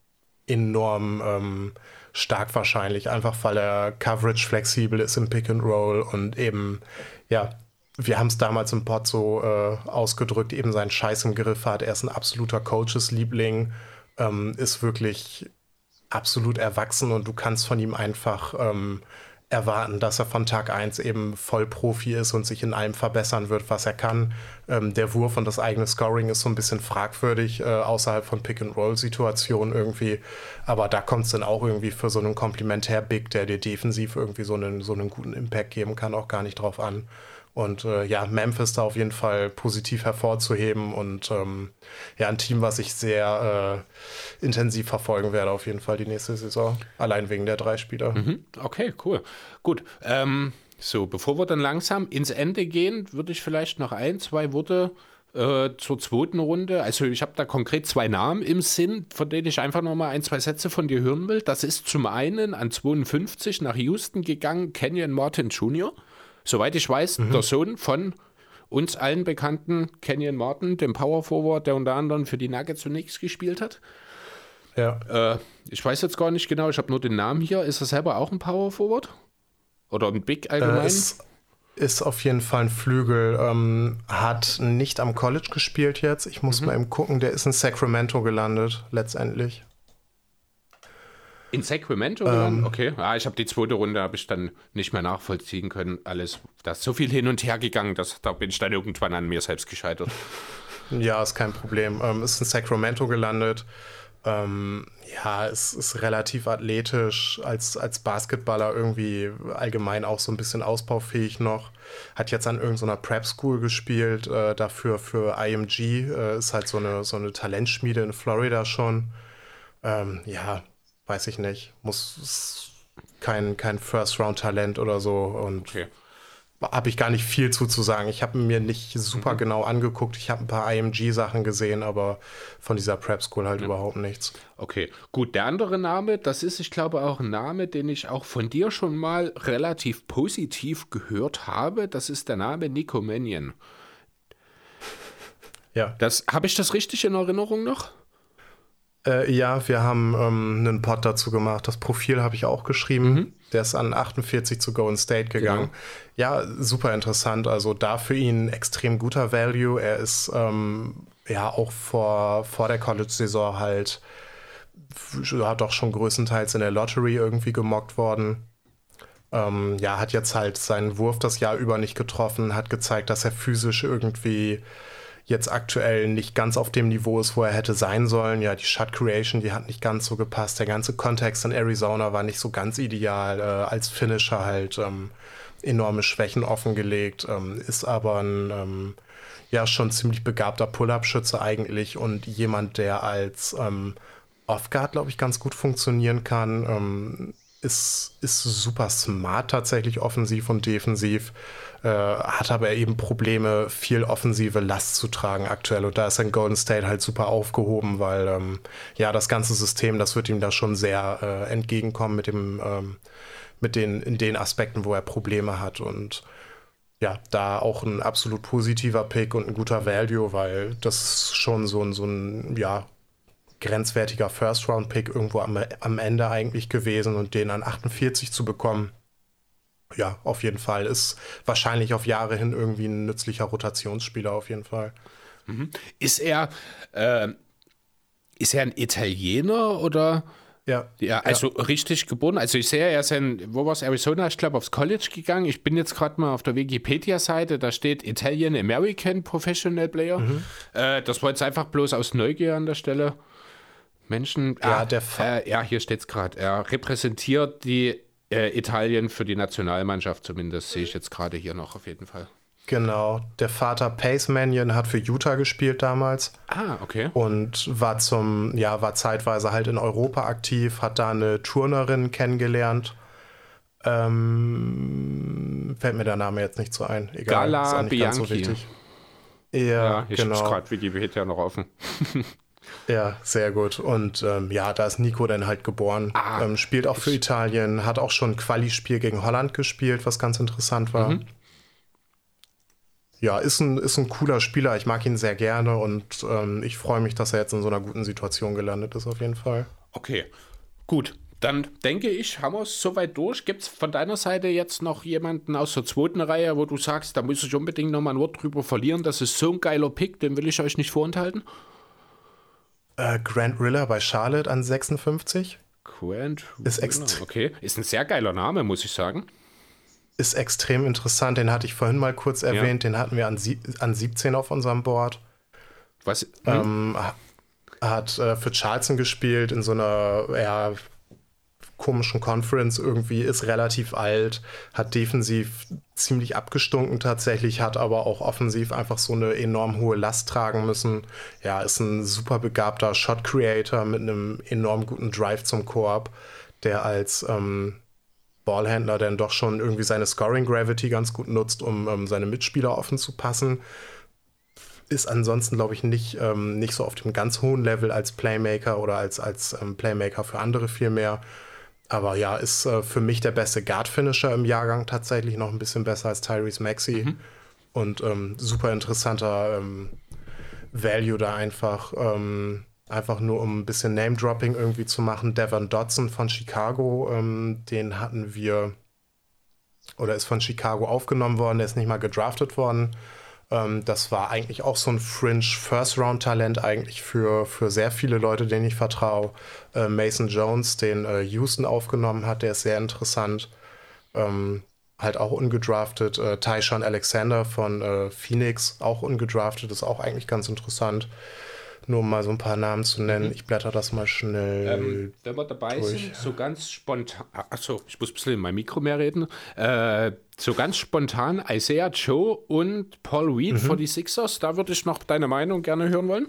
enorm stark wahrscheinlich, einfach weil er Coverage flexibel ist im Pick and Roll und eben, wir haben es damals im Pod so ausgedrückt, eben seinen Scheiß im Griff hat. Er ist ein absoluter Coaches-Liebling, ist wirklich absolut erwachsen und du kannst von ihm einfach erwarten, dass er von Tag 1 eben Vollprofi ist und sich in allem verbessern wird, was er kann. Der Wurf und das eigene Scoring ist so ein bisschen fragwürdig außerhalb von Pick-and-Roll-Situationen irgendwie. Aber da kommt es dann auch irgendwie für so einen Komplementär-Big, der dir defensiv irgendwie so einen guten Impact geben kann, auch gar nicht drauf an. Und Memphis da auf jeden Fall positiv hervorzuheben und ein Team, was ich sehr intensiv verfolgen werde, auf jeden Fall die nächste Saison. Allein wegen der 3 Spieler. Okay, cool. Gut. So, bevor wir dann langsam ins Ende gehen, würde ich vielleicht noch 2 Worte zur zweiten Runde. Also ich habe da konkret 2 Namen im Sinn, von denen ich einfach noch mal 2 Sätze von dir hören will. Das ist zum einen an 52 nach Houston gegangen, Kenyon Martin Jr., soweit ich weiß, der Sohn von uns allen bekannten Kenyon Martin, dem Power Forward, der unter anderem für die Nuggets zunächst gespielt hat. Ja. Ich weiß jetzt gar nicht genau, ich habe nur den Namen hier. Ist er selber auch ein Power Forward? Oder ein Big allgemein? Ist auf jeden Fall ein Flügel. Hat nicht am College gespielt jetzt. Ich muss mal eben gucken, der ist in Sacramento gelandet, letztendlich. In Sacramento gelandet? Okay. Ich habe die zweite Runde habe ich dann nicht mehr nachvollziehen können. Alles, da ist so viel hin und her gegangen, da bin ich dann irgendwann an mir selbst gescheitert. Ja, ist kein Problem. Ist in Sacramento gelandet. Es ist relativ athletisch, als Basketballer irgendwie allgemein auch so ein bisschen ausbaufähig noch. Hat jetzt an irgendeiner Prep School gespielt, dafür für IMG, ist halt so eine Talentschmiede in Florida schon. Weiß ich nicht. Ist kein First-Round-Talent oder so. Und habe ich gar nicht viel zu sagen. Ich habe mir nicht super genau angeguckt. Ich habe ein paar IMG-Sachen gesehen, aber von dieser Prep School halt überhaupt nichts. Okay, gut. Der andere Name, das ist, ich glaube, auch ein Name, den ich auch von dir schon mal relativ positiv gehört habe. Das ist der Name Nico Mannion. Ja. Habe ich das richtig in Erinnerung noch? Wir haben einen Pod dazu gemacht. Das Profil habe ich auch geschrieben. Der ist an 48 zu Golden State gegangen. Genau. Ja, super interessant. Also da für ihn extrem guter Value. Er ist auch vor der College-Saison halt doch schon größtenteils in der Lottery irgendwie gemockt worden. Hat jetzt halt seinen Wurf das Jahr über nicht getroffen, hat gezeigt, dass er physisch irgendwie jetzt aktuell nicht ganz auf dem Niveau ist, wo er hätte sein sollen. Ja, die Shot Creation, die hat nicht ganz so gepasst. Der ganze Kontext in Arizona war nicht so ganz ideal. Als Finisher halt enorme Schwächen offengelegt. Ist aber ein schon ziemlich begabter Pull-Up-Schütze eigentlich und jemand, der als Off-Guard, glaube ich, ganz gut funktionieren kann. Ist super smart tatsächlich offensiv und defensiv. Hat aber eben Probleme, viel offensive Last zu tragen aktuell. Und da ist ein Golden State halt super aufgehoben, weil das ganze System, das wird ihm da schon sehr entgegenkommen in den Aspekten, wo er Probleme hat. Und ja, da auch ein absolut positiver Pick und ein guter Value, weil das ist schon so ein grenzwertiger First-Round-Pick irgendwo am Ende eigentlich gewesen und den an 48 zu bekommen. Ja, auf jeden Fall. Ist wahrscheinlich auf Jahre hin irgendwie ein nützlicher Rotationsspieler auf jeden Fall. Ist er ein Italiener oder? Ja. Also richtig geboren. Also ich sehe, er ist wo war es, Arizona, ich glaube, aufs College gegangen. Ich bin jetzt gerade mal auf der Wikipedia-Seite, da steht Italian American Professional Player. Das war jetzt einfach bloß aus Neugier an der Stelle. Menschen, hier steht es gerade. Er repräsentiert die Italien für die Nationalmannschaft zumindest, sehe ich jetzt gerade hier noch auf jeden Fall. Genau, der Vater Pace Mannion hat für Utah gespielt damals. Ah, okay. Und war zeitweise halt in Europa aktiv, hat da eine Turnerin kennengelernt. Fällt mir der Name jetzt nicht so ein. Egal, Gala ist auch nicht ganz so Bianchi. wichtig. Ja, ich genau. hab's gerade Wikipedia noch offen. Ja, sehr gut. Und da ist Nico dann halt geboren. Spielt auch für Italien, hat auch schon ein Quali-Spiel gegen Holland gespielt, was ganz interessant war. Ja, ist ein cooler Spieler. Ich mag ihn sehr gerne und ich freue mich, dass er jetzt in so einer guten Situation gelandet ist, auf jeden Fall. Okay, gut. Dann denke ich, haben wir es soweit durch. Gibt es von deiner Seite jetzt noch jemanden aus der zweiten Reihe, wo du sagst, da muss ich unbedingt noch mal ein Wort drüber verlieren? Das ist so ein geiler Pick, den will ich euch nicht vorenthalten. Grant Riller bei Charlotte an 56. Grant Ist okay, ist ein sehr geiler Name, muss ich sagen. Ist extrem interessant. Den hatte ich vorhin mal kurz erwähnt. Den hatten wir an 17 auf unserem Board. Was? Hat für Charleston gespielt in so einer komischen Conference irgendwie, ist relativ alt, hat defensiv ziemlich abgestunken tatsächlich, hat aber auch offensiv einfach so eine enorm hohe Last tragen müssen. Ja, ist ein super begabter Shot Creator mit einem enorm guten Drive zum Korb, der als Ballhändler dann doch schon irgendwie seine Scoring Gravity ganz gut nutzt, um seine Mitspieler offen zu passen. Ist ansonsten, glaube ich, nicht so auf dem ganz hohen Level als Playmaker oder als Playmaker für andere vielmehr. Aber ja, ist für mich der beste Guard-Finisher im Jahrgang, tatsächlich noch ein bisschen besser als Tyrese Maxey. Und super interessanter Value da einfach nur um ein bisschen Name-Dropping irgendwie zu machen. Devon Dotson von Chicago, den hatten wir, oder ist von Chicago aufgenommen worden, der ist nicht mal gedraftet worden. Das war eigentlich auch so ein Fringe-First-Round-Talent eigentlich für sehr viele Leute, denen ich vertraue. Mason Jones, den Houston aufgenommen hat, der ist sehr interessant. Halt auch ungedraftet. Tyshawn Alexander von Phoenix, auch ungedraftet, ist auch eigentlich ganz interessant. Nur um mal so ein paar Namen zu nennen. Ich blätter das mal schnell wenn wir dabei durch. sind, so ganz spontan, achso, ich muss ein bisschen in mein Mikro mehr reden, so ganz spontan Isaiah Joe und Paul Reed für die Sixers, da würde ich noch deine Meinung gerne hören wollen.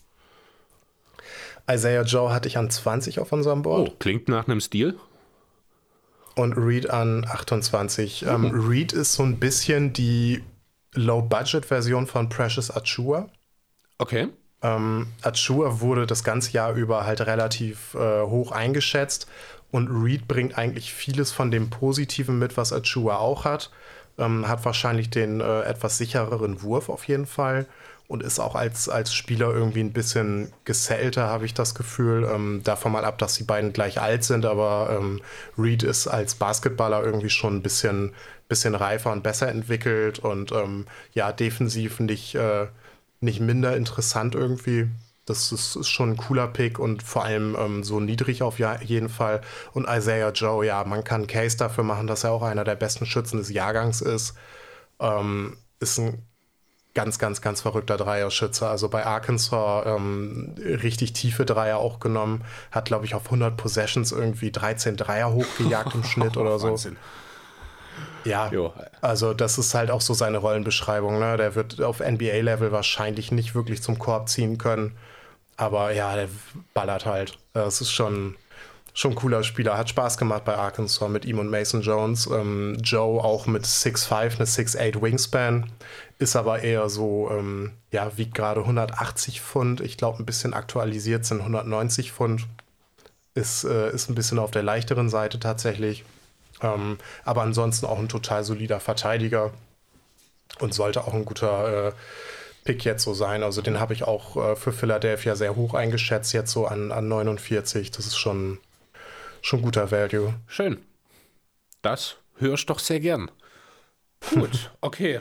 Isaiah Joe hatte ich an 20 auf unserem Board. Oh, klingt nach einem Stil. Und Reed an 28. Reed ist so ein bisschen die Low-Budget-Version von Precious Achiuwa. Okay. Achiuwa wurde das ganze Jahr über halt relativ hoch eingeschätzt und Reed bringt eigentlich vieles von dem Positiven mit, was Achiuwa auch hat. Hat wahrscheinlich den etwas sichereren Wurf auf jeden Fall und ist auch als Spieler irgendwie ein bisschen gesettelter, habe ich das Gefühl. Davon mal ab, dass die beiden gleich alt sind, aber Reed ist als Basketballer irgendwie schon ein bisschen reifer und besser entwickelt und defensiv nicht minder interessant irgendwie. Das ist schon ein cooler Pick und vor allem so niedrig auf jeden Fall. Und Isaiah Joe, ja, man kann einen Case dafür machen, dass er auch einer der besten Schützen des Jahrgangs ist. Ist ein ganz, ganz, ganz verrückter Dreierschütze. Also bei Arkansas richtig tiefe Dreier auch genommen. Hat, glaube ich, auf 100 Possessions irgendwie 13 Dreier hochgejagt im Schnitt oder so. Wahnsinn. Ja, also das ist halt auch so seine Rollenbeschreibung. Ne? Der wird auf NBA-Level wahrscheinlich nicht wirklich zum Korb ziehen können. Aber ja, der ballert halt. Das ist schon ein cooler Spieler. Hat Spaß gemacht bei Arkansas mit ihm und Mason Jones. Joe auch mit 6'5", eine 6'8 Wingspan. Ist aber eher so, wiegt gerade 180 Pfund. Ich glaube, ein bisschen aktualisiert sind 190 Pfund. Ist ein bisschen auf der leichteren Seite tatsächlich. Aber ansonsten auch ein total solider Verteidiger und sollte auch ein guter Pick jetzt so sein. Also den habe ich auch für Philadelphia sehr hoch eingeschätzt, jetzt so an 49. Das ist schon guter Value. Schön. Das höre ich doch sehr gern. Gut, okay.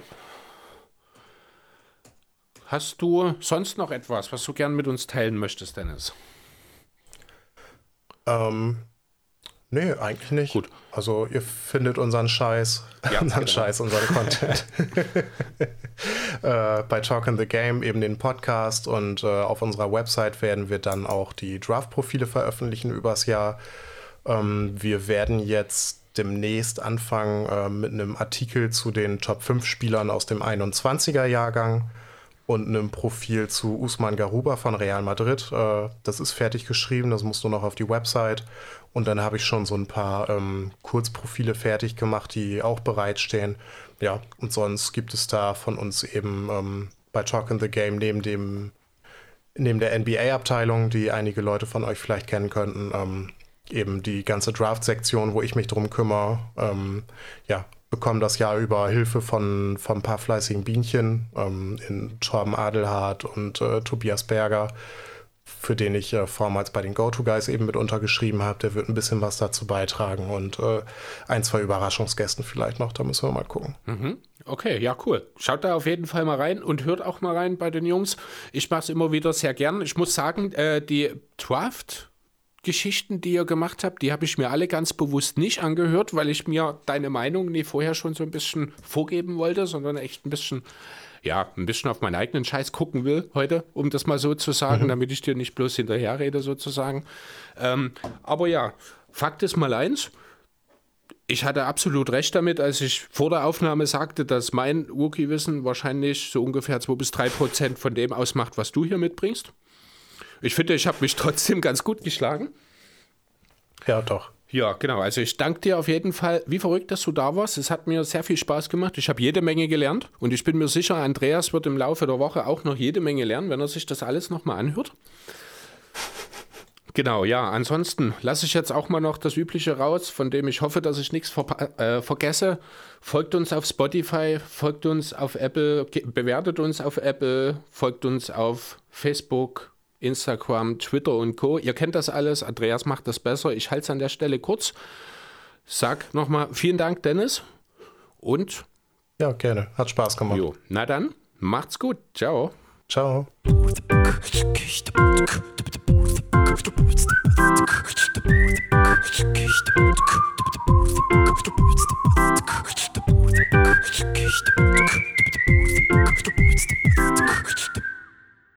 Hast du sonst noch etwas, was du gern mit uns teilen möchtest, Dennis? Nee, eigentlich nicht. Gut. Also ihr findet unseren Scheiß, unseren Content bei Talkin' the Game, eben den Podcast und auf unserer Website werden wir dann auch die Draft-Profile veröffentlichen übers Jahr. Wir werden jetzt demnächst anfangen mit einem Artikel zu den Top 5 Spielern aus dem 21er Jahrgang und einem Profil zu Usman Garuba von Real Madrid. Das ist fertig geschrieben, das muss nur noch auf die Website. Und dann habe ich schon so ein paar Kurzprofile fertig gemacht, die auch bereitstehen. Ja, und sonst gibt es da von uns eben bei Talk in the Game neben der NBA-Abteilung, die einige Leute von euch vielleicht kennen könnten, eben die ganze Draft-Sektion, wo ich mich drum kümmere. Bekommen das Jahr über Hilfe von ein paar fleißigen Bienchen in Torben Adelhardt und Tobias Berger, für den ich vormals bei den Go-To-Guys eben mit untergeschrieben habe. Der wird ein bisschen was dazu beitragen und 1-2 Überraschungsgästen vielleicht noch, da müssen wir mal gucken. Okay, ja, cool. Schaut da auf jeden Fall mal rein und hört auch mal rein bei den Jungs. Ich mache es immer wieder sehr gern. Ich muss sagen, die Draft-Geschichten, die ihr gemacht habt, die habe ich mir alle ganz bewusst nicht angehört, weil ich mir deine Meinung nie vorher schon so ein bisschen vorgeben wollte, sondern echt ein bisschen auf meinen eigenen Scheiß gucken will heute, um das mal so zu sagen, damit ich dir nicht bloß hinterherrede sozusagen. Aber ja, Fakt ist mal eins, ich hatte absolut recht damit, als ich vor der Aufnahme sagte, dass mein Rookie-Wissen wahrscheinlich so ungefähr 2-3% von dem ausmacht, was du hier mitbringst. Ich finde, ich habe mich trotzdem ganz gut geschlagen. Ja, doch. Ja, genau. Also ich danke dir auf jeden Fall, wie verrückt, dass du da warst. Es hat mir sehr viel Spaß gemacht. Ich habe jede Menge gelernt und ich bin mir sicher, Andreas wird im Laufe der Woche auch noch jede Menge lernen, wenn er sich das alles nochmal anhört. Genau, ja. Ansonsten lasse ich jetzt auch mal noch das Übliche raus, von dem ich hoffe, dass ich nichts vergesse. Folgt uns auf Spotify, folgt uns auf Apple, bewertet uns auf Apple, folgt uns auf Facebook, Instagram, Twitter und Co. Ihr kennt das alles. Andreas macht das besser. Ich halte es an der Stelle kurz. Sag nochmal vielen Dank, Dennis. Und? Ja, gerne. Hat Spaß gemacht. Jo, na dann, macht's gut. Ciao. Ciao.